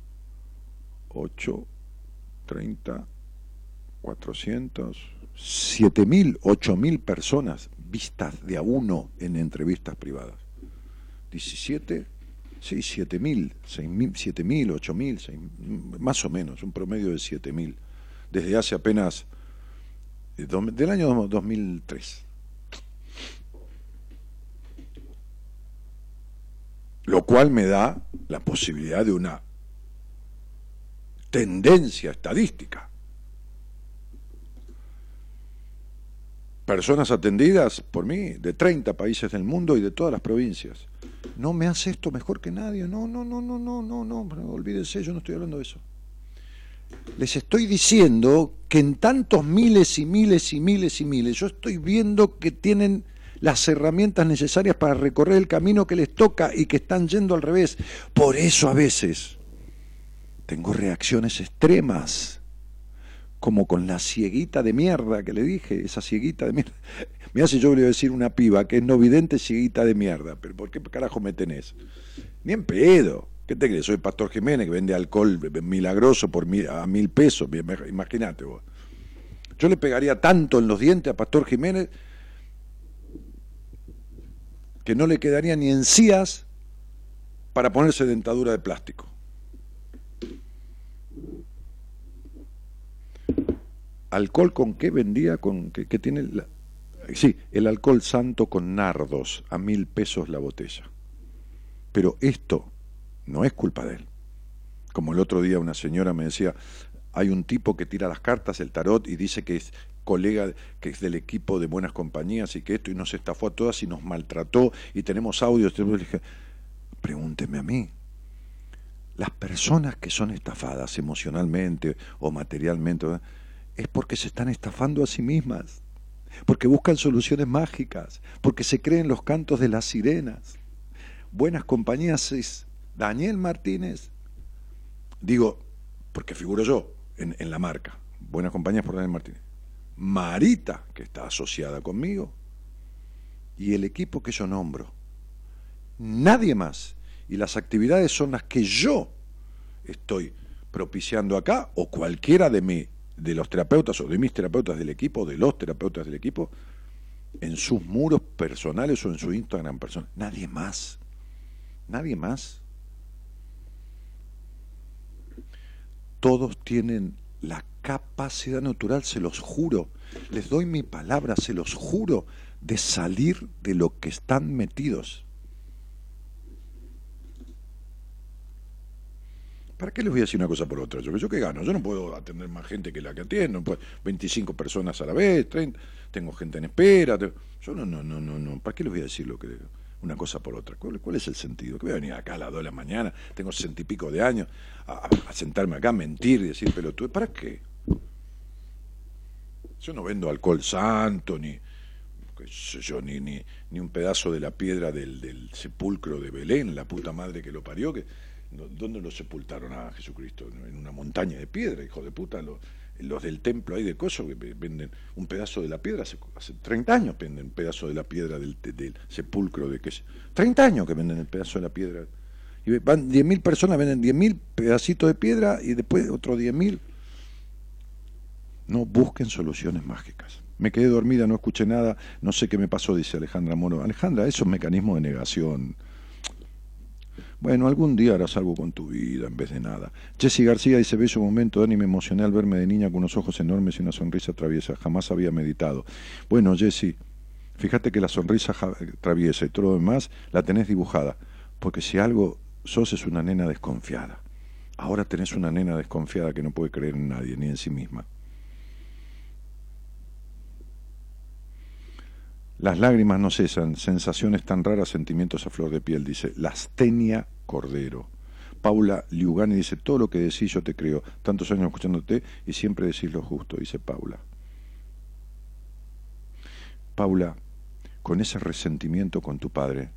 ocho, treinta, cuatrocientos, siete mil, ocho mil personas vistas de a uno en entrevistas privadas. diecisiete, sí, siete mil, seis mil, siete mil, ocho mil, más o menos, un promedio de siete mil, desde hace apenas, del año dos mil tres. Lo cual me da la posibilidad de una tendencia estadística. Personas atendidas por mí de treinta países del mundo y de todas las provincias. No me hace esto mejor que nadie. No, no, no, no, no, no, no, olvídense, yo no estoy hablando de eso. Les estoy diciendo que en tantos miles y miles y miles y miles, yo estoy viendo que tienen las herramientas necesarias para recorrer el camino que les toca y que están yendo al revés. Por eso a veces tengo reacciones extremas, como con la cieguita de mierda que le dije, esa cieguita de mierda. Mirá si yo le voy a decir una piba que es no vidente, cieguita de mierda, pero ¿por qué carajo me tenés? Ni en pedo. ¿Qué te crees? Soy Pastor Jiménez que vende alcohol milagroso por mil, a mil pesos, imagínate vos. Yo le pegaría tanto en los dientes a Pastor Jiménez que no le quedaría ni encías para ponerse dentadura de plástico. ¿Alcohol con qué vendía? Con ¿qué, qué tiene? La... Sí, el alcohol santo con nardos, a mil pesos la botella. Pero esto no es culpa de él. Como el otro día una señora me decía, hay un tipo que tira las cartas, el tarot, y dice que es colega, que es del equipo de Buenas Compañías y que esto, y nos estafó a todas y nos maltrató, y tenemos audios. Le dije, pregúnteme a mí. Las personas que son estafadas emocionalmente o materialmente, ¿verdad?, es porque se están estafando a sí mismas, porque buscan soluciones mágicas, porque se creen los cantos de las sirenas. Buenas Compañías es Daniel Martínez, digo, porque figuro yo en, en la marca, Buenas Compañías por Daniel Martínez, Marita, que está asociada conmigo, y el equipo que yo nombro, nadie más, y las actividades son las que yo estoy propiciando acá, o cualquiera de mí, de los terapeutas o de mis terapeutas del equipo, de los terapeutas del equipo, en sus muros personales o en su Instagram personal. Nadie más. Nadie más. Todos tienen la capacidad natural, se los juro, les doy mi palabra, se los juro, de salir de lo que están metidos. ¿Para qué les voy a decir una cosa por otra? Yo, ¿yo qué gano? Yo no puedo atender más gente que la que atiendo, pues veinticinco personas a la vez, treinta, tengo gente en espera. Tengo, yo no, no, no, no, no. ¿Para qué les voy a decir lo que una cosa por otra? ¿Cuál, cuál es el sentido? Que voy a venir acá a las dos de la mañana, tengo sesenta y pico de años, a, a sentarme acá, a mentir y decir pelotudo. ¿Para qué? Yo no vendo alcohol santo, ni qué sé yo, ni, ni, ni un pedazo de la piedra del, del sepulcro de Belén, la puta madre que lo parió, que ¿dónde lo sepultaron a Jesucristo? En una montaña de piedra, hijo de puta. Los, los del templo ahí de Coso que venden un pedazo de la piedra, hace, hace treinta años venden un pedazo de la piedra del, del sepulcro de que treinta años que venden el pedazo de la piedra. Y van diez mil personas, venden diez mil pedacitos de piedra y después otros diez mil. No busquen soluciones mágicas. Me quedé dormida, no escuché nada, no sé qué me pasó, dice Alejandra Moro. Alejandra, esos mecanismos de negación. Bueno, algún día harás algo con tu vida en vez de nada. Jessy García dice, bello momento, Dani, me emocioné al verme de niña con unos ojos enormes y una sonrisa traviesa. Jamás había meditado. Bueno, Jessy, fíjate que la sonrisa traviesa y todo lo demás la tenés dibujada. Porque si algo sos es una nena desconfiada. Ahora tenés una nena desconfiada que no puede creer en nadie, ni en sí misma. Las lágrimas no cesan, sensaciones tan raras, sentimientos a flor de piel, dice Lastenia Cordero. Paula Liugani dice, todo lo que decís yo te creo, tantos años escuchándote y siempre decís lo justo, dice Paula. Paula, con ese resentimiento con tu padre,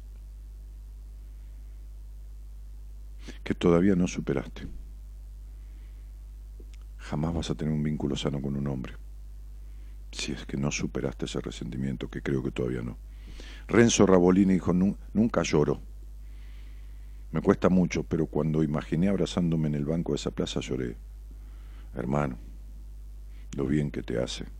que todavía no superaste, jamás vas a tener un vínculo sano con un hombre. Si es que no superaste ese resentimiento, que creo que todavía no. Renzo Rabolini dijo, nunca lloro. Me cuesta mucho, pero cuando imaginé abrazándome en el banco de esa plaza lloré. Hermano, lo bien que te hace.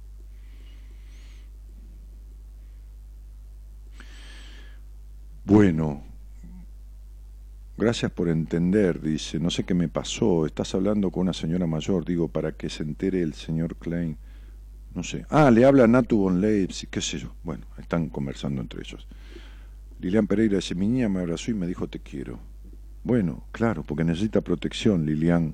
Bueno, gracias por entender, dice, no sé qué me pasó, estás hablando con una señora mayor, digo, para que se entere el señor Klein. No sé. Ah, le habla Natu von Leipzig, qué sé yo. Bueno, están conversando entre ellos. Lilian Pereira dice, mi niña me abrazó y me dijo te quiero. Bueno, claro, porque necesita protección, Lilian.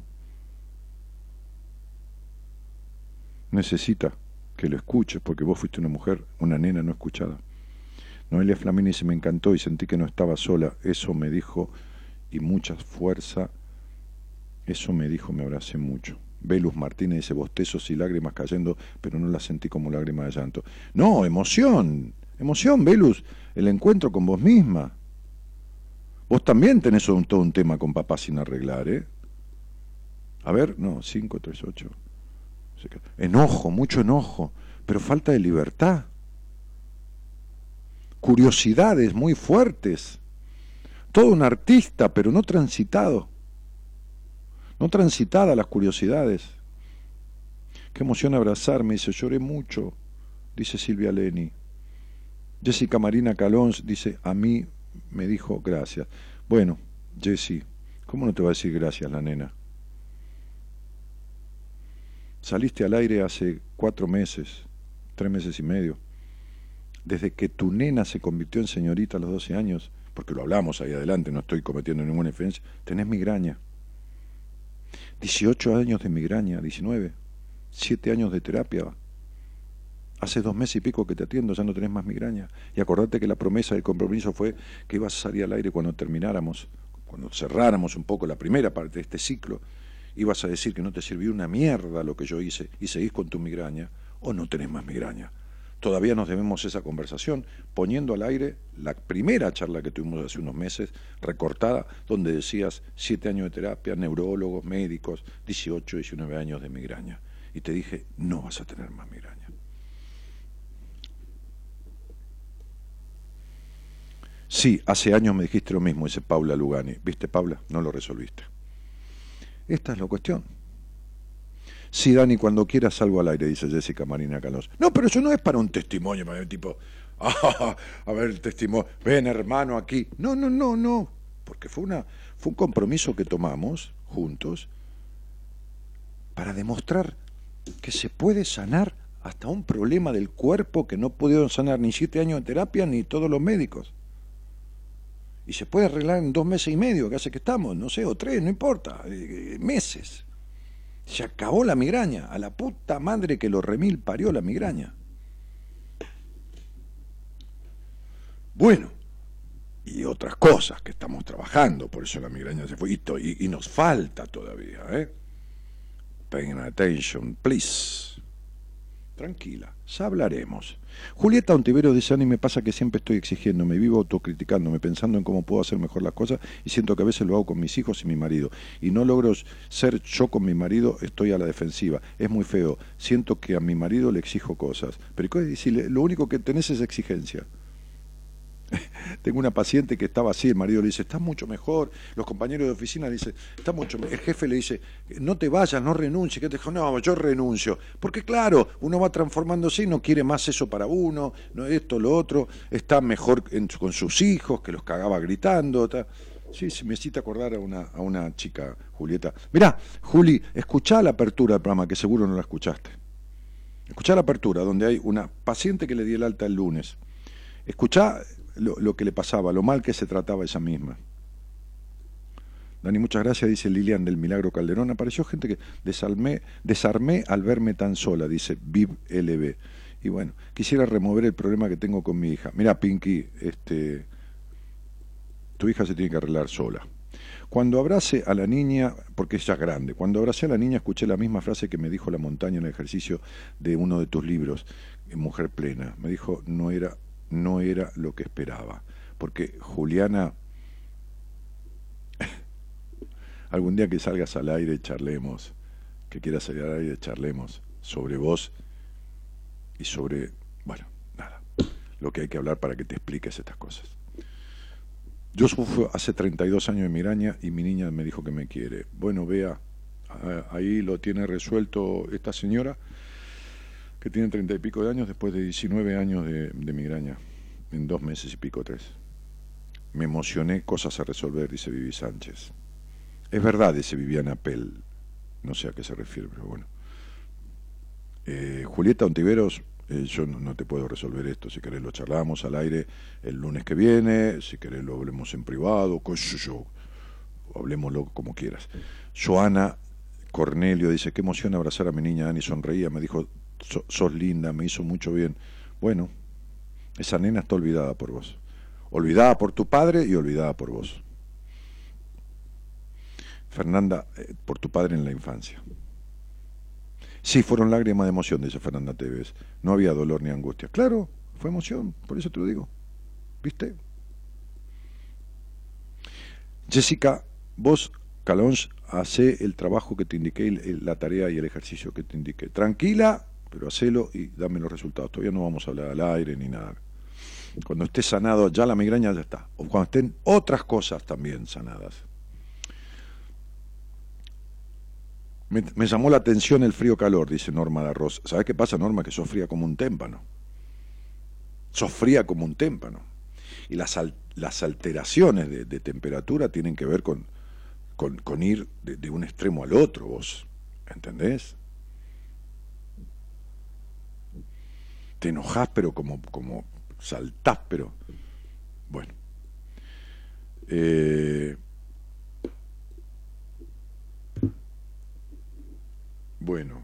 Necesita que lo escuches, porque vos fuiste una mujer, una nena no escuchada. Noelia Flamini dice, me encantó y sentí que no estaba sola. Eso me dijo, y mucha fuerza, eso me dijo, me abracé mucho. Velus Martínez dice, bostezos y lágrimas cayendo, pero no las sentí como lágrimas de llanto. No, emoción, emoción, Velus, el encuentro con vos misma. Vos también tenés un, todo un tema con papá sin arreglar, ¿eh? A ver, no, cinco, tres, ocho. Enojo, mucho enojo, pero falta de libertad. Curiosidades muy fuertes. Todo un artista, pero no transitado. No transitada las curiosidades. Qué emoción abrazarme, dice, lloré mucho, dice Silvia Leni. Jessica Marina Calons dice, a mí me dijo gracias. Bueno, Jessy, ¿cómo no te va a decir gracias la nena? Saliste al aire hace cuatro meses, tres meses y medio. Desde que tu nena se convirtió en señorita a los doce años, porque lo hablamos ahí adelante, no estoy cometiendo ninguna inferencia, tenés migraña. dieciocho años de migraña, diecinueve, siete años de terapia. Hace dos meses y pico que te atiendo, ya no tenés más migraña. Y acordate que la promesa del compromiso fue que ibas a salir al aire cuando termináramos, cuando cerráramos un poco la primera parte de este ciclo, ibas a decir que no te sirvió una mierda lo que yo hice y seguís con tu migraña, o no tenés más migraña. Todavía nos debemos esa conversación, poniendo al aire la primera charla que tuvimos hace unos meses, recortada, donde decías siete años de terapia, neurólogos, médicos, dieciocho, diecinueve años de migraña. Y te dije, no vas a tener más migraña. Sí, hace años me dijiste lo mismo, dice Paula Lugani. ¿Viste, Paula? No lo resolviste. Esta es la cuestión. Sí, Dani, cuando quieras salgo al aire, dice Jessica Marina Calós. No, pero eso no es para un testimonio, para el tipo, ah, a ver el testimonio, ven hermano aquí. No, no, no, no, porque fue, una, fue un compromiso que tomamos juntos para demostrar que se puede sanar hasta un problema del cuerpo que no pudieron sanar ni siete años de terapia ni todos los médicos. Y se puede arreglar en dos meses y medio, que hace que estamos, no sé, o tres, no importa, eh, meses. Se acabó la migraña, a la puta madre que lo remil parió la migraña. Bueno, y otras cosas que estamos trabajando, por eso la migraña se fue, y, to, y, y nos falta todavía, ¿eh? Paying attention, please. Tranquila, ya hablaremos. Julieta Ontivero dice, a mí me pasa que siempre estoy exigiéndome, vivo autocriticándome, pensando en cómo puedo hacer mejor las cosas y siento que a veces lo hago con mis hijos y mi marido. Y no logro ser yo con mi marido, estoy a la defensiva. Es muy feo, siento que a mi marido le exijo cosas. Pero ¿qué decirle? Lo único que tenés es exigencia. Tengo una paciente que estaba así, el marido le dice, estás mucho mejor, los compañeros de oficina le dicen, está mucho mejor, el jefe le dice, no te vayas, no renuncies, que te dijo, no, yo renuncio, porque claro, uno va transformándose y no quiere más eso para uno, no esto, lo otro, está mejor en, con sus hijos, que los cagaba gritando, ta. Sí, sí, me hiciste acordar a una, a una chica, Julieta. Mirá, Juli, escuchá la apertura del programa, que seguro no la escuchaste. Escuchá la apertura, donde hay una paciente que le di el alta el lunes. Escuchá lo, lo que le pasaba, lo mal que se trataba ella misma. Dani, muchas gracias, dice Lilian del Milagro Calderón. Apareció gente que desarmé, desarmé al verme tan sola, dice Viv L B. Y bueno, quisiera remover el problema que tengo con mi hija. Mirá, Pinky, este, tu hija se tiene que arreglar sola. Cuando abrace a la niña, porque ella es grande, cuando abracé a la niña escuché la misma frase que me dijo la montaña en el ejercicio de uno de tus libros, Mujer Plena. Me dijo, no era, no era lo que esperaba. Porque Juliana, algún día que salgas al aire charlemos, que quieras salir al aire charlemos sobre vos y sobre, bueno, nada, lo que hay que hablar para que te expliques estas cosas. Yo sufro hace treinta y dos años de migraña y mi niña me dijo que me quiere. Bueno, vea, ahí lo tiene resuelto esta señora, que tiene treinta y pico de años, después de diecinueve años de, de migraña, en dos meses y pico, tres. Me emocioné, cosas a resolver, dice Vivi Sánchez. Es verdad, dice Viviana Pell, no sé a qué se refiere, pero bueno. Eh, Julieta Ontiveros, eh, yo no, no te puedo resolver esto, si querés lo charlamos al aire el lunes que viene, si querés lo hablemos en privado, qué sé yo, hablemoslo como quieras. Joana Cornelio dice, qué emoción abrazar a mi niña Ani, sonreía, me dijo, so, sos linda, me hizo mucho bien. Bueno, esa nena está olvidada por vos, olvidada por tu padre y olvidada por vos. Fernanda, eh, por tu padre en la infancia. Sí, fueron lágrimas de emoción, dice Fernanda Tevez. No había dolor ni angustia. Claro, fue emoción, por eso te lo digo. ¿Viste? Jessica, vos, Calonge, hacé el trabajo que te indiqué, la tarea y el ejercicio que te indiqué. Tranquila, pero hacelo y dame los resultados. Todavía no vamos a hablar al aire ni nada. Cuando esté sanado, ya la migraña ya está. O cuando estén otras cosas también sanadas. Me, me llamó la atención el frío-calor, dice Norma Larroz. ¿Sabes qué pasa, Norma? Que sos fría como un témpano. Sos fría como un témpano. Y las, al, las alteraciones de, de temperatura tienen que ver con, con, con ir de, de un extremo al otro, vos. ¿Entendés? Te enojás, pero como, como saltás, pero... Bueno. Eh... Bueno,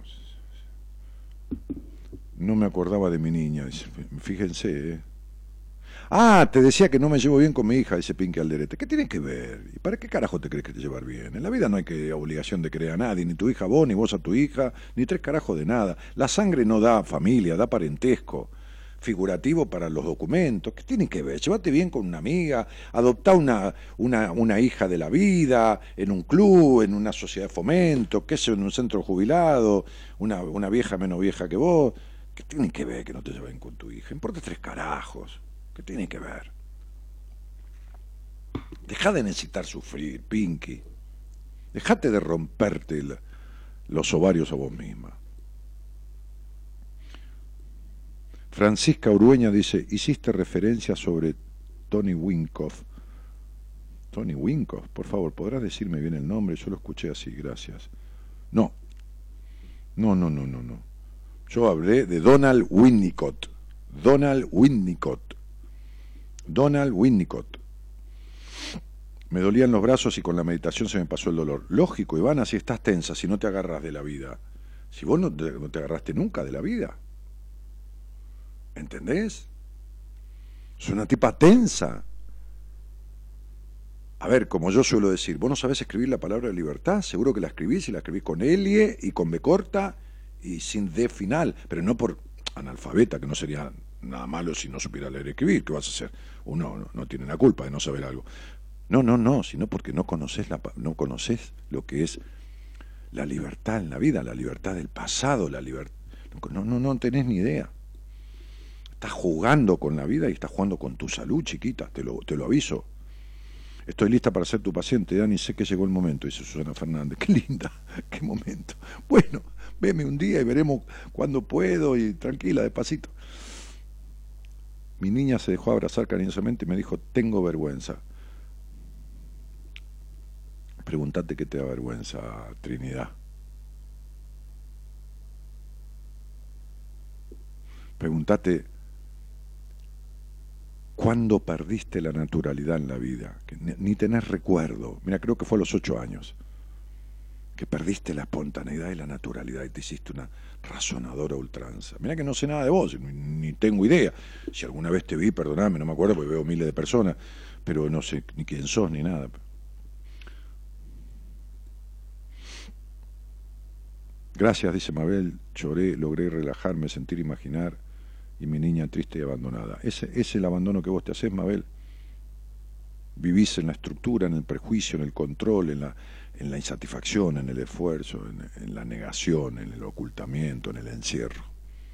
no me acordaba de mi niña, dice, fíjense, ¿eh? Ah, te decía que no me llevo bien con mi hija, dice Pinky Alderete. ¿Qué tiene que ver? ¿Y para qué carajo te crees que te llevar bien? En la vida no hay que obligación de querer a nadie, ni tu hija a vos, ni vos a tu hija, ni tres carajos de nada. La sangre no da familia, da parentesco figurativo para los documentos. ¿Qué tiene que ver? Llévate bien con una amiga, adoptá una, una, una hija de la vida, en un club, en una sociedad de fomento, qué sé, en un centro jubilado, una, una vieja menos vieja que vos. ¿Qué tiene que ver que no te lleven con tu hija? Importa tres carajos. ¿Qué tiene que ver? Dejá de necesitar sufrir, Pinky. Dejate de romperte la, los ovarios a vos misma. Francisca Urueña dice, hiciste referencia sobre Tony Winkoff. Tony Winkoff, por favor, ¿podrás decirme bien el nombre? Yo lo escuché así, gracias. No, no, no, no, no, no. Yo hablé de Donald Winnicott. Donald Winnicott. Donald Winnicott. Me dolían los brazos y con la meditación se me pasó el dolor. Lógico, Ivana, si estás tensa, si no te agarras de la vida. Si vos no te, no te agarraste nunca de la vida. ¿Entendés? Es una tipa tensa. A ver, como yo suelo decir, vos no sabés escribir la palabra de libertad, seguro que la escribís y la escribís con L y con B corta y sin D final, pero no por analfabeta, que no sería nada malo si no supiera leer y escribir. ¿Qué vas a hacer? Uno no, no tiene la culpa de no saber algo. No, no, no, sino porque no conoces, la, no conoces lo que es la libertad en la vida, la libertad del pasado, la libertad. No, no, no tenés ni idea. Estás jugando con la vida y estás jugando con tu salud, chiquita, te lo, te lo aviso. Estoy lista para ser tu paciente, Dani, sé que llegó el momento, dice Susana Fernández. Qué linda, qué momento. Bueno, veme un día y veremos cuándo puedo y tranquila, despacito. Mi niña se dejó abrazar cariñosamente y me dijo, tengo vergüenza. Pregúntate qué te da vergüenza, Trinidad. Pregúntate cuándo perdiste la naturalidad en la vida, que ni, ni tenés recuerdo. Mira, creo que fue a los ocho años, que perdiste la espontaneidad y la naturalidad y te hiciste una razonadora ultranza. Mira que no sé nada de vos, ni, ni tengo idea. Si alguna vez te vi, perdoname, no me acuerdo porque veo miles de personas, pero no sé ni quién sos ni nada. Gracias, dice Mabel, lloré, logré relajarme, sentir, imaginar, y mi niña triste y abandonada. Ese es el abandono que vos te haces, Mabel. Vivís en la estructura, en el prejuicio, en el control, en la, en la insatisfacción, en el esfuerzo, en, en la negación, en el ocultamiento, en el encierro.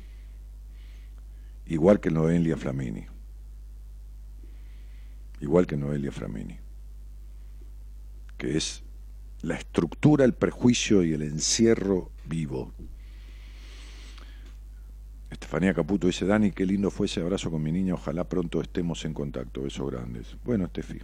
Igual que Noelia Flamini. Igual que Noelia Flamini. Que es la estructura, el prejuicio y el encierro vivo. Estefanía Caputo dice, Dani, qué lindo fue ese abrazo con mi niña, ojalá pronto estemos en contacto, besos grandes. Bueno, Estefi.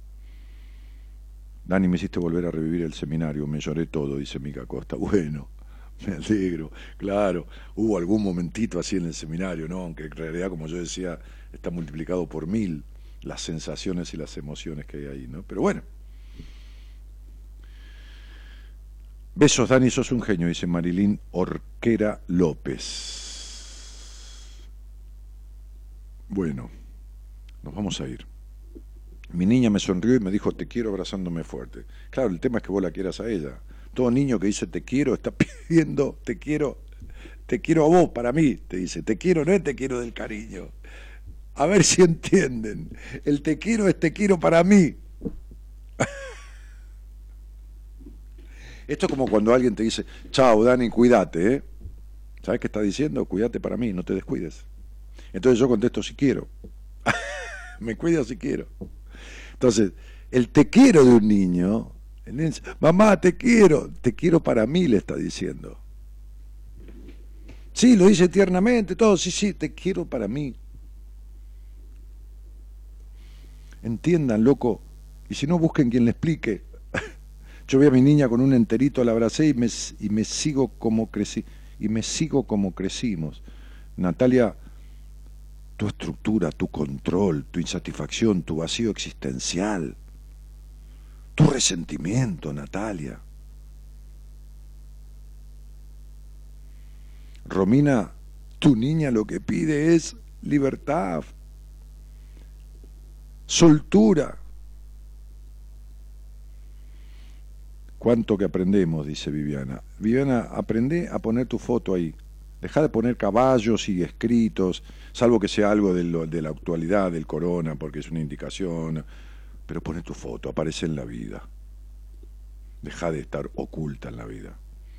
Dani, me hiciste volver a revivir el seminario, me lloré todo, dice Mica Costa. Bueno, me alegro, claro, hubo algún momentito así en el seminario, ¿no? Aunque en realidad, como yo decía, está multiplicado por mil las sensaciones y las emociones que hay ahí, ¿no? Pero bueno. Besos, Dani, sos un genio, dice Marilyn Orquera López. Bueno, nos vamos a ir. Mi niña me sonrió y me dijo, te quiero, abrazándome fuerte. Claro, el tema es que vos la quieras a ella. Todo niño que dice te quiero está pidiendo te quiero, te quiero a vos, para mí, te dice. Te quiero no es te quiero del cariño. A ver si entienden. El te quiero es te quiero para mí. Esto es como cuando alguien te dice, chao, Dani, cuídate, ¿eh? ¿Sabes qué está diciendo? Cuídate para mí, no te descuides. Entonces yo contesto si quiero. Me cuido si quiero. Entonces, el te quiero de un niño, el niño dice, mamá, te quiero, te quiero para mí, le está diciendo. Sí, lo dice tiernamente, todo, sí, sí, te quiero para mí. Entiendan, loco, y si no, busquen quien le explique. Yo vi a mi niña con un enterito, la abracé y me, y me sigo como crecí, y me sigo como crecimos. Natalia, tu estructura, tu control, tu insatisfacción, tu vacío existencial, tu resentimiento, Natalia. Romina, tu niña lo que pide es libertad, soltura. Cuánto que aprendemos, dice Viviana. Viviana, aprende a poner tu foto ahí. Deja de poner caballos y escritos, salvo que sea algo de, lo, de la actualidad, del corona, porque es una indicación. Pero pone tu foto, aparece en la vida. Deja de estar oculta en la vida.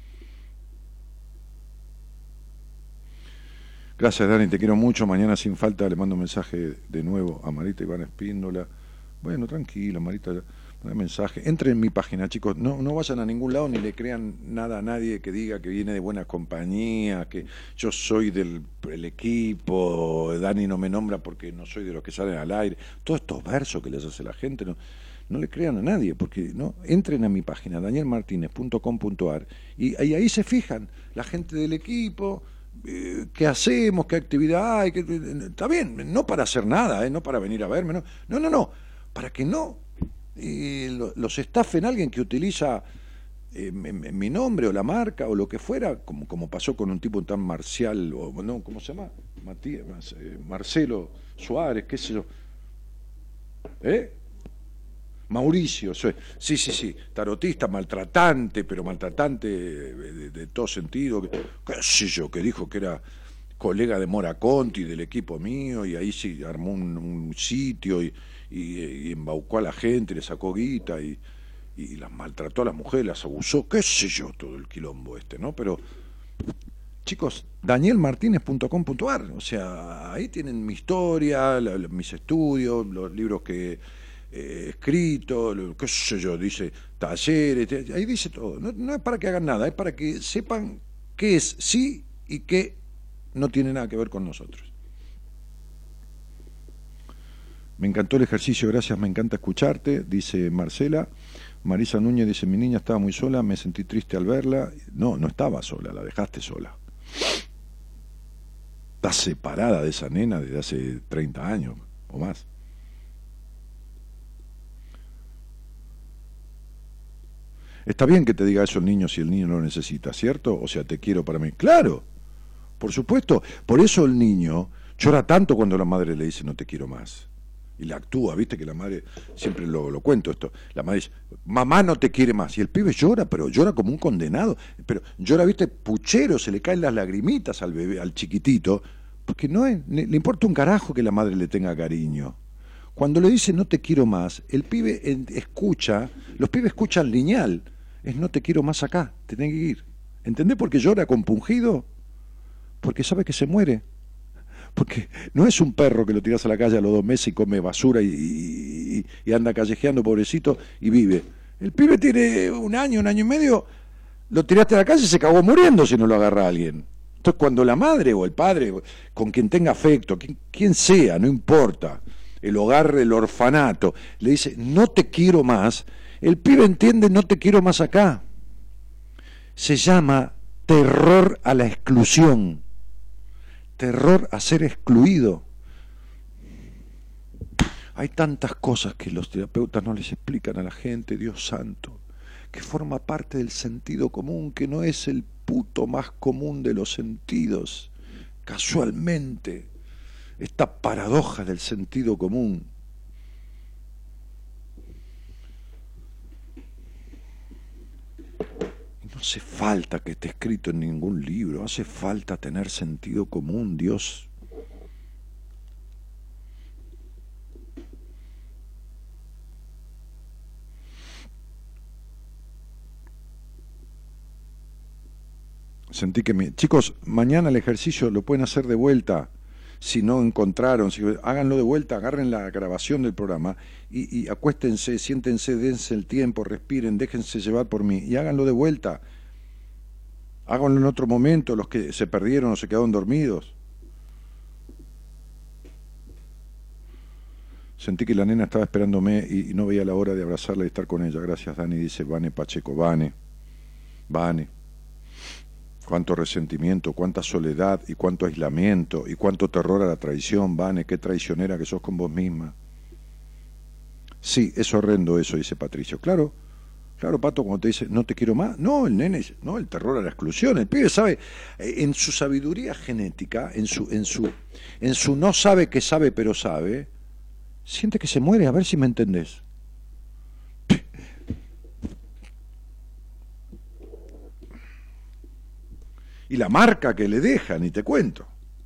Gracias, Dani, te quiero mucho. Mañana sin falta le mando un mensaje de nuevo a Marita Iván Espíndola. Bueno, tranquila, Marita, manda mensaje. Entren en mi página, chicos. No, no vayan a ningún lado ni le crean nada a nadie que diga que viene de buena compañía, que yo soy del el equipo, Dani no me nombra porque no soy de los que salen al aire. Todos estos versos que les hace la gente, no, no le crean a nadie, porque no entren a mi página, daniel martinez punto com punto a r, y, y ahí se fijan la gente del equipo. Eh, ¿Qué hacemos? ¿Qué actividad hay? ¿Qué, está bien, no para hacer nada, ¿eh? No para venir a verme, no, no, no, no. Para que no eh, lo, los estafen alguien que utiliza eh, mi nombre o la marca o lo que fuera, como, como pasó con un tipo tan marcial, o no, ¿cómo se llama? Matías, eh, Marcelo Suárez, qué sé yo. ¿Eh? Mauricio, sí, sí, sí, tarotista, maltratante, pero maltratante de, de, de todo sentido, qué sé yo, que dijo que era colega de Mora Conti, del equipo mío, y ahí sí armó un, un sitio y, y, y embaucó a la gente, le sacó guita y, y las maltrató a las mujeres, las abusó, qué sé yo, todo el quilombo este, ¿no? Pero, chicos, daniel martinez punto com punto a r, o sea, ahí tienen mi historia, la, la, mis estudios, los libros que eh, escrito, lo, qué sé yo, dice talleres, te, ahí dice todo, no, no es para que hagan nada, es para que sepan qué es sí y qué no tiene nada que ver con nosotros. Me encantó el ejercicio, gracias, me encanta escucharte, dice Marcela. Marisa Núñez dice, mi niña estaba muy sola, me sentí triste al verla. No, no estaba sola, la dejaste sola. Estás separada de esa nena desde hace treinta años o más. Está bien que te diga eso el niño si el niño lo necesita, ¿cierto? O sea, te quiero para mí. Claro, por supuesto. Por eso el niño llora tanto cuando la madre le dice no te quiero más. Y le actúa, viste que la madre, siempre lo, lo cuento esto, la madre dice, mamá no te quiere más. Y el pibe llora, pero llora como un condenado. Pero llora, viste, puchero, se le caen las lagrimitas al bebé, al chiquitito, porque no es, le, le importa un carajo que la madre le tenga cariño. Cuando le dice no te quiero más, el pibe en, escucha, los pibes escuchan lineal, es no te quiero más acá, te tenés que ir. ¿Entendés por qué llora compungido? Porque sabe que se muere. Porque no es un perro que lo tiras a la calle a los dos meses y come basura y, y, y anda callejeando, pobrecito, y vive. El pibe tiene un año, un año y medio, lo tiraste a la calle y se cagó muriendo si no lo agarra alguien. Entonces cuando la madre o el padre, con quien tenga afecto, quien, quien sea, no importa, el hogar, el orfanato, le dice, no te quiero más, el pibe entiende, no te quiero más acá. Se llama terror a la exclusión, terror a ser excluido. Hay tantas cosas que los terapeutas no les explican a la gente, Dios santo, que forma parte del sentido común, que no es el puto más común de los sentidos, casualmente, esta paradoja del sentido común. No hace falta que esté escrito en ningún libro, hace falta tener sentido común, Dios. Sentí que mi... Chicos, mañana el ejercicio lo pueden hacer de vuelta. Si no encontraron, si, háganlo de vuelta, agarren la grabación del programa y, y acuéstense, siéntense, dense el tiempo, respiren, déjense llevar por mí y háganlo de vuelta. Háganlo en otro momento, los que se perdieron o se quedaron dormidos. Sentí que la nena estaba esperándome y, y no veía la hora de abrazarla y estar con ella. Gracias, Dani, dice Vane Pacheco. Vane, Vane. Cuánto resentimiento, cuánta soledad y cuánto aislamiento y cuánto terror a la traición, Vane, qué traicionera que sos con vos misma. Sí, es horrendo eso, dice Patricio. Claro, claro, Pato, cuando te dice, no te quiero más. No, el nene, no, el terror a la exclusión. El pibe sabe, en su sabiduría genética, en su, en su, en su no sabe que sabe pero sabe, siente que se muere, a ver si me entendés. Y la marca que le deja, ni te cuento.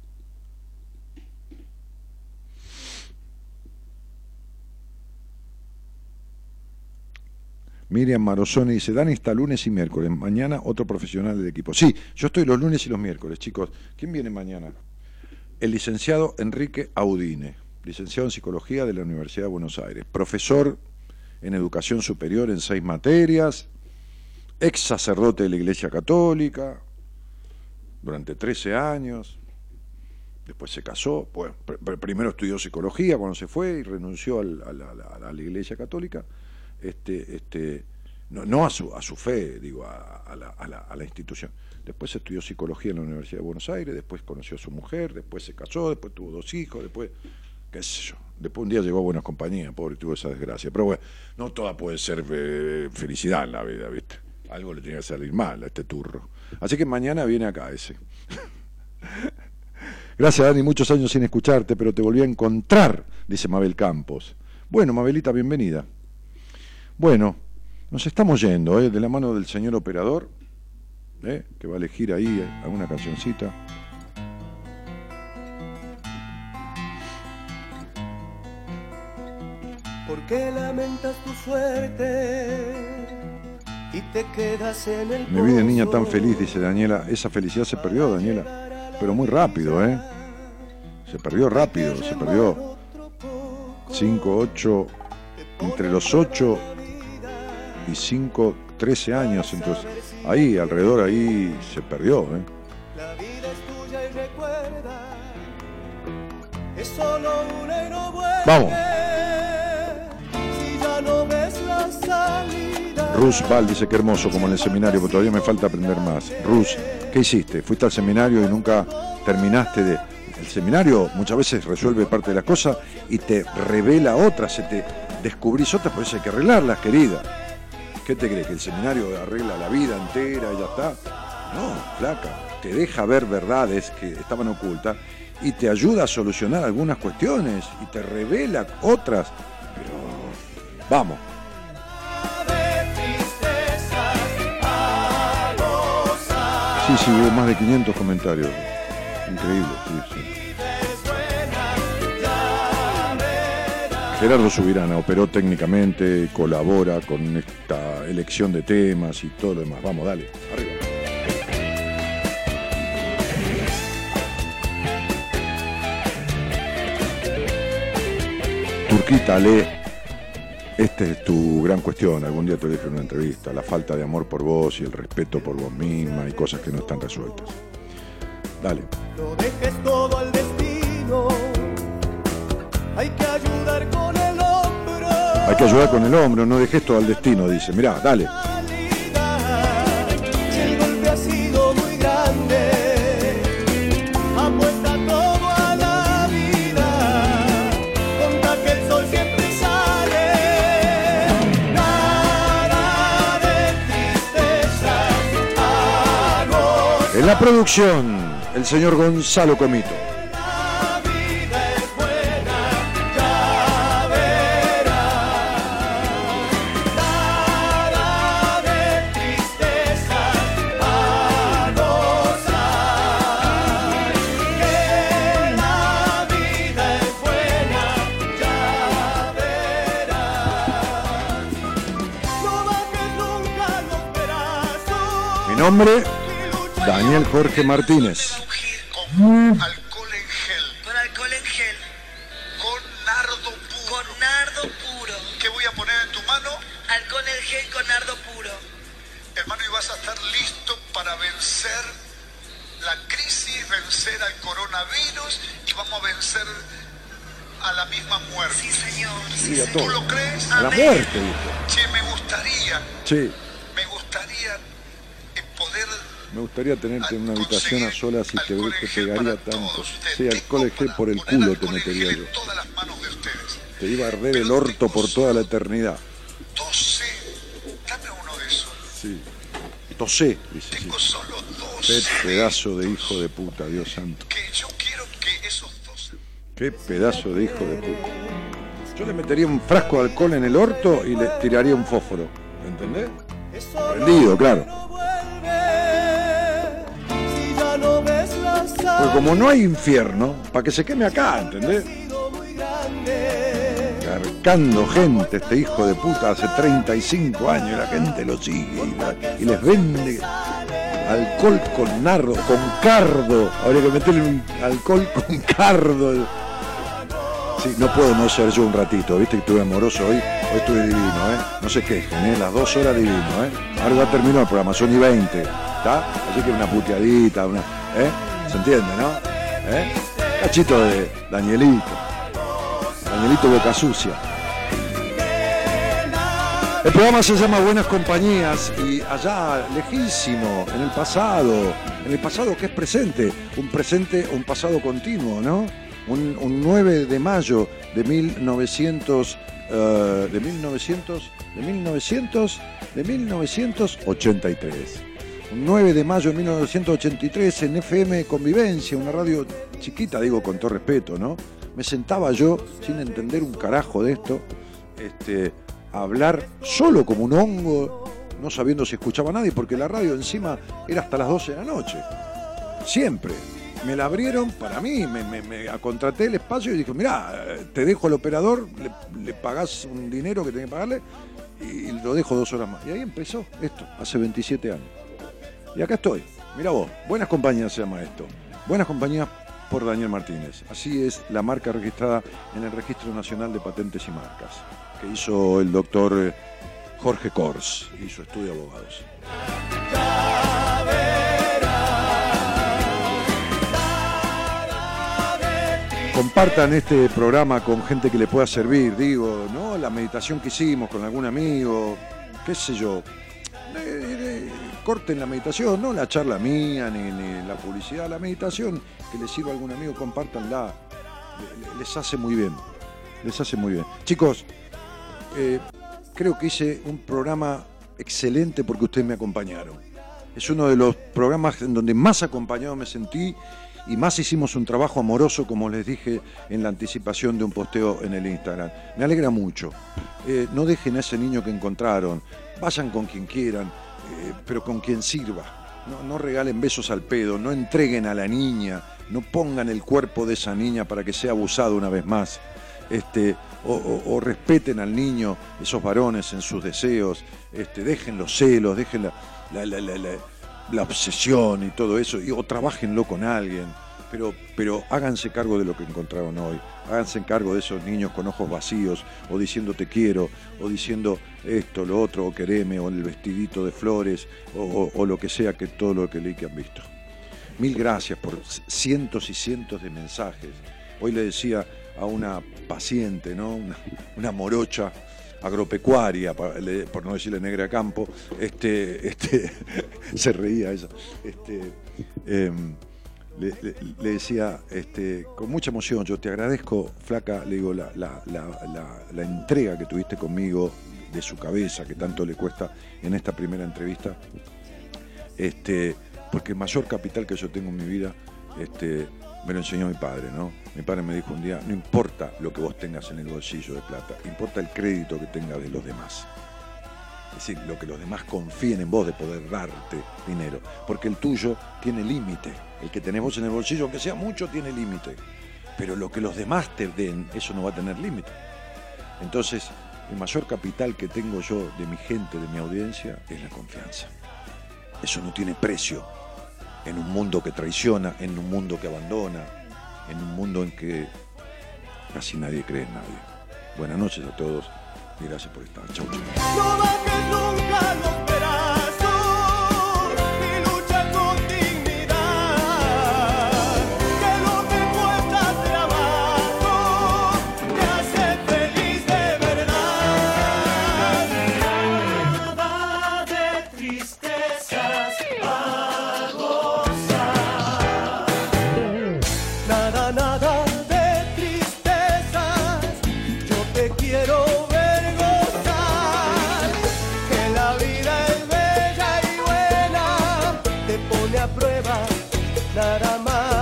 Miriam Marozoni dice, Dani está lunes y miércoles, mañana otro profesional del equipo. Sí, yo estoy los lunes y los miércoles, chicos. ¿Quién viene mañana? El licenciado Enrique Audine, licenciado en Psicología de la Universidad de Buenos Aires, profesor en Educación Superior en seis materias, ex sacerdote de la Iglesia Católica, durante trece años, después se casó, bueno, pr primero estudió psicología cuando se fue y renunció al, a, la, a, la, a la Iglesia Católica, este, este, no, no a, su, a su fe, digo, a, a, la, a, la, a la institución. Después estudió psicología en la Universidad de Buenos Aires, después conoció a su mujer, después se casó, después tuvo dos hijos, después, qué sé yo, después un día llegó a Buenas Compañías, pobre, tuvo esa desgracia. Pero bueno, no toda puede ser eh, felicidad en la vida, ¿viste? Algo le tiene que salir mal a este turro. Así que mañana viene acá ese. Gracias, Dani, muchos años sin escucharte, pero te volví a encontrar, dice Mabel Campos. Bueno, Mabelita, bienvenida. Bueno, nos estamos yendo, ¿eh? De la mano del señor operador, ¿eh? Que va a elegir ahí ¿eh? alguna cancioncita. ¿Por qué lamentas tu suerte? Y te quedas en el Me vi de niña tan feliz, dice Daniela. Esa felicidad se perdió, Daniela, pero muy rápido, ¿eh? Se perdió rápido, se perdió cinco, ocho, entre los ocho y cinco, trece años, entonces ahí, alrededor ahí se perdió, ¿eh? La vida es tuya y recuerda, es solo una y no vuelve. Vamos. Si ya no ves la salida, Rus Val dice que hermoso, como en el seminario, pero todavía me falta aprender más. Rus, ¿qué hiciste? ¿Fuiste al seminario y nunca terminaste de...? El seminario muchas veces resuelve parte de las cosas y te revela otras, se te descubrís otras, por eso hay que arreglarlas, querida. ¿Qué te crees? ¿Que el seminario arregla la vida entera y ya está? No, flaca, te deja ver verdades que estaban ocultas y te ayuda a solucionar algunas cuestiones y te revela otras. Pero vamos. Sí, sí, hubo más de quinientos comentarios. Increíble, sí, sí. Gerardo Subirana operó técnicamente, colabora con esta elección de temas y todo lo demás. Vamos, dale, arriba. Turquita, lee. Esta es tu gran cuestión. Algún día te lo dije en una entrevista. La falta de amor por vos y el respeto por vos misma y cosas que no están resueltas. Dale. No dejes todo al destino. Hay que ayudar con el hombro. Hay que ayudar con el hombro, no dejes todo al destino, dice. Mirá, dale. Si el golpe ha sido muy grande, apuesta todo a la vida. Conta que el sol siempre sale. Nada de tristeza. En la producción, el señor Gonzalo Comito. Nombre, Daniel Jorge Martínez. Con alcohol en gel. Con alcohol en gel. Con nardo puro. Con nardo puro. ¿Qué voy a poner en tu mano? Alcohol en gel con nardo puro. Hermano, y vas a estar listo para vencer la crisis, vencer al coronavirus y vamos a vencer a la misma muerte. Sí, señor. Sí, sí, ¿tú lo crees? A la muerte, dijo. Che, me gustaría. Sí. Me gustaría poder. Me gustaría tenerte en una habitación a solas y te, te pegaría tanto. Sí, alcohol en gel por el culo te metería yo. Te iba a arder el orto por toda la eternidad. Tosé. Dame uno de esos. Sí. Tosé, dice. Tengo sí. solo dos. Qué pedazo de hijo de puta, Dios santo. Que yo quiero que esos dos. Qué pedazo de hijo de puta. Yo le metería un frasco de alcohol en el orto y le tiraría un fósforo. ¿Entendés? Prendido, claro. Pues como no hay infierno, para que se queme acá, ¿entendés? Carcando gente, este hijo de puta, hace treinta y cinco años, y la gente lo sigue y, la, y les vende alcohol con nardo, con cardo. Habría que meterle un alcohol con cardo. Sí, no puedo no ser yo un ratito, viste que estuve amoroso hoy, hoy estuve divino, ¿eh? No se quejen, ¿eh? Las dos horas divino, ¿eh? Ahora ya terminó el programa, son y veinte, ¿está? Así que una puteadita, una, ¿eh? ¿Se entiende, no? ¿Eh? Cachito de Danielito. Danielito Boca Sucia. El programa se llama Buenas Compañías y allá, lejísimo, en el pasado, en el pasado que es presente, un presente, un pasado continuo, ¿no? Un, un nueve de mayo de mil novecientos, uh, de mil novecientos, de mil novecientos, de mil novecientos ochenta y tres. Un nueve de mayo de mil novecientos ochenta y tres en F M Convivencia, una radio chiquita, digo con todo respeto, ¿no? Me sentaba yo, sin entender un carajo de esto, este, a hablar solo como un hongo, no sabiendo si escuchaba a nadie, porque la radio encima era hasta las doce de la noche. Siempre. Me la abrieron para mí, me, me, me contraté el espacio y dije, mirá, te dejo al operador, le, le pagás un dinero que tenés que pagarle y lo dejo dos horas más. Y ahí empezó esto, hace veintisiete años. Y acá estoy, mirá vos, Buenas Compañías se llama esto. Buenas Compañías por Daniel Martínez. Así es la marca registrada en el Registro Nacional de Patentes y Marcas, que hizo el doctor Jorge Kors y su estudio de abogados. Compartan este programa con gente que le pueda servir, digo, ¿no? La meditación que hicimos con algún amigo, qué sé yo, eh, eh, corten la meditación, no la charla mía ni, ni la publicidad, la meditación que les sirva a algún amigo, compártanla, les hace muy bien, les hace muy bien. Chicos, eh, creo que hice un programa excelente porque ustedes me acompañaron. Es uno de los programas en donde más acompañado me sentí y más hicimos un trabajo amoroso, como les dije en la anticipación de un posteo en el Instagram. Me alegra mucho. Eh, no dejen a ese niño que encontraron, vayan con quien quieran, eh, pero con quien sirva. No, no regalen besos al pedo, no entreguen a la niña, no pongan el cuerpo de esa niña para que sea abusado una vez más. Este, o, o, o respeten al niño, esos varones en sus deseos, este, dejen los celos, dejen la, la, la, la, la, la obsesión y todo eso, y, o trabájenlo con alguien, pero, pero háganse cargo de lo que encontraron hoy, háganse cargo de esos niños con ojos vacíos, o diciendo te quiero, o diciendo esto, lo otro, o quereme, o el vestidito de flores, o, o, o lo que sea, que todo lo que leí que han visto. Mil gracias por cientos y cientos de mensajes. Hoy le decía a una paciente, ¿no? una, una morocha agropecuaria, por no decirle negra campo, este, este, se reía ella, este, eh, le, le, le decía este, con mucha emoción, yo te agradezco, flaca, le digo, la, la, la, la, la entrega que tuviste conmigo de su cabeza, que tanto le cuesta en esta primera entrevista, este, porque el mayor capital que yo tengo en mi vida, este, me lo enseñó mi padre, ¿no? Mi padre me dijo un día, no importa lo que vos tengas en el bolsillo de plata, importa el crédito que tengas de los demás. Es decir, lo que los demás confíen en vos de poder darte dinero, porque el tuyo tiene límite. El que tenés vos en el bolsillo, aunque sea mucho, tiene límite. Pero lo que los demás te den, eso no va a tener límite. Entonces, el mayor capital que tengo yo de mi gente, de mi audiencia, es la confianza. Eso no tiene precio. En un mundo que traiciona, en un mundo que abandona, en un mundo en que casi nadie cree en nadie. Buenas noches a todos y gracias por estar. Chau, chau. No bajes nunca los brazos y lucha con dignidad, que lo que cuesta trabajo te hace feliz de verdad. Nada de tristezas a gozar, nada, nada de tristezas, yo te quiero ver gozar, que la vida es bella y buena, te pone a prueba nada más.